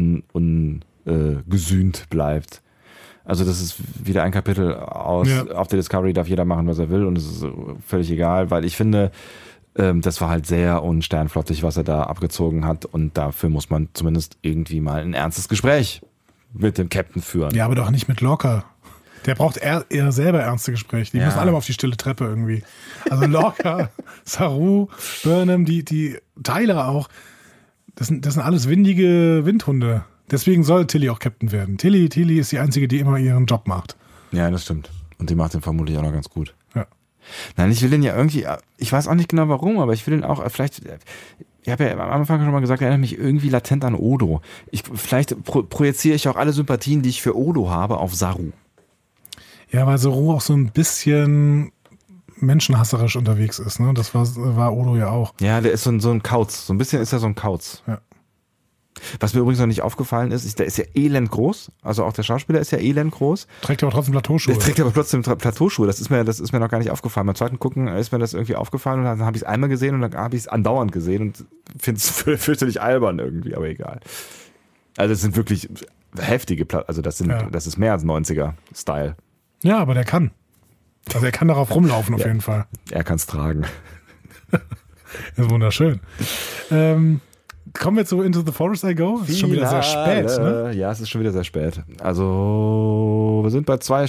gesühnt bleibt. Also das ist wieder ein Kapitel auf der Discovery, darf jeder machen, was er will und es ist völlig egal, weil ich finde, das war halt sehr unsternflottig, was er da abgezogen hat und dafür muss man zumindest irgendwie mal ein ernstes Gespräch mit dem Captain führen. Ja, aber doch nicht mit Lorca. Der braucht eher selber ernste Gespräche. Die müssen alle mal auf die stille Treppe irgendwie. Also Lorca, Saru, Burnham, die Tyler auch. Das sind alles windige Windhunde. Deswegen soll Tilly auch Captain werden. Tilly ist die Einzige, die immer ihren Job macht. Ja, das stimmt. Und die macht den vermutlich auch noch ganz gut. Ja. Nein, ich will den ja irgendwie, ich weiß auch nicht genau warum, aber ich will den auch, vielleicht, ich habe ja am Anfang schon mal gesagt, er erinnert mich irgendwie latent an Odo. Vielleicht projiziere ich auch alle Sympathien, die ich für Odo habe, auf Saru. Ja, weil Saru auch so ein bisschen menschenhasserisch unterwegs ist, ne? Das war Odo ja auch. Ja, der ist so ein Kauz. So ein bisschen ist er so ein Kauz. Ja. Was mir übrigens noch nicht aufgefallen ist, der ist ja elend groß. Also auch der Schauspieler ist ja elend groß. Trägt aber trotzdem Plateauschuhe. Der trägt aber trotzdem Plateauschuhe. Das ist mir noch gar nicht aufgefallen. Beim zweiten Gucken ist mir das irgendwie aufgefallen und dann habe ich es einmal gesehen und dann habe ich es andauernd gesehen und finde es fürchterlich albern irgendwie, aber egal. Also es sind wirklich heftige also das ist mehr als 90er-Style. Ja, aber der kann. Also er kann darauf rumlaufen auf jeden Fall. Er kann es tragen. Das ist wunderschön. Kommen wir zu Into the Forest I Go. Es ist schon wieder sehr spät, ne? Ja, es ist schon wieder sehr spät. Also, wir sind bei 2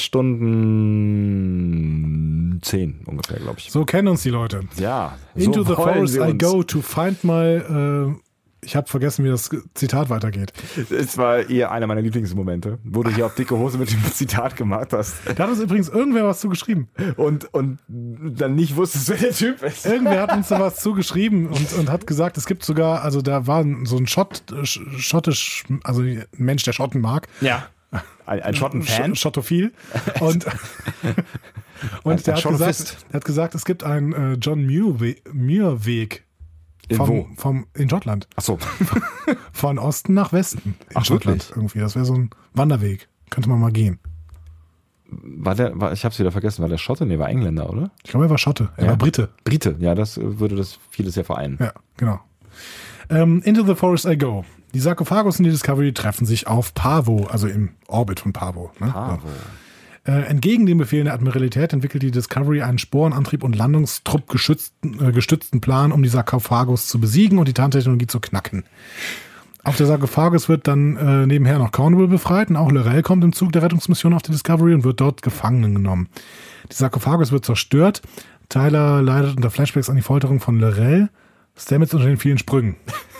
Stunden 10 ungefähr, glaube ich. So kennen uns die Leute. Ja. Into the Forest I Go to find my... ich habe vergessen, wie das Zitat weitergeht. Es war eher einer meiner Lieblingsmomente, wo du hier auf dicke Hose mit dem Zitat gemacht hast. Da hat uns übrigens irgendwer was zugeschrieben. Und dann nicht wusstest, wer der Typ ist. Irgendwer hat uns da was zugeschrieben und hat gesagt, es gibt sogar, also da war so ein schottisch, also ein Mensch, der Schotten mag. Ja. Ein Schotten-Fan. Schottophil. Und der hat gesagt, es gibt einen John Muir-Weg. In Schottland. Ach so. Von Osten nach Westen. In Schottland wirklich? Irgendwie. Das wäre so ein Wanderweg. Könnte man mal gehen. Ich hab's wieder vergessen, war der Schotte? Nee, war Engländer, oder? Ich glaube, er war Schotte. Er war Brite. Brite, ja, das würde das vieles ja vereinen. Ja, genau. Into the Forest I Go. Die Sarkophagos und die Discovery treffen sich auf Pavo, also im Orbit von Pavo. Ne? Pavo. Entgegen den Befehlen der Admiralität entwickelt die Discovery einen Sporenantrieb und Landungstrupp gestützten Plan, um die Sarkophagos zu besiegen und die Tarntechnologie zu knacken. Auf der Sarkophagos wird dann nebenher noch Cornwall befreit und auch Lorel kommt im Zug der Rettungsmission auf die Discovery und wird dort gefangen genommen. Die Sarkophagos wird zerstört. Tyler leidet unter Flashbacks an die Folterung von Lorel. Stamets unter den vielen Sprüngen.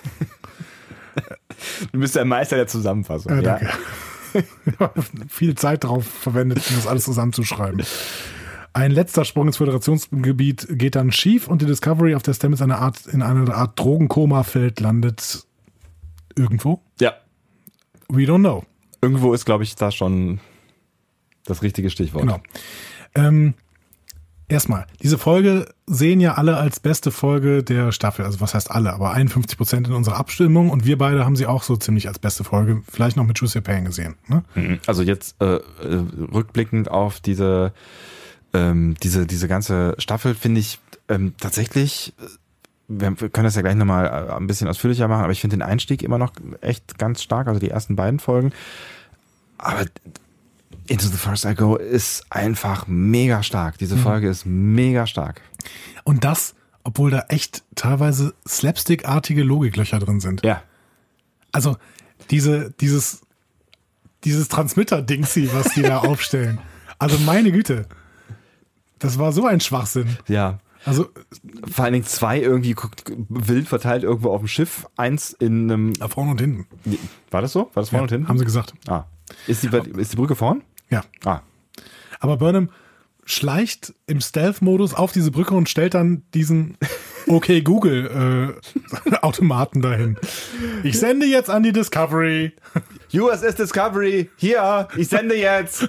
Du bist der Meister der Zusammenfassung. Danke. Viel Zeit darauf verwendet, um das alles zusammenzuschreiben. Ein letzter Sprung ins Föderationsgebiet geht dann schief und die Discovery, auf der Stamets in einer Art Drogenkoma-Feld landet. Irgendwo? Ja. We don't know. Irgendwo ist, glaube ich, da schon das richtige Stichwort. Genau. Erstmal, diese Folge sehen ja alle als beste Folge der Staffel. Also was heißt alle, aber 51% in unserer Abstimmung und wir beide haben sie auch so ziemlich als beste Folge, vielleicht noch mit Choose Your Pain gesehen. Ne? Also jetzt rückblickend auf diese ganze Staffel finde ich tatsächlich, wir können das ja gleich nochmal ein bisschen ausführlicher machen, aber ich finde den Einstieg immer noch echt ganz stark, also die ersten beiden Folgen. Aber Into the Forest I Go ist einfach mega stark. Diese Folge ist mega stark. Und das, obwohl da echt teilweise slapstick-artige Logiklöcher drin sind. Ja. Also dieses Transmitter-Dingsi, was die da aufstellen. Also meine Güte. Das war so ein Schwachsinn. Ja. Also vor allen Dingen 2 irgendwie wild verteilt irgendwo auf dem Schiff, 1 in einem... Vorne und hinten. War das so? War das vorne und hinten? Haben sie gesagt. Ah. Ist die Brücke vorn? Ja. Ah. Aber Burnham schleicht im Stealth-Modus auf diese Brücke und stellt dann diesen Okay Google Automaten dahin. Ich sende jetzt an die Discovery. USS Discovery, hier, ich sende jetzt.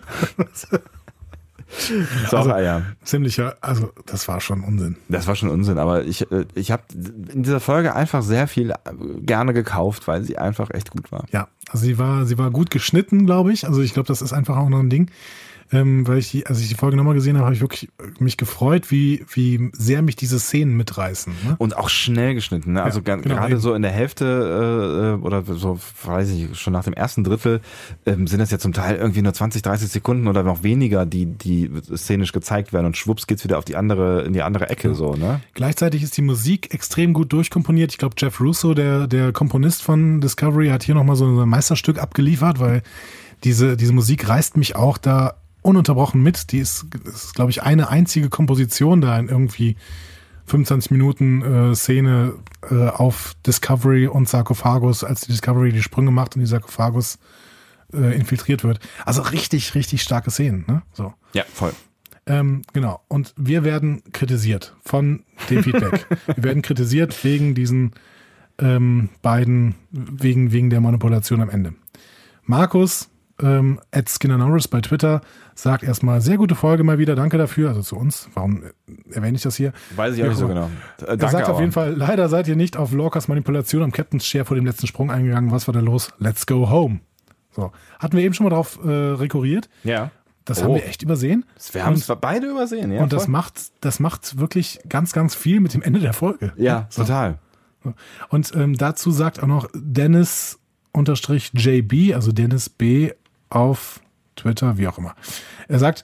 Also, ziemlicher, also das war schon Unsinn. Das war schon Unsinn, aber ich habe in dieser Folge einfach sehr viel gerne gekauft, weil sie einfach echt gut war. Ja, also sie war gut geschnitten, glaube ich. Also ich glaube, das ist einfach auch noch ein Ding. weil als ich die Folge nochmal gesehen habe ich wirklich mich gefreut, wie sehr mich diese Szenen mitreißen. Ne? Und auch schnell geschnitten. Ne? Also gerade so in der Hälfte oder so, weiß ich, schon nach dem ersten Drittel sind das ja zum Teil irgendwie nur 20, 30 Sekunden oder noch weniger, die szenisch gezeigt werden und schwupps geht's wieder in die andere Ecke. So, ne? Gleichzeitig ist die Musik extrem gut durchkomponiert. Ich glaube, Jeff Russo, der Komponist von Discovery, hat hier nochmal so ein Meisterstück abgeliefert, weil diese Musik reißt mich auch da ununterbrochen mit. Die ist glaube ich, eine einzige Komposition da in irgendwie 25 Minuten Szene auf Discovery und Sarkophagus, als die Discovery die Sprünge macht und die Sarkophagus infiltriert wird. Also richtig, richtig starke Szenen. Ne? So. Ja, voll. Genau. Und wir werden kritisiert von dem Feedback. Wir werden kritisiert wegen diesen beiden, wegen der Manipulation am Ende. Markus @SkinnerNorris bei Twitter sagt erstmal, sehr gute Folge mal wieder, danke dafür, also zu uns. Warum erwähne ich das hier? Weiß ich auch nicht so genau. Er sagt auf jeden Fall, leider seid ihr nicht auf Lorcas Manipulation am Captain's Chair vor dem letzten Sprung eingegangen. Was war da los? Let's go home. So. Hatten wir eben schon mal drauf rekurriert. Ja. Das haben wir echt übersehen. Wir haben es beide übersehen, ja. Und das macht wirklich ganz, ganz viel mit dem Ende der Folge. Ja, so. Total. Und dazu sagt auch noch Dennis_JB, also Dennis B. auf Twitter, wie auch immer. Er sagt,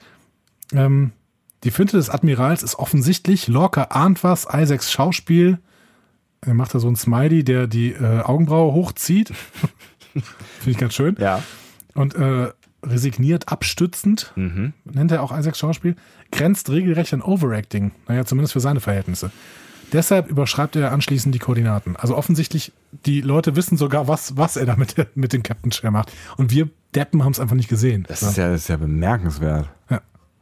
die Finte des Admirals ist offensichtlich, Lorca ahnt was, Isaacs Schauspiel, er macht da so ein Smiley, der die Augenbraue hochzieht. Finde ich ganz schön. Ja. Und resigniert abstützend, nennt er auch Isaacs Schauspiel, grenzt regelrecht an Overacting. Naja, zumindest für seine Verhältnisse. Deshalb überschreibt er anschließend die Koordinaten. Also offensichtlich, die Leute wissen sogar, was er da mit dem Captain Chair macht. Und wir Deppen haben es einfach nicht gesehen. Das ist ja bemerkenswert. Ja.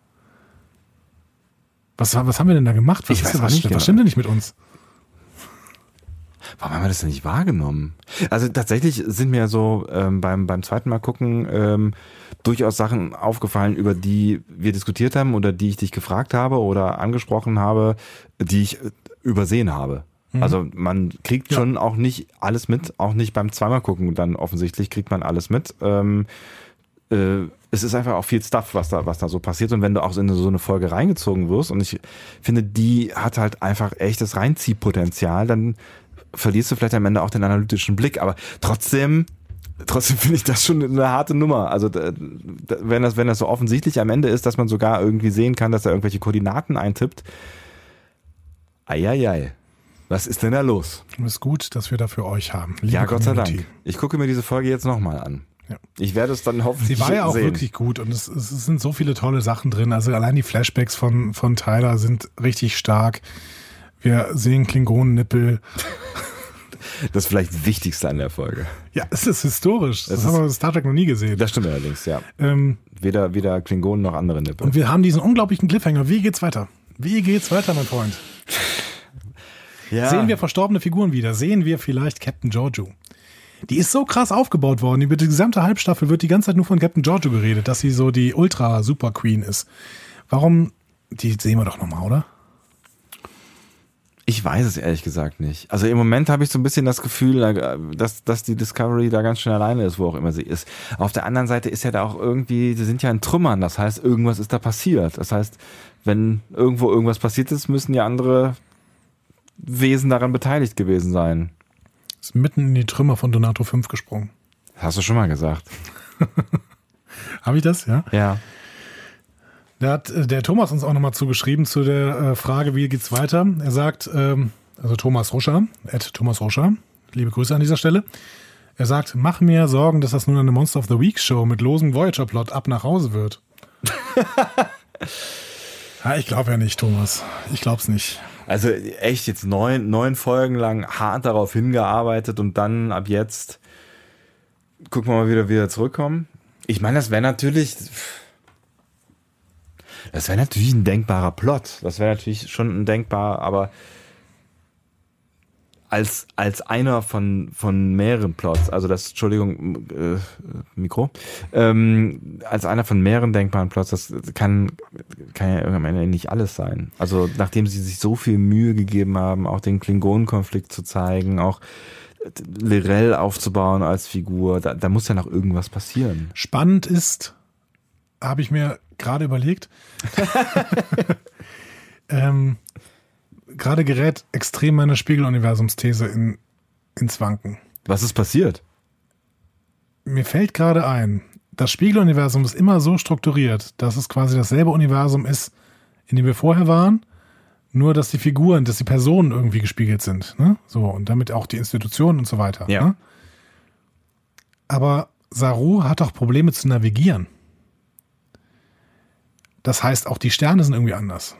Was haben wir denn da gemacht? Was stimmt denn nicht mit uns? Warum haben wir das denn nicht wahrgenommen? Also tatsächlich sind mir so beim zweiten Mal gucken durchaus Sachen aufgefallen, über die wir diskutiert haben oder die ich dich gefragt habe oder angesprochen habe, die ich übersehen habe. Also man kriegt schon auch nicht alles mit, auch nicht beim zweimal gucken, dann offensichtlich kriegt man alles mit. Es ist einfach auch viel Stuff, was da so passiert, und wenn du auch in so eine Folge reingezogen wirst, und ich finde, die hat halt einfach echtes Reinziehpotenzial, dann verlierst du vielleicht am Ende auch den analytischen Blick, aber trotzdem finde ich das schon eine harte Nummer. Also wenn das so offensichtlich am Ende ist, dass man sogar irgendwie sehen kann, dass er irgendwelche Koordinaten eintippt. Eieiei. Was ist denn da los? Es ist gut, dass wir da für euch haben. Ja, Gott sei Dank. Ich gucke mir diese Folge jetzt nochmal an. Ja. Ich werde es dann hoffentlich sehen. Sie war ja auch wirklich gut, und es sind so viele tolle Sachen drin. Also allein die Flashbacks von Tyler sind richtig stark. Wir sehen Klingonen-Nippel. Das ist vielleicht das Wichtigste an der Folge. Ja, es ist historisch. Das haben wir in Star Trek noch nie gesehen. Das stimmt allerdings, ja. Weder Klingonen noch andere Nippel. Und wir haben diesen unglaublichen Cliffhanger. Wie geht's weiter? Wie geht's weiter, mein Freund? Ja. Sehen wir verstorbene Figuren wieder? Sehen wir vielleicht Captain Georgiou? Die ist so krass aufgebaut worden. Über die gesamte Halbstaffel wird die ganze Zeit nur von Captain Georgiou geredet, dass sie so die Ultra-Super-Queen ist. Warum? Die sehen wir doch nochmal, oder? Ich weiß es ehrlich gesagt nicht. Also im Moment habe ich so ein bisschen das Gefühl, dass die Discovery da ganz schön alleine ist, wo auch immer sie ist. Auf der anderen Seite ist ja da auch irgendwie, sie sind ja in Trümmern. Das heißt, irgendwas ist da passiert. Das heißt, wenn irgendwo irgendwas passiert ist, müssen ja andere Wesen daran beteiligt gewesen sein. Ist mitten in die Trümmer von Donato 5 gesprungen. Das hast du schon mal gesagt. Habe ich das? Ja. Ja. Da hat der Thomas uns auch nochmal zugeschrieben zu der Frage, wie geht's weiter. Er sagt, also Thomas Ruscher, @Thomas Ruscher, liebe Grüße an dieser Stelle. Er sagt, mach mir Sorgen, dass das nun eine Monster of the Week Show mit losem Voyager-Plot ab nach Hause wird. Ja, ich glaube ja nicht, Thomas. Ich glaube es nicht. Also echt jetzt neun Folgen lang hart darauf hingearbeitet und dann ab jetzt gucken wir mal wieder zurückkommen. Ich meine, das wäre natürlich ein denkbarer Plot. Das wäre natürlich schon ein denkbar, aber als einer von mehreren Plots, also das, Entschuldigung, Mikro, als einer von mehreren denkbaren Plots, das kann ja am Ende nicht alles sein. Also nachdem sie sich so viel Mühe gegeben haben, auch den Klingonen-Konflikt zu zeigen, auch Lirel aufzubauen als Figur, da muss ja noch irgendwas passieren. Spannend ist, habe ich mir gerade überlegt. Gerade gerät extrem meine Spiegeluniversumsthese ins Wanken. Was ist passiert? Mir fällt gerade ein, das Spiegeluniversum ist immer so strukturiert, dass es quasi dasselbe Universum ist, in dem wir vorher waren, nur dass die Figuren, dass die Personen irgendwie gespiegelt sind. Ne? So, und damit auch die Institutionen und so weiter. Ja. Ne? Aber Saru hat doch Probleme zu navigieren. Das heißt, auch die Sterne sind irgendwie anders.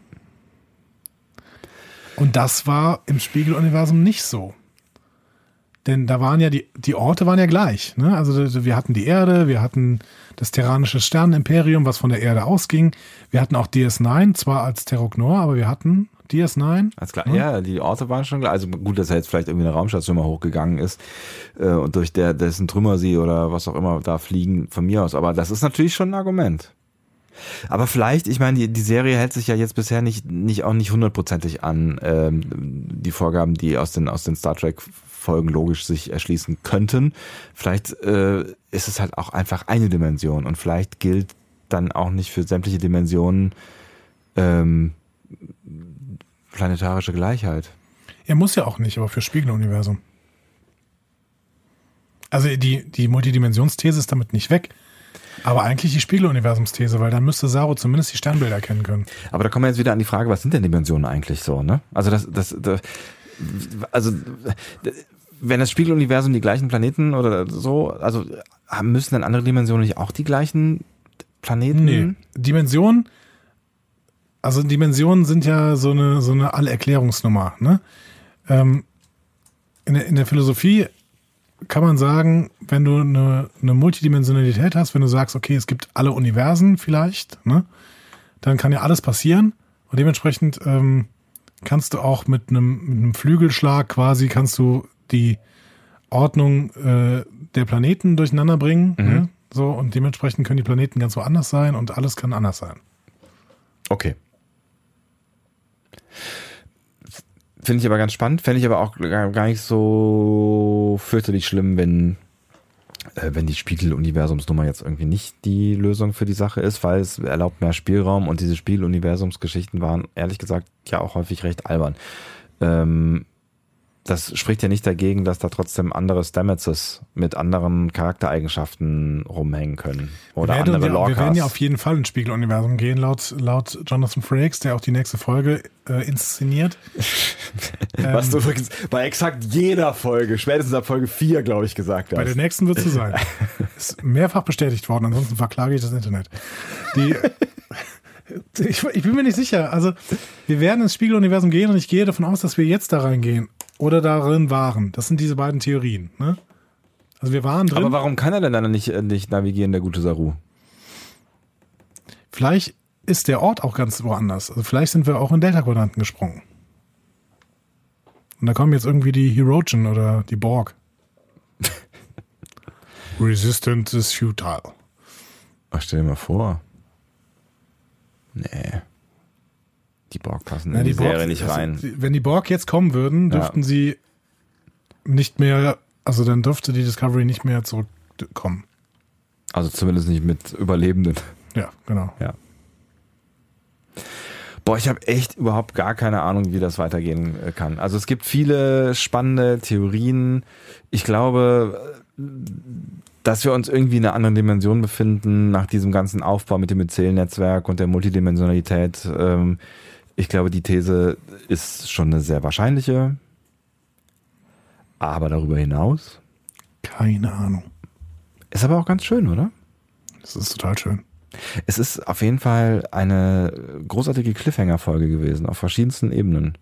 Und das war im Spiegeluniversum nicht so. Denn da waren ja die Orte waren ja gleich. Ne? Also wir hatten die Erde, wir hatten das terranische Sternenimperium, was von der Erde ausging. Wir hatten auch DS9, zwar als Terroknor, aber wir hatten DS9. Alles klar. Ja, die Orte waren schon gleich. Also gut, dass er jetzt vielleicht irgendwie eine Raumstation mal hochgegangen ist und durch dessen Trümmersee oder was auch immer da fliegen, von mir aus. Aber das ist natürlich schon ein Argument. Aber vielleicht, ich meine, die Serie hält sich ja jetzt bisher nicht hundertprozentig an die Vorgaben, die aus den Star Trek Folgen logisch sich erschließen könnten. Vielleicht ist es halt auch einfach eine Dimension und vielleicht gilt dann auch nicht für sämtliche Dimensionen planetarische Gleichheit. Er muss ja auch nicht, aber für Spiegeluniversum. Also die Multidimensionsthese ist damit nicht weg. Aber eigentlich die Spiegeluniversumsthese, weil dann müsste Saru zumindest die Sternbilder erkennen können. Aber da kommen wir jetzt wieder an die Frage, was sind denn Dimensionen eigentlich so, ne? Also wenn das Spiegeluniversum die gleichen Planeten oder so, also müssen dann andere Dimensionen nicht auch die gleichen Planeten? Nee, Dimensionen sind ja so eine Allerklärungsnummer, ne? In der Philosophie kann man sagen, wenn du eine Multidimensionalität hast, wenn du sagst, okay, es gibt alle Universen vielleicht, ne, dann kann ja alles passieren und dementsprechend kannst du auch mit einem Flügelschlag quasi kannst du die Ordnung der Planeten durcheinander bringen, ne, so, und dementsprechend können die Planeten ganz woanders sein und alles kann anders sein. Okay. Finde ich aber ganz spannend, fände ich aber auch gar nicht so fürchterlich schlimm, wenn die Spiegeluniversumsnummer jetzt irgendwie nicht die Lösung für die Sache ist, weil es erlaubt mehr Spielraum und diese Spiegeluniversumsgeschichten waren ehrlich gesagt ja auch häufig recht albern. Das spricht ja nicht dagegen, dass da trotzdem andere Stamets mit anderen Charaktereigenschaften rumhängen können. Oder andere Lorcas. Wir werden ja auf jeden Fall ins Spiegeluniversum gehen, laut Jonathan Frakes, der auch die nächste Folge inszeniert. Was du übrigens bei exakt jeder Folge, spätestens ab Folge 4, glaube ich, gesagt hast. Bei der nächsten wird es so sein. Ist mehrfach bestätigt worden, ansonsten verklage ich das Internet. Ich bin mir nicht sicher. Also, wir werden ins Spiegeluniversum gehen und ich gehe davon aus, dass wir jetzt da reingehen. Oder darin waren. Das sind diese beiden Theorien. Ne? Also wir waren drin. Aber warum kann er denn dann nicht navigieren, der gute Saru? Vielleicht ist der Ort auch ganz woanders. Also vielleicht sind wir auch in Delta-Quadranten gesprungen. Und da kommen jetzt irgendwie die Hirogen oder die Borg. Resistance is futile. Ach, stell dir mal vor. Nee. Die Borg passen in die Serie nicht rein. Wenn die Borg jetzt kommen würden, dürften sie nicht mehr, also dann dürfte die Discovery nicht mehr zurückkommen. Also zumindest nicht mit Überlebenden. Ja, genau. Ja. Boah, ich habe echt überhaupt gar keine Ahnung, wie das weitergehen kann. Also es gibt viele spannende Theorien. Ich glaube, dass wir uns irgendwie in einer anderen Dimension befinden, nach diesem ganzen Aufbau mit dem Myzel-Netzwerk und der Multidimensionalität. Ich glaube, die These ist schon eine sehr wahrscheinliche. Aber darüber hinaus? Keine Ahnung. Ist aber auch ganz schön, oder? Das ist total schön. Es ist auf jeden Fall eine großartige Cliffhanger-Folge gewesen, auf verschiedensten Ebenen.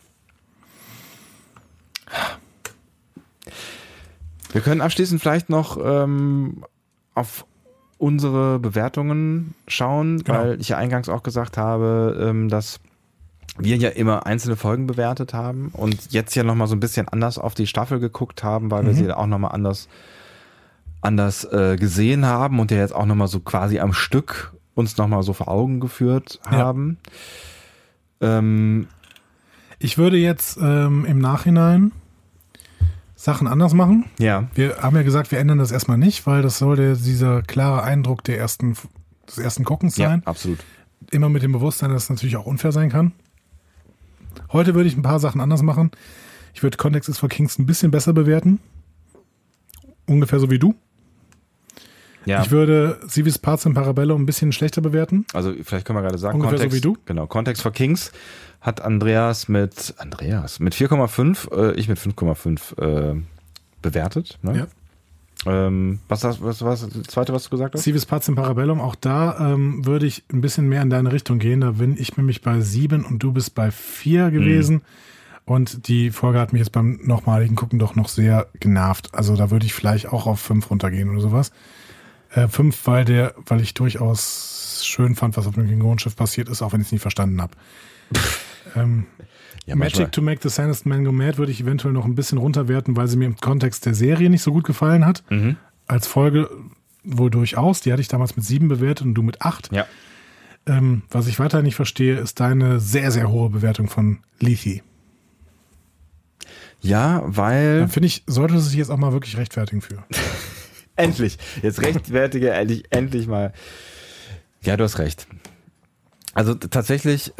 Wir können abschließend vielleicht noch auf unsere Bewertungen schauen, genau. Weil ich ja eingangs auch gesagt habe, dass wir ja immer einzelne Folgen bewertet haben und jetzt ja nochmal so ein bisschen anders auf die Staffel geguckt haben, weil wir sie auch nochmal anders gesehen haben und ja jetzt auch nochmal so quasi am Stück uns nochmal so vor Augen geführt haben. Ich würde jetzt im Nachhinein Sachen anders machen. Ja. Wir haben ja gesagt, wir ändern das erstmal nicht, weil das soll dieser klare Eindruck der ersten des ersten Guckens sein. Ja, absolut. Immer mit dem Bewusstsein, dass es natürlich auch unfair sein kann. Heute würde ich ein paar Sachen anders machen. Ich würde Context is for Kings ein bisschen besser bewerten. Ungefähr so wie du. Ja. Ich würde Civis Pacem Parabellum ein bisschen schlechter bewerten. Also vielleicht können wir gerade sagen, ungefähr Context, so wie du. Genau, Context for Kings hat Andreas mit 4,5, ich mit 5,5 bewertet. Ne? Ja. Was war das zweite, was du gesagt hast? Civis Pacem Parabellum, auch da würde ich ein bisschen mehr in deine Richtung gehen. Da bin ich nämlich bei 7 und du bist bei 4 gewesen. Und die Folge hat mich jetzt beim nochmaligen Gucken doch noch sehr genervt. Also da würde ich vielleicht auch auf 5 runtergehen oder sowas. 5, weil ich durchaus schön fand, was auf dem Klingonenschiff passiert ist, auch wenn ich es nicht verstanden habe. Ja, Magic to Make the Sanest Man Go Mad würde ich eventuell noch ein bisschen runterwerten, weil sie mir im Kontext der Serie nicht so gut gefallen hat. Als Folge wohl durchaus. Die hatte ich damals mit 7 bewertet und du mit 8. Ja. Was ich weiter nicht verstehe, ist deine sehr, sehr hohe Bewertung von Lethe. Ja, weil... Dann finde ich, sollte sie sich jetzt auch mal wirklich rechtfertigen für. Endlich. Jetzt rechtfertige endlich mal. Ja, du hast recht. Also tatsächlich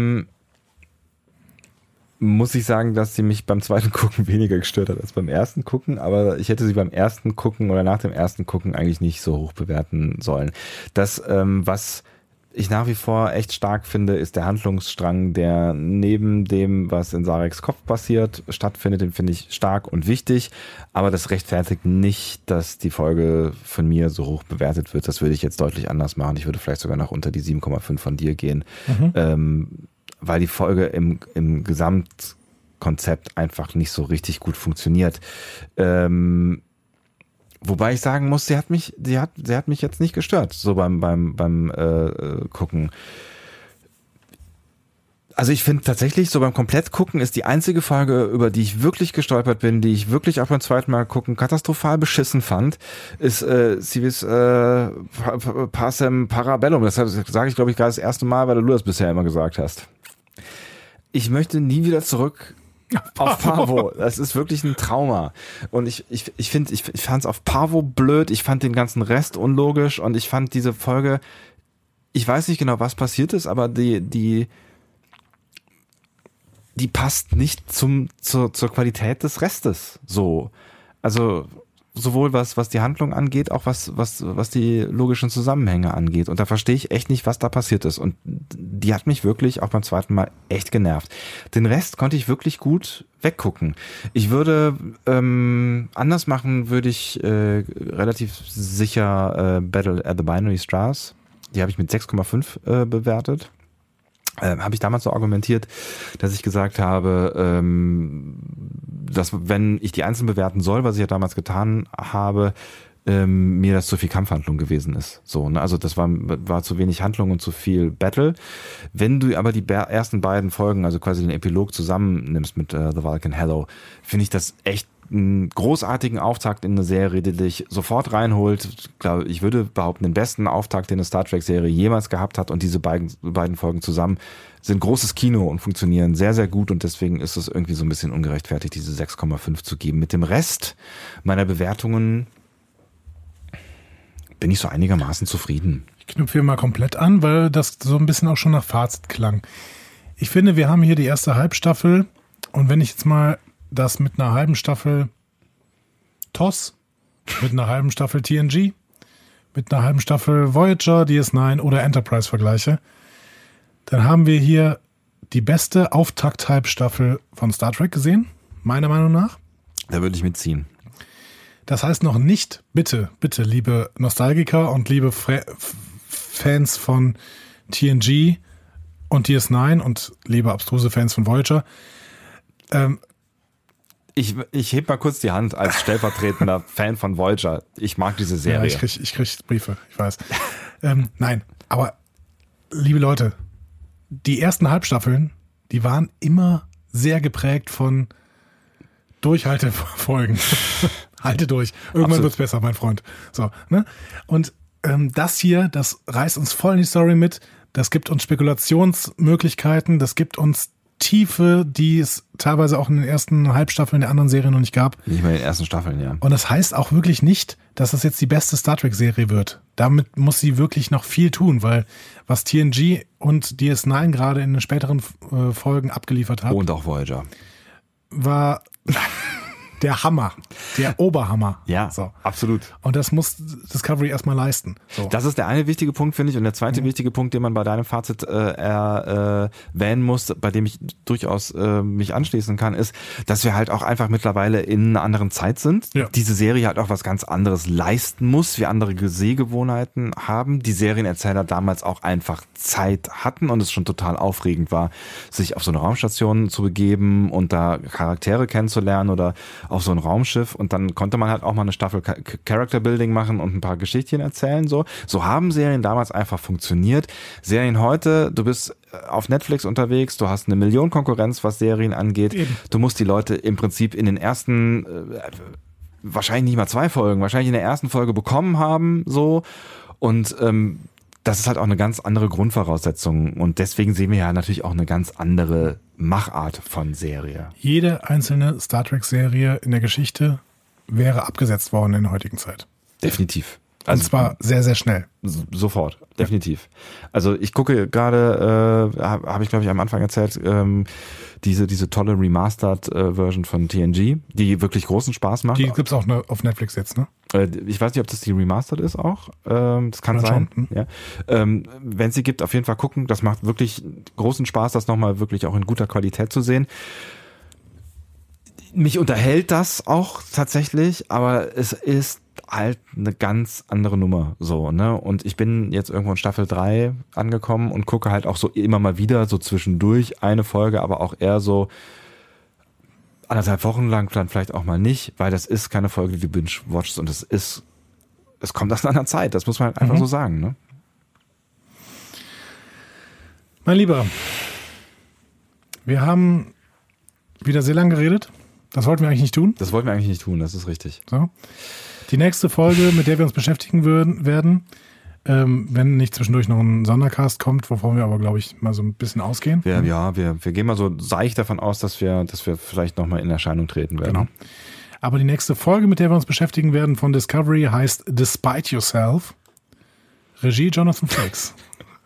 muss ich sagen, dass sie mich beim zweiten Gucken weniger gestört hat als beim ersten Gucken, aber ich hätte sie beim ersten Gucken oder nach dem ersten Gucken eigentlich nicht so hoch bewerten sollen. Das, was ich nach wie vor echt stark finde, ist der Handlungsstrang, der neben dem, was in Sareks Kopf passiert, stattfindet. Den finde ich stark und wichtig, aber das rechtfertigt nicht, dass die Folge von mir so hoch bewertet wird. Das würde ich jetzt deutlich anders machen. Ich würde vielleicht sogar noch unter die 7,5 von dir gehen, weil die Folge im Gesamtkonzept einfach nicht so richtig gut funktioniert. Wobei ich sagen muss, sie hat mich jetzt nicht gestört, so beim Gucken. Also ich finde tatsächlich, so beim Komplettgucken ist die einzige Folge, über die ich wirklich gestolpert bin, die ich wirklich auch beim zweiten Mal gucken katastrophal beschissen fand, ist Civis Pacem Parabellum. Das sage ich, glaube ich, gerade das erste Mal, weil du das bisher immer gesagt hast. Ich möchte nie wieder zurück auf Pavo. Das ist wirklich ein Trauma. Und ich fand es auf Pavo blöd, ich fand den ganzen Rest unlogisch und ich fand diese Folge, ich weiß nicht genau, was passiert ist, aber die passt nicht zur Qualität des Restes. So. Also sowohl was die Handlung angeht, auch was die logischen Zusammenhänge angeht. Und da verstehe ich echt nicht, was da passiert ist. Und die hat mich wirklich auch beim zweiten Mal echt genervt. Den Rest konnte ich wirklich gut weggucken. Ich würde anders machen, würde ich relativ sicher Battle at the Binary Stars. Die habe ich mit 6,5 bewertet. Habe ich damals so argumentiert, dass ich gesagt habe, dass wenn ich die einzeln bewerten soll, was ich ja damals getan habe, mir das zu viel Kampfhandlung gewesen ist. So, ne? Also das war zu wenig Handlung und zu viel Battle. Wenn du aber die ersten beiden Folgen, also quasi den Epilog zusammennimmst mit The Vulcan Hello, finde ich das echt einen großartigen Auftakt in eine Serie, die dich sofort reinholt. Ich würde behaupten, den besten Auftakt, den eine Star Trek-Serie jemals gehabt hat, und diese beiden Folgen zusammen sind großes Kino und funktionieren sehr, sehr gut, und deswegen ist es irgendwie so ein bisschen ungerechtfertigt, diese 6,5 zu geben. Mit dem Rest meiner Bewertungen bin ich so einigermaßen zufrieden. Ich knüpfe hier mal komplett an, weil das so ein bisschen auch schon nach Fazit klang. Ich finde, wir haben hier die erste Halbstaffel, und wenn ich jetzt mal das mit einer halben Staffel TOS, mit einer halben Staffel TNG, mit einer halben Staffel Voyager, DS9 oder Enterprise vergleiche, dann haben wir hier die beste Auftakt-Halbstaffel von Star Trek gesehen, meiner Meinung nach. Da würde ich mitziehen. Das heißt noch nicht, bitte, liebe Nostalgiker und liebe Fans von TNG und DS9 und liebe abstruse Fans von Voyager, Ich heb mal kurz die Hand als stellvertretender Fan von Voyager. Ich mag diese Serie. Ja, ich krieg Briefe, ich weiß. Nein, aber liebe Leute, die ersten Halbstaffeln, die waren immer sehr geprägt von Durchhaltefolgen. Halte durch. Irgendwann wird's besser, mein Freund. So, ne? Und das hier, das reißt uns voll in die Story mit. Das gibt uns Spekulationsmöglichkeiten. Das gibt uns Tiefe, die es teilweise auch in den ersten Halbstaffeln der anderen Serien noch nicht gab. Nicht mal in den ersten Staffeln, ja. Und das heißt auch wirklich nicht, dass das jetzt die beste Star Trek-Serie wird. Damit muss sie wirklich noch viel tun, weil was TNG und DS9 gerade in den späteren Folgen abgeliefert haben. Und auch Voyager. War der Hammer, der Oberhammer. Ja, so. Absolut. Und das muss Discovery erstmal leisten. So. Das ist der eine wichtige Punkt, finde ich. Und der zweite wichtige Punkt, den man bei deinem Fazit erwähnen muss, bei dem ich durchaus mich anschließen kann, ist, dass wir halt auch einfach mittlerweile in einer anderen Zeit sind. Ja. Diese Serie halt auch was ganz anderes leisten muss, wir andere Sehgewohnheiten haben. Die Serienerzähler damals auch einfach Zeit hatten und es schon total aufregend war, sich auf so eine Raumstation zu begeben und da Charaktere kennenzulernen oder auf so ein Raumschiff, und dann konnte man halt auch mal eine Staffel Character Building machen und ein paar Geschichtchen erzählen. So haben Serien damals einfach funktioniert. Serien heute, du bist auf Netflix unterwegs, du hast eine Million Konkurrenz, was Serien angeht. Eben. Du musst die Leute im Prinzip in den ersten, wahrscheinlich nicht mal 2 Folgen, wahrscheinlich in der ersten Folge bekommen haben, so. Und das ist halt auch eine ganz andere Grundvoraussetzung, und deswegen sehen wir ja natürlich auch eine ganz andere Machart von Serie. Jede einzelne Star Trek-Serie in der Geschichte wäre abgesetzt worden in der heutigen Zeit. Definitiv. Also und zwar sehr, sehr schnell. Sofort, definitiv. Also ich gucke gerade, habe ich glaube ich am Anfang erzählt, diese tolle Remastered-Version von TNG, die wirklich großen Spaß macht. Die gibt's auch auf Netflix jetzt, ne? Ich weiß nicht, ob das die Remastered ist auch. Das kann sein. Ja. Wenn es sie gibt, auf jeden Fall gucken. Das macht wirklich großen Spaß, das nochmal wirklich auch in guter Qualität zu sehen. Mich unterhält das auch tatsächlich, aber es ist halt eine ganz andere Nummer, so, ne? Und ich bin jetzt irgendwo in Staffel 3 angekommen und gucke halt auch so immer mal wieder so zwischendurch eine Folge, aber auch eher so 1,5 Wochen lang, dann vielleicht auch mal nicht, weil das ist keine Folge, die du binge-watchst, und es kommt aus einer anderen Zeit, das muss man halt einfach so sagen, ne? Mein Lieber, wir haben wieder sehr lang geredet. Das wollten wir eigentlich nicht tun. Das wollten wir eigentlich nicht tun, das ist richtig. So. Die nächste Folge, mit der wir uns beschäftigen werden, wenn nicht zwischendurch noch ein Sondercast kommt, wovon wir aber, glaube ich, mal so ein bisschen ausgehen. Wir gehen mal so seicht davon aus, dass wir vielleicht nochmal in Erscheinung treten werden. Genau. Aber die nächste Folge, mit der wir uns beschäftigen werden von Discovery, heißt Despite Yourself. Regie Jonathan Frakes.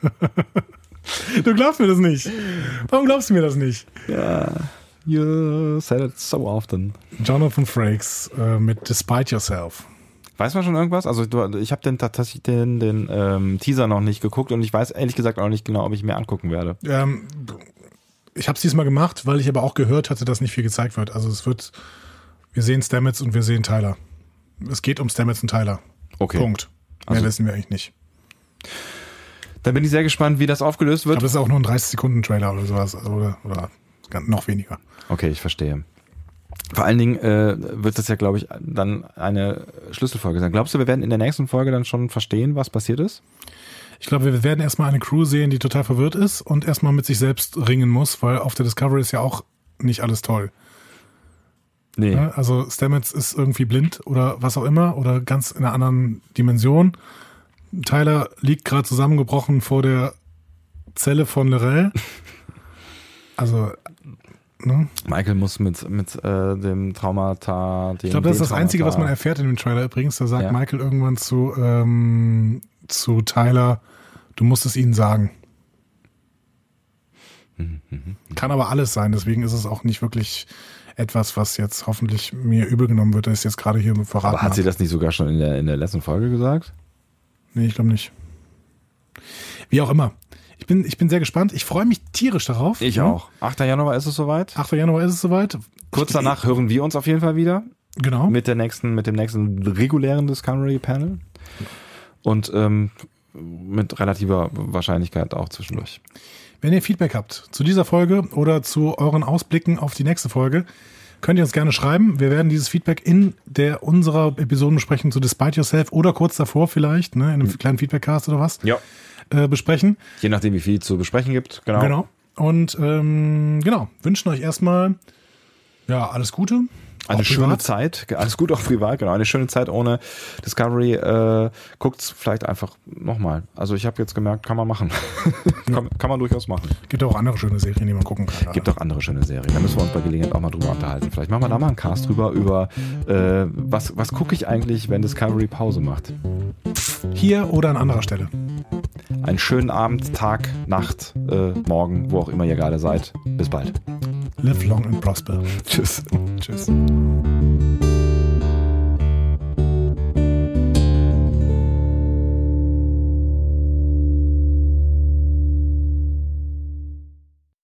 Du glaubst mir das nicht. Warum glaubst du mir das nicht? Ja, you said it so often. Jonathan Frakes mit Despite Yourself. Weiß man schon irgendwas? Also ich habe tatsächlich den Teaser noch nicht geguckt, und ich weiß ehrlich gesagt auch nicht genau, ob ich mir angucken werde. Ich habe es diesmal gemacht, weil ich aber auch gehört hatte, dass nicht viel gezeigt wird. Also wir sehen Stamets und wir sehen Tyler. Es geht um Stamets und Tyler. Okay. Punkt. Mehr wissen wir eigentlich nicht. Da bin ich sehr gespannt, wie das aufgelöst wird. Aber das ist auch nur ein 30-Sekunden-Trailer oder sowas. Oder noch weniger. Okay, ich verstehe. Vor allen Dingen wird das ja, glaube ich, dann eine Schlüsselfolge sein. Glaubst du, wir werden in der nächsten Folge dann schon verstehen, was passiert ist? Ich glaube, wir werden erstmal eine Crew sehen, die total verwirrt ist und erstmal mit sich selbst ringen muss, weil auf der Discovery ist ja auch nicht alles toll. Nee. Ja, also Stamets ist irgendwie blind oder was auch immer oder ganz in einer anderen Dimension. Tyler liegt gerade zusammengebrochen vor der Zelle von L'Rell. Also, ne? Michael muss mit dem Traumata... Ich glaube, das ist das Einzige, was man erfährt in dem Trailer übrigens. Da sagt Michael irgendwann zu Tyler, du musst es ihnen sagen. Kann aber alles sein, deswegen ist es auch nicht wirklich etwas, was jetzt hoffentlich mir übel genommen wird, dass ich jetzt gerade hier verraten habe. Aber hat sie das nicht sogar schon in der letzten Folge gesagt? Nee, ich glaube nicht. Wie auch immer. Ich bin sehr gespannt. Ich freue mich tierisch darauf. Ich auch. 8. Januar ist es soweit. 8. Januar ist es soweit. Kurz danach hören wir uns auf jeden Fall wieder. Genau. Mit dem nächsten regulären Discovery Panel. Und mit relativer Wahrscheinlichkeit auch zwischendurch. Wenn ihr Feedback habt zu dieser Folge oder zu euren Ausblicken auf die nächste Folge, könnt ihr uns gerne schreiben. Wir werden dieses Feedback in unserer Episodenbesprechung zu Despite Yourself oder kurz davor vielleicht, ne, in einem kleinen Feedbackcast oder was, besprechen. Je nachdem, wie viel zu besprechen gibt. Genau. Und wünschen euch erstmal alles Gute. Eine schöne Zeit, alles gut auch privat, genau. Eine schöne Zeit ohne Discovery. Guckt's vielleicht einfach nochmal. Also ich habe jetzt gemerkt, kann man machen. kann man durchaus machen. Gibt auch andere schöne Serien, die man gucken kann. Gibt auch andere schöne Serien. Da müssen wir uns bei Gelegenheit auch mal drüber unterhalten. Vielleicht machen wir da mal einen Cast drüber, über was gucke ich eigentlich, wenn Discovery Pause macht. Hier oder an anderer Stelle. Einen schönen Abend, Tag, Nacht, Morgen, wo auch immer ihr gerade seid. Bis bald. Live long and prosper. Tschüss. Tschüss.